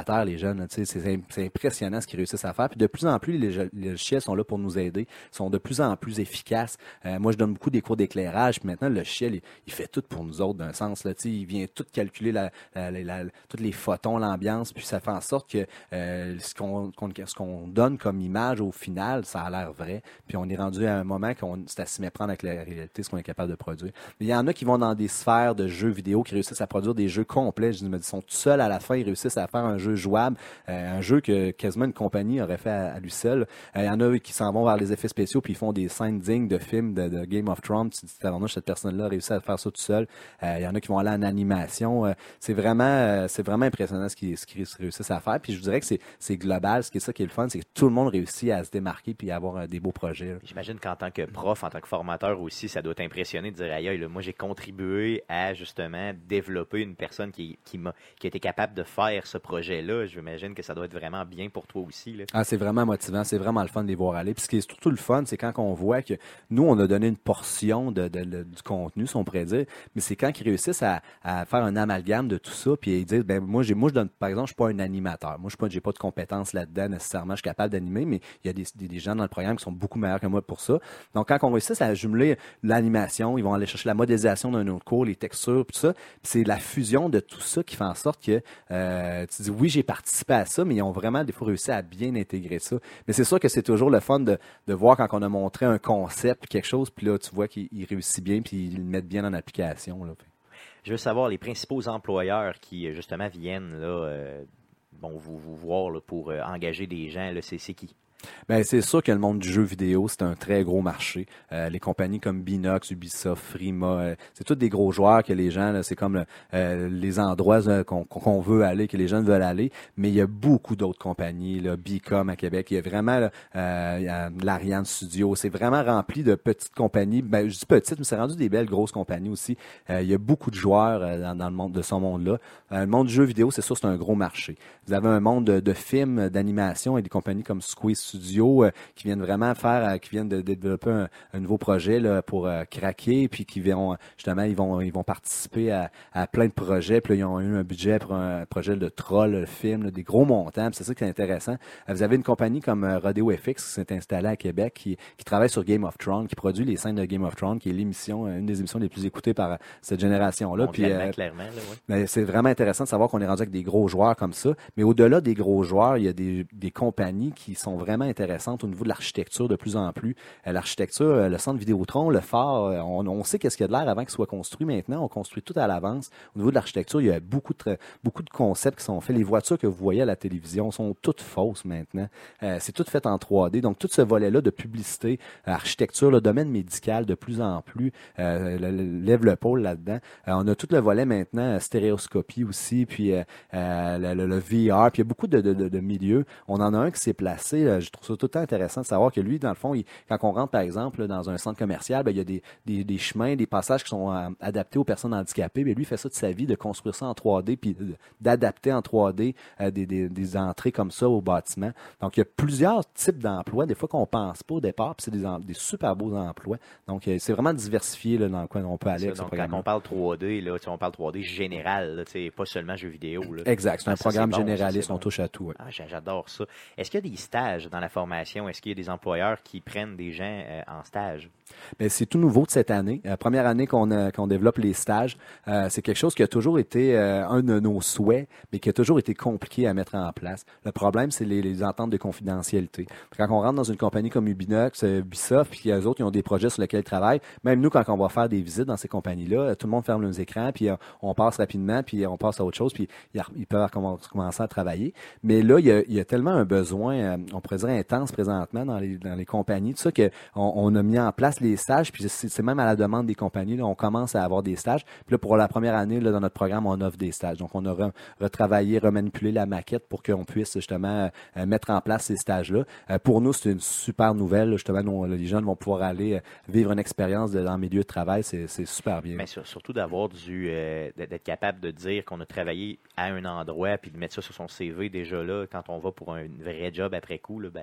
jeunes. C'est, c'est impressionnant ce qu'ils réussissent à faire. Puis de plus en plus, les, les logiciels sont là pour nous aider, sont de plus en plus efficaces. Euh, moi, je donne beaucoup des cours d'éclairage. Puis maintenant, le logiciel, il, il fait tout pour nous autres d'un sens. Là, il vient tout calculer, la, la, la, la, tous les photons, l'ambiance. Puis ça fait en sorte que euh, ce, qu'on, qu'on, ce qu'on donne comme image, au final, ça a l'air vrai. Puis on est rendu à un moment qu'on c'est à s'y méprendre avec la réalité, ce qu'on est capable de produire. Mais il y en a qui vont dans des sphères de jeux vidéo, qui réussissent à produire des jeux complets. Je me dis, ils sont tout seuls à la fin, ils réussissent à faire un jeu jouable, euh, un jeu que quasiment une compagnie aurait fait à, à lui seul. Euh, il y en a qui s'en vont vers les effets spéciaux puis ils font des scènes dignes de films de, de Game of Thrones. Tu te dis, tabarnouche, cette personne-là a réussi à faire ça tout seul. Euh, il y en a qui vont aller en animation. Euh, c'est vraiment euh, c'est vraiment impressionnant ce qu'ils, ce qu'ils réussissent à faire. Puis je vous dirais que c'est, c'est global. Ce qui est ça qui est le fun, c'est que tout le monde réussit à se démarquer puis à avoir euh, des beaux projets. Là. J'imagine qu'en tant que prof, en tant que formateur aussi, ça doit t'impressionner de dire, aïe, aïe, là, moi j'ai contribué à justement développer une personne qui, qui, m'a, qui a été capable de faire ce projet-là. J'imagine que ça doit être vraiment bien pour toi aussi. Là. Ah, c'est vraiment motivant, c'est vraiment le fun de les voir aller. Puis ce qui est surtout le fun, c'est quand on voit que nous, on a donné une portion de, de, de, du contenu, si on pourrait dire, mais c'est quand ils réussissent à, à faire un amalgame de tout ça, puis ils disent, ben moi, j'ai, moi je donne, par exemple, je suis pas un animateur. Moi, je suis pas, j'ai pas de compétences là-dedans nécessairement. Je suis capable d'animer, mais il y a des, des, des gens dans le programme qui sont beaucoup meilleurs que moi pour ça. Donc, quand on réussit à jumeler l'animation, ils vont aller chercher la modélisation d'un autre cours, les textures, tout ça. Puis c'est la fusion de tout ça qui fait en sorte que euh, tu dis, oui, j'ai participé à ça, mais ils ont vraiment des fois réussi à bien intégrer ça. Mais c'est sûr que c'est toujours le fun de, de voir quand on a montré un concept, quelque chose, puis là, tu vois qu'il réussit bien, puis ils le mettent bien en application. Là. Je veux savoir les principaux employeurs qui, justement, viennent là, euh, bon, vous, vous voir là, pour euh, engager des gens, là, c'est, c'est qui? Ben c'est sûr que le monde du jeu vidéo, c'est un très gros marché. Euh, les compagnies comme Binox, Ubisoft, Frima, euh, c'est tous des gros joueurs que les gens, là, c'est comme euh, les endroits euh, qu'on, qu'on veut aller, que les jeunes veulent aller. Mais il y a beaucoup d'autres compagnies, là, Bicom à Québec. Il y a vraiment là, euh, il y a l'Ariane Studio. C'est vraiment rempli de petites compagnies. Ben je dis petites, mais c'est rendu des belles grosses compagnies aussi. Euh, il y a beaucoup de joueurs euh, dans, dans le monde de ce monde-là. Euh, le monde du jeu vidéo, c'est sûr, c'est un gros marché. Vous avez un monde de, de films, d'animation et des compagnies comme Squeeze Studio euh, qui viennent vraiment faire, euh, qui viennent de, de développer un, un nouveau projet là, pour euh, craquer, puis qui vont justement ils vont ils vont participer à, à plein de projets. Puis là, ils ont eu un budget pour un projet de troll, le film, là, des gros montants. Puis c'est ça qui est intéressant. Euh, vous avez une compagnie comme euh, Rodeo F X qui s'est installée à Québec, qui, qui travaille sur Game of Thrones, qui produit les scènes de Game of Thrones, qui est l'émission, une des émissions les plus écoutées par cette génération-là. Puis euh, clairement, là, ouais. ben, c'est vraiment intéressant de savoir qu'on est rendu avec des gros joueurs comme ça. Mais au-delà des gros joueurs, il y a des, des compagnies qui sont vraiment intéressantes au niveau de l'architecture de plus en plus. Euh, l'architecture, euh, le centre Vidéotron, le phare, euh, on, on sait qu'est-ce qu'il y a de l'air avant qu'il soit construit. Maintenant, on construit tout à l'avance. Au niveau de l'architecture, il y a beaucoup de, beaucoup de concepts qui sont faits. Les voitures que vous voyez à la télévision sont toutes fausses maintenant. Euh, c'est tout fait en trois D. Donc, tout ce volet-là de publicité, euh, architecture, le domaine médical de plus en plus euh, le, le, lève le pôle là-dedans. Euh, on a tout le volet maintenant, stéréoscopie aussi, puis euh, euh, le, le, le V R, puis il y a beaucoup de, de, de, de milieux. On en a un qui s'est placé, euh, je trouve ça tout le temps intéressant de savoir que lui, dans le fond, il, quand on rentre, par exemple, dans un centre commercial, ben, il y a des, des, des chemins, des passages qui sont euh, adaptés aux personnes handicapées. Ben, lui, il fait ça de sa vie, de construire ça en trois D, puis d'adapter en trois D euh, des, des, des entrées comme ça au bâtiment. Donc, il y a plusieurs types d'emplois, des fois qu'on pense pas au départ, puis c'est des, des super beaux emplois. Donc, euh, c'est vraiment diversifié là, dans quoi on peut aller. Ça, avec donc, ce quand on parle trois D, là, on parle trois D général, là, pas seulement jeux vidéo. Là. Exact, c'est un ça, programme c'est bon, généraliste, ça, on bon. touche à tout. Ouais. Ah, j'adore ça. Est-ce qu'il y a des stages dans la formation? Est-ce qu'il y a des employeurs qui prennent des gens euh, en stage? Bien, c'est tout nouveau de cette année. La première année qu'on, a, qu'on développe les stages, euh, c'est quelque chose qui a toujours été euh, un de nos souhaits, mais qui a toujours été compliqué à mettre en place. Le problème, c'est les, les ententes de confidentialité. Quand on rentre dans une compagnie comme Ubinox, euh, Ubisoft, puis les autres, ils ont des projets sur lesquels ils travaillent, même nous, quand on va faire des visites dans ces compagnies-là, tout le monde ferme nos écrans, puis euh, on passe rapidement, puis on passe à autre chose, puis ils peuvent commencer à travailler. Mais là, il y a, il y a tellement un besoin, euh, on pourrait dire intense présentement dans les, dans les compagnies, tout ça, qu'on on a mis en place les stages, puis c'est, c'est même à la demande des compagnies, là, on commence à avoir des stages. Puis là, pour la première année, là, dans notre programme, on offre des stages. Donc, on a re, retravaillé, remanipulé la maquette pour qu'on puisse justement euh, mettre en place ces stages-là. Euh, pour nous, c'est une super nouvelle. Là, justement, nous, les jeunes vont pouvoir aller euh, vivre une expérience de, dans le milieu de travail. C'est, c'est super bien. Mais surtout d'avoir du, euh, d'être capable de dire qu'on a travaillé à un endroit, puis de mettre ça sur son C V déjà là, quand on va pour un vrai job après coup, là, ben,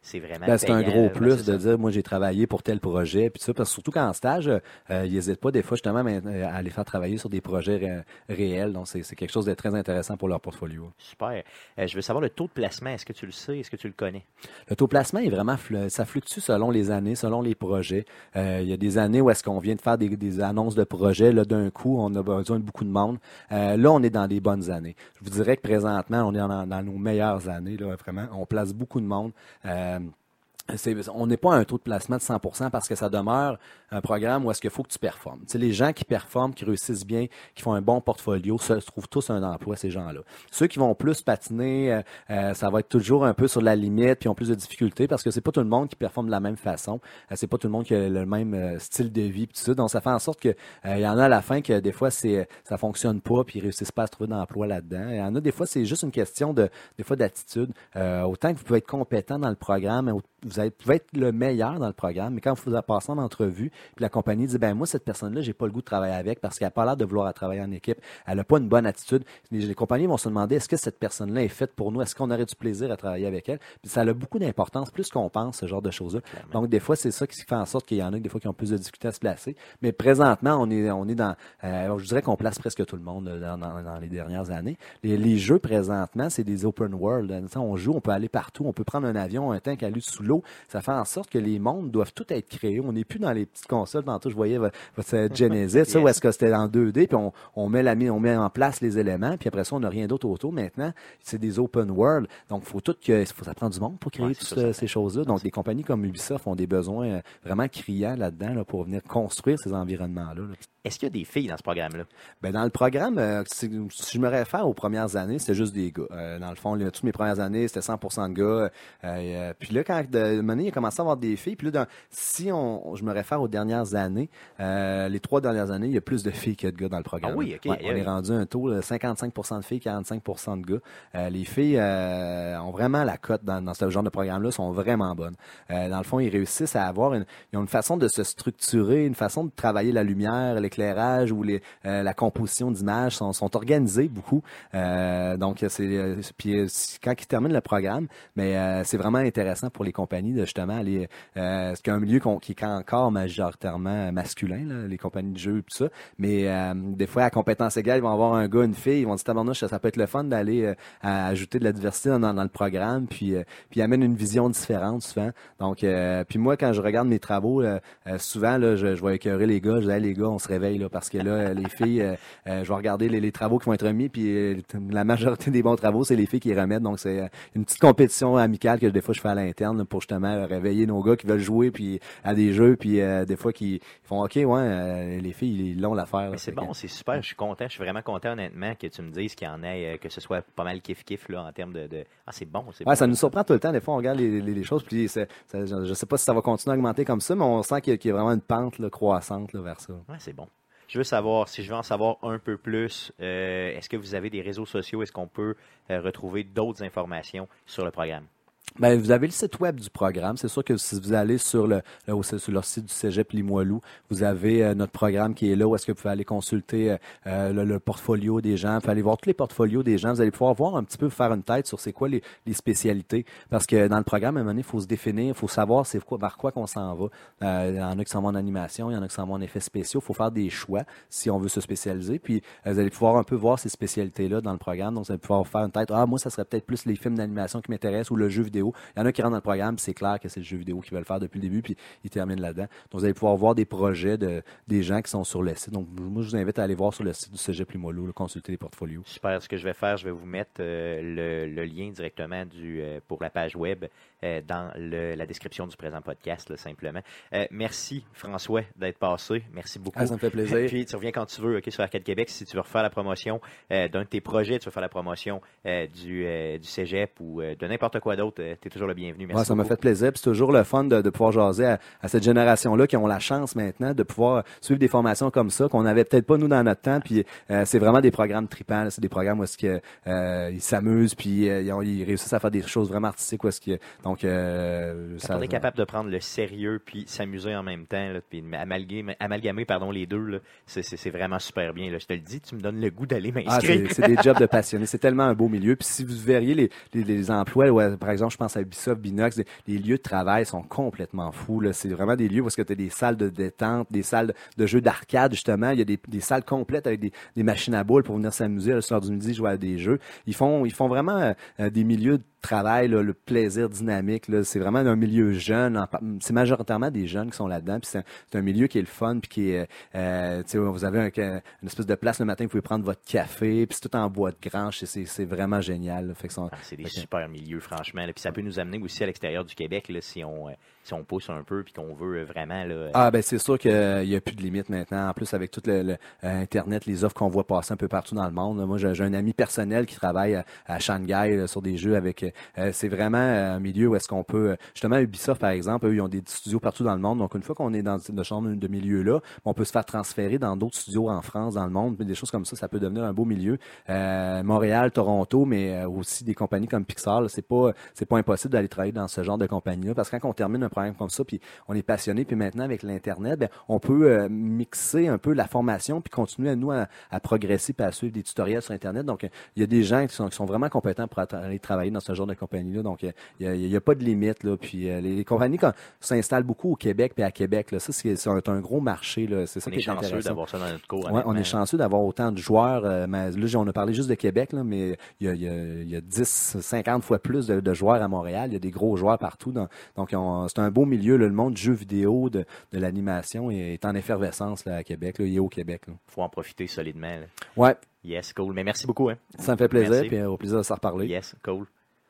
c'est vraiment Ben, c'est un payant, gros là, plus c'est de ça. dire, moi, j'ai travaillé pour tel projet, puis ça, parce que surtout qu'en stage, euh, ils n'hésitent pas des fois justement à à les faire travailler sur des projets ré- réels. Donc, c'est c'est quelque chose de très intéressant pour leur portfolio. Super. Euh, je veux savoir le taux de placement. Est-ce que tu le sais? Est-ce que tu le connais? Le taux de placement est vraiment, flu- ça fluctue selon les années, selon les projets. Euh, il y a des années où est-ce qu'on vient de faire des, des annonces de projets, là, d'un coup, on a besoin de beaucoup de monde. Euh, là, on est dans des bonnes années. Je vous dirais que présentement, on est dans, dans nos meilleures années, là, vraiment. On place beaucoup de monde. Euh, C'est, on n'est pas à un taux de placement de cent pour cent parce que ça demeure un programme où est-ce qu'il faut que tu performes. Tu sais, les gens qui performent, qui réussissent bien, qui font un bon portfolio, se trouvent tous un emploi, ces gens-là. Ceux qui vont plus patiner, euh, euh, ça va être toujours un peu sur la limite, puis ont plus de difficultés parce que c'est pas tout le monde qui performe de la même façon. Euh, c'est pas tout le monde qui a le même euh, style de vie, puis tout ça. Donc, ça fait en sorte que euh, il y en a à la fin que des fois, c'est ça fonctionne pas, puis ils réussissent pas à se trouver d'emploi là-dedans. Il y en a des fois, c'est juste une question de des fois d'attitude. Euh, autant que vous pouvez être compétent dans le programme, vous avez, pouvez être le meilleur dans le programme, mais quand vous passez en entrevue, puis la compagnie dit, ben moi, cette personne-là, j'ai pas le goût de travailler avec parce qu'elle n'a pas l'air de vouloir travailler en équipe, elle n'a pas une bonne attitude. Les, les compagnies vont se demander, est-ce que cette personne-là est faite pour nous? Est-ce qu'on aurait du plaisir à travailler avec elle? Puis ça a beaucoup d'importance, plus qu'on pense, ce genre de choses-là. Clairement. Donc, des fois, c'est ça qui fait en sorte qu'il y en a des fois qui ont plus de difficultés à se placer. Mais présentement, on est, on est dans, euh, je dirais qu'on place presque tout le monde dans, dans, dans les dernières années. Les, les jeux, présentement, c'est des open world. On joue, on peut aller partout, on peut prendre un avion, un tank à lui sous l'eau. Ça fait en sorte que les mondes doivent tout être créés. On n'est plus dans les petites consoles. Tantôt, je voyais votre, votre Genesis, yes. Ça, où est-ce que c'était en deux D, puis on, on, met la, on met en place les éléments, puis après ça, on n'a rien d'autre autour. Maintenant, c'est des open world. Donc, faut tout que, faut ça prend du monde pour créer ouais, toutes ça, ces choses-là. Donc, des compagnies comme Ubisoft ont des besoins vraiment criants là-dedans là, pour venir construire ces environnements-là. Là. Est-ce qu'il y a des filles dans ce programme-là? Ben dans le programme, euh, si je me réfère aux premières années, c'était juste des gars. Euh, dans le fond, là, toutes mes premières années, c'était cent pour cent de gars. Euh, euh, puis là, quand de manière, il a commencé à avoir des filles. Puis là, dans, si on, je me réfère aux dernières années, euh, les trois dernières années, il y a plus de filles que de gars dans le programme. Ah oui, ok. Ouais, on est rendu un taux de cinquante-cinq pour cent de filles, quarante-cinq pour cent de gars. Euh, les filles euh, ont vraiment la cote dans, dans ce genre de programme-là, sont vraiment bonnes. Euh, dans le fond, ils réussissent à avoir une, ils ont une façon de se structurer, une façon de travailler la lumière, l'éclairage ou les, euh, la composition d'images sont, sont organisées beaucoup. Euh, donc, c'est euh, puis euh, quand ils terminent le programme, mais euh, c'est vraiment intéressant pour les compagnies de justement aller. Euh, c'est un milieu qu'on, qui est encore majoritairement masculin, là, les compagnies de jeux et tout ça. Mais euh, des fois, à compétence égale, ils vont avoir un gars, une fille, ils vont dire tabarnouche, ça, ça peut être le fun d'aller euh, à ajouter de la diversité dans, dans le programme, puis euh, puis ils amènent une vision différente souvent. Donc, euh, puis moi, quand je regarde mes travaux, euh, euh, souvent là, je, je vais écœurer les gars, je dis hey, les gars, on se réveille là parce que là, les filles, euh, euh, je vais regarder les, les travaux qui vont être remis, puis euh, la majorité des bons travaux, c'est les filles qui les remettent. Donc, c'est euh, une petite compétition amicale que des fois je fais à l'interne là, pour justement euh, réveiller nos gars qui veulent jouer puis à des jeux, puis euh, des fois qui font OK, ouais, euh, les filles, ils l'ont l'affaire. Mais c'est bon, que... c'est super. Je suis content. Je suis vraiment content, honnêtement, que tu me dises qu'il y en ait, que ce soit pas mal kiff-kiff là, en termes de, de... Ah, c'est bon. C'est ouais, bon, ça nous surprend tout le temps. Des fois, on regarde les, les, les choses, puis c'est, ça, je ne sais pas si ça va continuer à augmenter comme ça, mais on sent qu'il y a, qu'il y a vraiment une pente là, croissante là, vers ça. Ouais, c'est bon. Je veux savoir, si je veux en savoir un peu plus, euh, est-ce que vous avez des réseaux sociaux? Est-ce qu'on peut euh, retrouver d'autres informations sur le programme? Ben, vous avez le site web du programme. C'est sûr que si vous allez sur le, le sur leur site du Cégep Limoilou, vous avez euh, notre programme qui est là où est-ce que vous pouvez aller consulter euh, le, le portfolio des gens. Vous pouvez aller voir tous les portfolios des gens. Vous allez pouvoir voir un petit peu, faire une tête sur c'est quoi les, les spécialités. Parce que dans le programme, à un moment donné, il faut se définir, il faut savoir c'est quoi, vers quoi qu'on s'en va. Euh, il y en a qui s'en vont en animation, il y en a qui s'en vont en effets spéciaux. Il faut faire des choix si on veut se spécialiser. Puis euh, vous allez pouvoir un peu voir ces spécialités-là dans le programme. Donc, vous allez pouvoir faire une tête. Ah, moi, ça serait peut-être plus les films d'animation qui m'intéressent ou le jeu vidéo. Il y en a qui rentrent dans le programme, c'est clair que c'est le jeu vidéo qu'ils veulent faire depuis le début, puis ils terminent là-dedans. Donc, vous allez pouvoir voir des projets de des gens qui sont sur le site. Donc, moi, je vous invite à aller voir sur le site du Cégep Limoilou, là, consulter les portfolios. Super. Ce que je vais faire, je vais vous mettre euh, le, le lien directement du euh, pour la page web euh, dans le, la description du présent podcast, là, simplement. Euh, merci, François, d'être passé. Merci beaucoup. Ah, ça me fait plaisir. Puis, tu reviens quand tu veux, OK, sur Arcade Québec. Si tu veux refaire la promotion euh, d'un de tes projets, tu veux faire la promotion euh, du, euh, du Cégep ou euh, de n'importe quoi d'autre, euh, tu es toujours le bienvenu. Merci. Ouais, ça m'a fait plaisir. Puis c'est toujours le fun de, de pouvoir jaser à, à cette génération-là qui ont la chance maintenant de pouvoir suivre des formations comme ça qu'on n'avait peut-être pas nous dans notre temps. Puis euh, c'est vraiment des programmes tripants. Là. C'est des programmes où est-ce que euh, ils s'amusent puis euh, ils, ont, ils réussissent à faire des choses vraiment artistiques. Où est-ce que donc euh, Quand ça, on est capable de prendre le sérieux puis s'amuser en même temps, là, puis amalgamer, amalgamer pardon les deux, là, c'est, c'est, c'est vraiment super bien. Là. Je te le dis, tu me donnes le goût d'aller m'inscrire. Ah, c'est, c'est des jobs de passionnés. C'est tellement un beau milieu. Puis si vous verriez les, les, les emplois, où, par exemple, je pense à Ubisoft, Binox, les, les lieux de travail sont complètement fous. Là. C'est vraiment des lieux parce que tu as des salles de détente, des salles de jeux d'arcade, justement. Il y a des, des salles complètes avec des, des machines à boules pour venir s'amuser à le soir du midi, jouer à des jeux. Ils font, ils font vraiment euh, des milieux de travail, là, le plaisir dynamique. Là. C'est vraiment un milieu jeune. En, c'est majoritairement des jeunes qui sont là-dedans. Puis c'est, un, c'est un milieu qui est le fun, puis qui est, euh, tu sais, vous avez un, une espèce de place le matin, vous pouvez prendre votre café, puis c'est tout en bois de grange. C'est, c'est vraiment génial. Là. Fait que sont, ah, c'est des fait que, super milieux, franchement. Là. Puis ça peut nous amener aussi à l'extérieur du Québec, là, si on euh, si on pousse un peu, puis qu'on veut vraiment. Là, euh... Ah ben c'est sûr qu'il n'y a plus de limite maintenant. En plus, avec tout le, le euh, Internet, les offres qu'on voit passer un peu partout dans le monde. Là. Moi, j'ai, j'ai un ami personnel qui travaille à, à Shanghai là, sur des jeux avec. Euh, c'est vraiment un milieu où est-ce qu'on peut. Justement, Ubisoft, par exemple, eux, ils ont des studios partout dans le monde. Donc, une fois qu'on est dans ce genre de milieu-là, on peut se faire transférer dans d'autres studios en France, dans le monde. Des choses comme ça, ça peut devenir un beau milieu. Euh, Montréal, Toronto, mais aussi des compagnies comme Pixar, là, c'est pas c'est pas impossible d'aller travailler dans ce genre de compagnie-là. Parce que quand on termine un programme comme ça, puis on est passionné, puis maintenant avec l'Internet, ben, on peut euh, mixer un peu la formation, puis continuer à nous à, à progresser, puis à suivre des tutoriels sur Internet. Donc, il y a des gens qui sont, qui sont vraiment compétents pour aller travailler dans ce genre de compagnie-là. Donc, il n'y a, y a pas de limite. Là. Puis, euh, les, les compagnies quand, s'installent beaucoup au Québec puis à Québec. Là. Ça, c'est, c'est, un, c'est un gros marché. Là. C'est ça on qui est est chanceux intéressant. d'avoir ça dans notre cours. Ouais, on est chanceux d'avoir autant de joueurs. Euh, mais là, on a parlé juste de Québec, là, mais il y a, y, a, y a dix, cinquante fois plus de, de joueurs à Montréal. Il y a des gros joueurs partout. Dans, donc, on, c'est un beau milieu. Là. Le monde du jeu vidéo, de, de l'animation est, est en effervescence là, à Québec. Là. Il est au Québec. Il faut en profiter solidement. Là. Ouais. Yes, cool. Mais merci beaucoup. Hein. Ça me fait plaisir. Puis, au plaisir de s'en reparler. Yes, cool.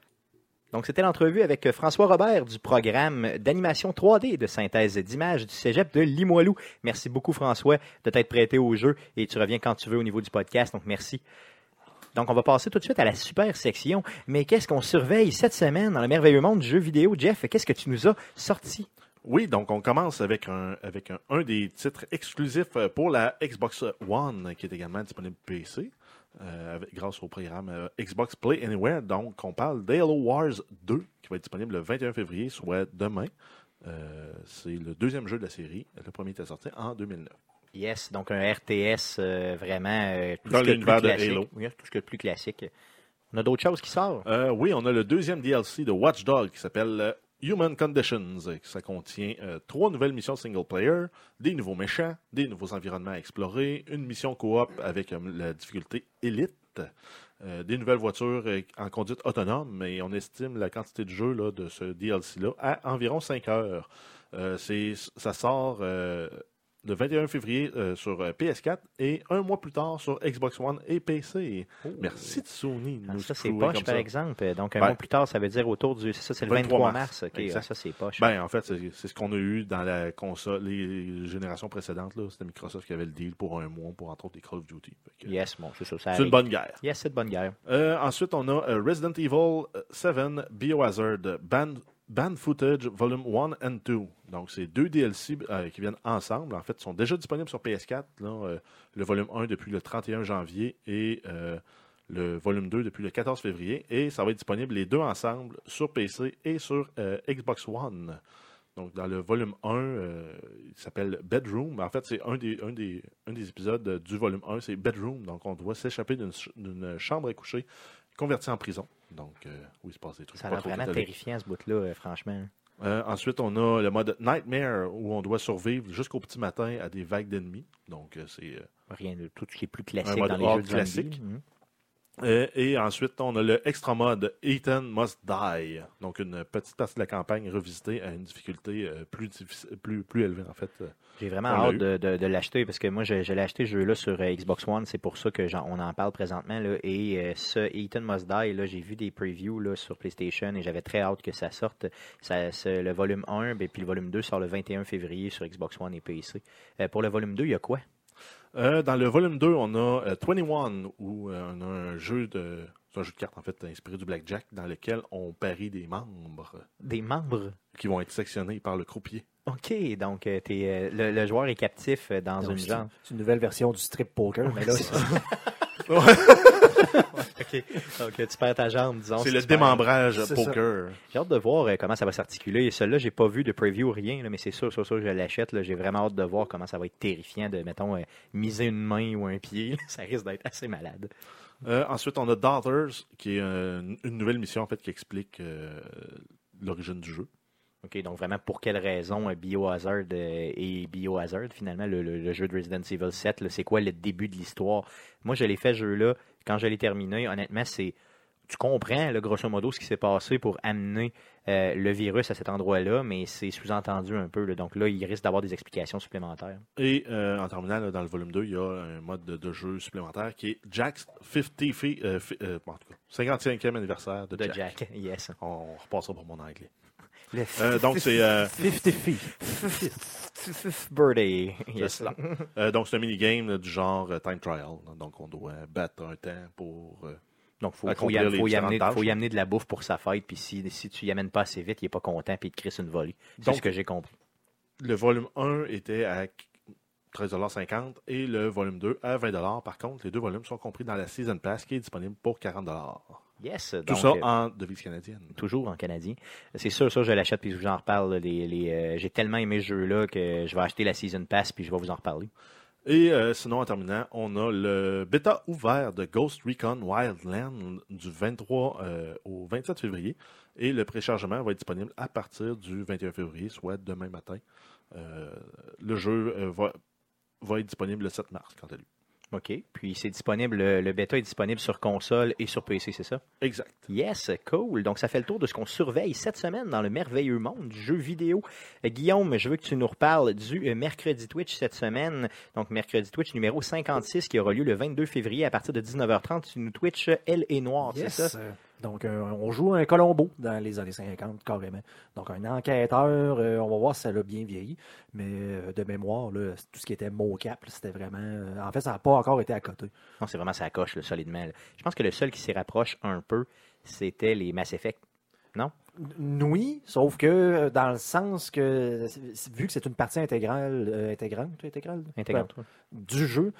Donc, c'était l'entrevue avec François Robert du programme d'animation trois D de synthèse d'images du Cégep de Limoilou. Merci beaucoup, François, de t'être prêté au jeu et tu reviens quand tu veux au niveau du podcast. Donc, merci. Donc, on va passer tout de suite à la super section. Mais qu'est-ce qu'on surveille cette semaine dans le merveilleux monde du jeu vidéo? Jeff, qu'est-ce que tu nous as sorti? Oui, donc on commence avec un avec un, un des titres exclusifs pour la Xbox One, qui est également disponible P C. Euh, avec, grâce au programme euh, Xbox Play Anywhere. Donc, on parle d'Halo Wars deux, qui va être disponible le vingt et un février, soit demain. Euh, c'est le deuxième jeu de la série. Le premier était sorti en deux mille neuf. Yes, donc un R T S euh, vraiment euh, tout dans ce l'univers de Halo. Oui, tout ce que de plus classique. On a d'autres choses qui sortent? Euh, oui, on a le deuxième D L C de Watch Dogs qui s'appelle euh, Human Conditions. Ça contient euh, trois nouvelles missions single-player, des nouveaux méchants, des nouveaux environnements à explorer, une mission coop avec euh, la difficulté élite, euh, des nouvelles voitures euh, en conduite autonome, et on estime la quantité de jeu là, de ce D L C-là à environ cinq heures. Euh, c'est, ça sort euh, le vingt et un février euh, sur euh, P S quatre et un mois plus tard sur Xbox One et P C. Oh. Merci de Sony. Ah, nous ça, c'est poche, par ça. exemple. Donc, un ben, mois plus tard, ça veut dire autour du... Ça, c'est le vingt-trois mars. OK, ah, ça, c'est poche. Ben, en fait, c'est, c'est ce qu'on a eu dans la console, les générations précédentes. Là. C'était Microsoft qui avait le deal pour un mois pour, entre autres, les Call of Duty. Que, yes, bon, c'est ça. ça c'est une bonne guerre. Yes, c'est une bonne guerre. Euh, ensuite, on a uh, Resident Evil sept Biohazard Band Band Footage Volume un and deux. Donc, c'est deux D L C euh, qui viennent ensemble. En fait, ils sont déjà disponibles sur P S quatre. Là, euh, le volume un depuis le trente et un janvier et euh, le volume deux depuis le quatorze février. Et ça va être disponible les deux ensemble sur P C et sur euh, Xbox One. Donc, dans le volume un, euh, il s'appelle Bedroom. En fait, c'est un des, un des, un des épisodes du volume un, c'est Bedroom. Donc, on doit s'échapper d'une, d'une chambre à coucher convertie en prison. Donc, euh, où il se passe des trucs. Ça a l'air vraiment terrifiant, ce bout-là, euh, franchement. Euh, ensuite, on a le mode Nightmare, où on doit survivre jusqu'au petit matin à des vagues d'ennemis. Donc, euh, c'est... Euh, rien de tout ce qui est plus classique dans les jeux de classique. Mmh. Euh, et ensuite, on a le extra mode Ethan Must Die. Donc, une petite partie de la campagne revisitée à une difficulté euh, plus, difficile, plus, plus élevée, en fait. Euh, J'ai vraiment hâte de, de, de l'acheter parce que moi, je, je l'ai acheté ce jeu-là sur euh, Xbox One. C'est pour ça qu'on en parle présentement. Là. Et euh, ce Ethan Must Die, là, j'ai vu des previews là, sur PlayStation et j'avais très hâte que ça sorte. Ça, c'est le volume un, et puis le volume deux sort le vingt et un février sur Xbox One et P C. Euh, pour le volume deux, il y a quoi? Euh, dans le volume deux, on a euh, vingt et un, où euh, on a un jeu de... C'est un jeu de cartes, en fait, inspiré du blackjack, dans lequel on parie des membres. Des membres? Qui vont être sectionnés par le croupier. OK, donc euh, t'es, euh, le, le joueur est captif dans donc, une c'est genre... C'est une nouvelle version du strip poker, mais là, c'est... OK. Donc, tu perds ta jambe, disons. C'est si le tu perds. démembrage C'est poker. J'ai hâte de voir euh, comment ça va s'articuler. Celui-là, j'ai pas vu de preview, rien, là, mais c'est sûr, sûr, sûr que je l'achète. Là. J'ai vraiment hâte de voir comment ça va être terrifiant de, mettons, euh, miser une main ou un pied. Ça risque d'être assez malade. Euh, ensuite, on a Daughters, qui est euh, une nouvelle mission en fait qui explique euh, l'origine du jeu. OK, donc vraiment, pour quelle raison euh, Biohazard euh, et Biohazard, finalement, le, le, le jeu de Resident Evil sept, là, c'est quoi le début de l'histoire? Moi, je l'ai fait, ce jeu-là, quand je l'ai terminé, honnêtement, c'est... Tu comprends, là, grosso modo, ce qui s'est passé pour amener euh, le virus à cet endroit-là, mais c'est sous-entendu un peu. Là, donc là, il risque d'avoir des explications supplémentaires. Et euh, en terminant, là, dans le volume deux, il y a un mode de, de jeu supplémentaire qui est Jack's cinquantième, euh, euh, en tout cas, cinquante-cinquième anniversaire de, De Jack. Jack, yes. On repassera pour mon anglais. Le Euh, donc, c'est euh, cinquante feet. birthday. c'est Yes. cela. Euh, donc, c'est un minigame là, du genre euh, Time Trial. Donc, on doit battre un temps pour... euh, Donc, il faut, faut, y, accomplir les faut, y différentes amener, tâches. faut y amener de la bouffe pour sa fête. Puis si, si tu y amènes pas assez vite, il est pas content puis il te crisse une volée. C'est Donc- ce que j'ai compris. Le volume un était à treize dollars cinquante et le volume deux à vingt dollars. Par contre, les deux volumes sont compris dans la Season Pass qui est disponible pour quarante dollars. Yes. Tout donc, ça euh, en devise canadienne. toujours en canadien. C'est sûr, ça, je l'achète puis je vous en reparle. Les, les, euh, j'ai tellement aimé ce jeu-là que je vais acheter la Season Pass puis je vais vous en reparler. Et euh, sinon, en terminant, on a le bêta ouvert de Ghost Recon Wildland du vingt-trois euh, au vingt-sept février. Et le préchargement va être disponible à partir du vingt et un février, soit demain matin. Euh, le jeu euh, va, va être disponible le sept mars, quant à lui. OK. Puis c'est disponible, le, le bêta est disponible sur console et sur P C, c'est ça? Exact. Yes, cool. Donc, ça fait le tour de ce qu'on surveille cette semaine dans le merveilleux monde du jeu vidéo. Euh, Guillaume, je veux que tu nous reparles du euh, mercredi Twitch cette semaine. Donc, mercredi Twitch numéro cinquante-six qui aura lieu le vingt-deux février à partir de dix-neuf heures trente. Tu nous Twitch Elle est noire, Yes. c'est ça? Euh, Donc, euh, on joue un Colombo dans les années cinquante, carrément. Donc, un enquêteur, euh, on va voir si ça l'a bien vieilli. Mais euh, de mémoire, là, tout ce qui était mocap, là, c'était vraiment... euh, en fait, ça n'a pas encore été à côté. Non, c'est vraiment ça coche, là, solidement. là. Je pense que le seul qui s'y rapproche un peu, c'était les Mass Effect. Non? N- Oui, sauf que euh, dans le sens que, c'est- vu que c'est une partie intégrale, euh, intégrante, intégrale, Intégrante. Ouais, du jeu,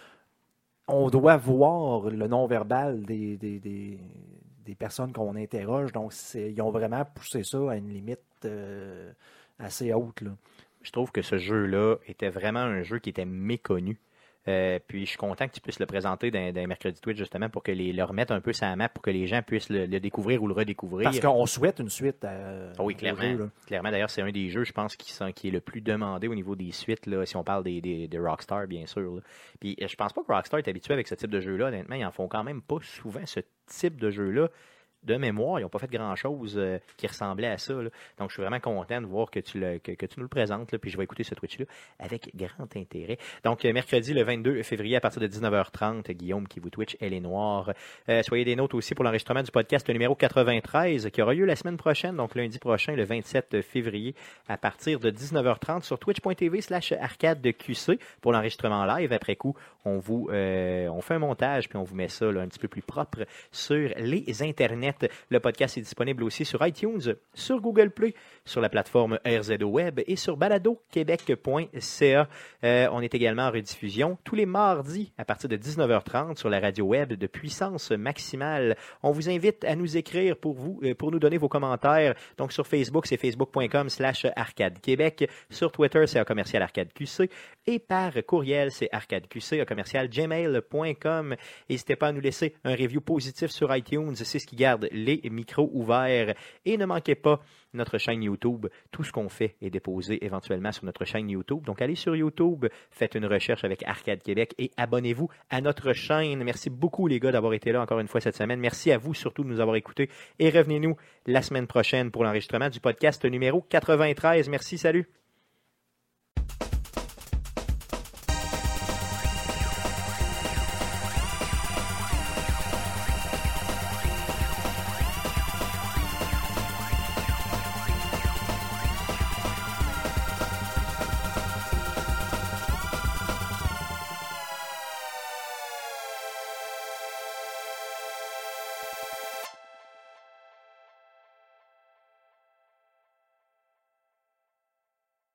on doit voir le non-verbal des, des, des, des personnes qu'on interroge. Donc, c'est- ils ont vraiment poussé ça à une limite euh, assez haute, là. Je trouve que ce jeu-là était vraiment un jeu qui était méconnu. Euh, puis je suis content que tu puisses le présenter dans, dans mercredi Twitch justement pour que les le remettre un peu sur la map pour que les gens puissent le, le découvrir ou le redécouvrir. Parce qu'on souhaite une suite à, Ah oui, au clairement. jeu, là. Clairement, d'ailleurs, c'est un des jeux, je pense, qui, sont, qui est le plus demandé au niveau des suites, là, si on parle des, des, des Rockstar, bien sûr. Là. Puis euh, je pense pas que Rockstar est habitué avec ce type de jeu-là, honnêtement. Ils en font quand même pas souvent ce type de jeu-là. De mémoire, ils n'ont pas fait grand-chose euh, qui ressemblait à ça. Là. Donc, je suis vraiment content de voir que tu, le, que, que tu nous le présentes. Là, puis je vais écouter ce Twitch-là avec grand intérêt. Donc, euh, mercredi, le vingt-deux février, à partir de dix-neuf heures trente, Guillaume qui vous Twitch, Elle est noire. Euh, soyez des nôtres aussi pour l'enregistrement du podcast numéro quatre-vingt-treize qui aura lieu la semaine prochaine, donc lundi prochain, le vingt-sept février, à partir de dix-neuf heures trente sur twitch.tv slash arcade de Q C pour l'enregistrement live. Après coup, on vous euh, on fait un montage puis on vous met ça là, un petit peu plus propre sur les internets. Le podcast est disponible aussi sur iTunes, sur Google Play, sur la plateforme R Z O Web et sur balado québec point c a. Euh, on est également en rediffusion tous les mardis à partir de dix-neuf heures trente sur la radio web de puissance maximale. On vous invite à nous écrire pour vous, euh, pour nous donner vos commentaires. Donc sur Facebook, c'est facebook.com slash arcade québec. Sur Twitter, c'est un commercial arcade Q C. Et par courriel, c'est arcadeqc, un commercial gmail point com. N'hésitez pas à nous laisser un review positif sur iTunes. C'est ce qui garde les micros ouverts. Et ne manquez pas notre chaîne YouTube. Tout ce qu'on fait est déposé éventuellement sur notre chaîne YouTube. Donc, allez sur YouTube, faites une recherche avec Arcade Québec et abonnez-vous à notre chaîne. Merci beaucoup, les gars, d'avoir été là encore une fois cette semaine. Merci à vous surtout de nous avoir écoutés. Et revenez-nous la semaine prochaine pour l'enregistrement du podcast numéro quatre-vingt-treize. Merci, salut!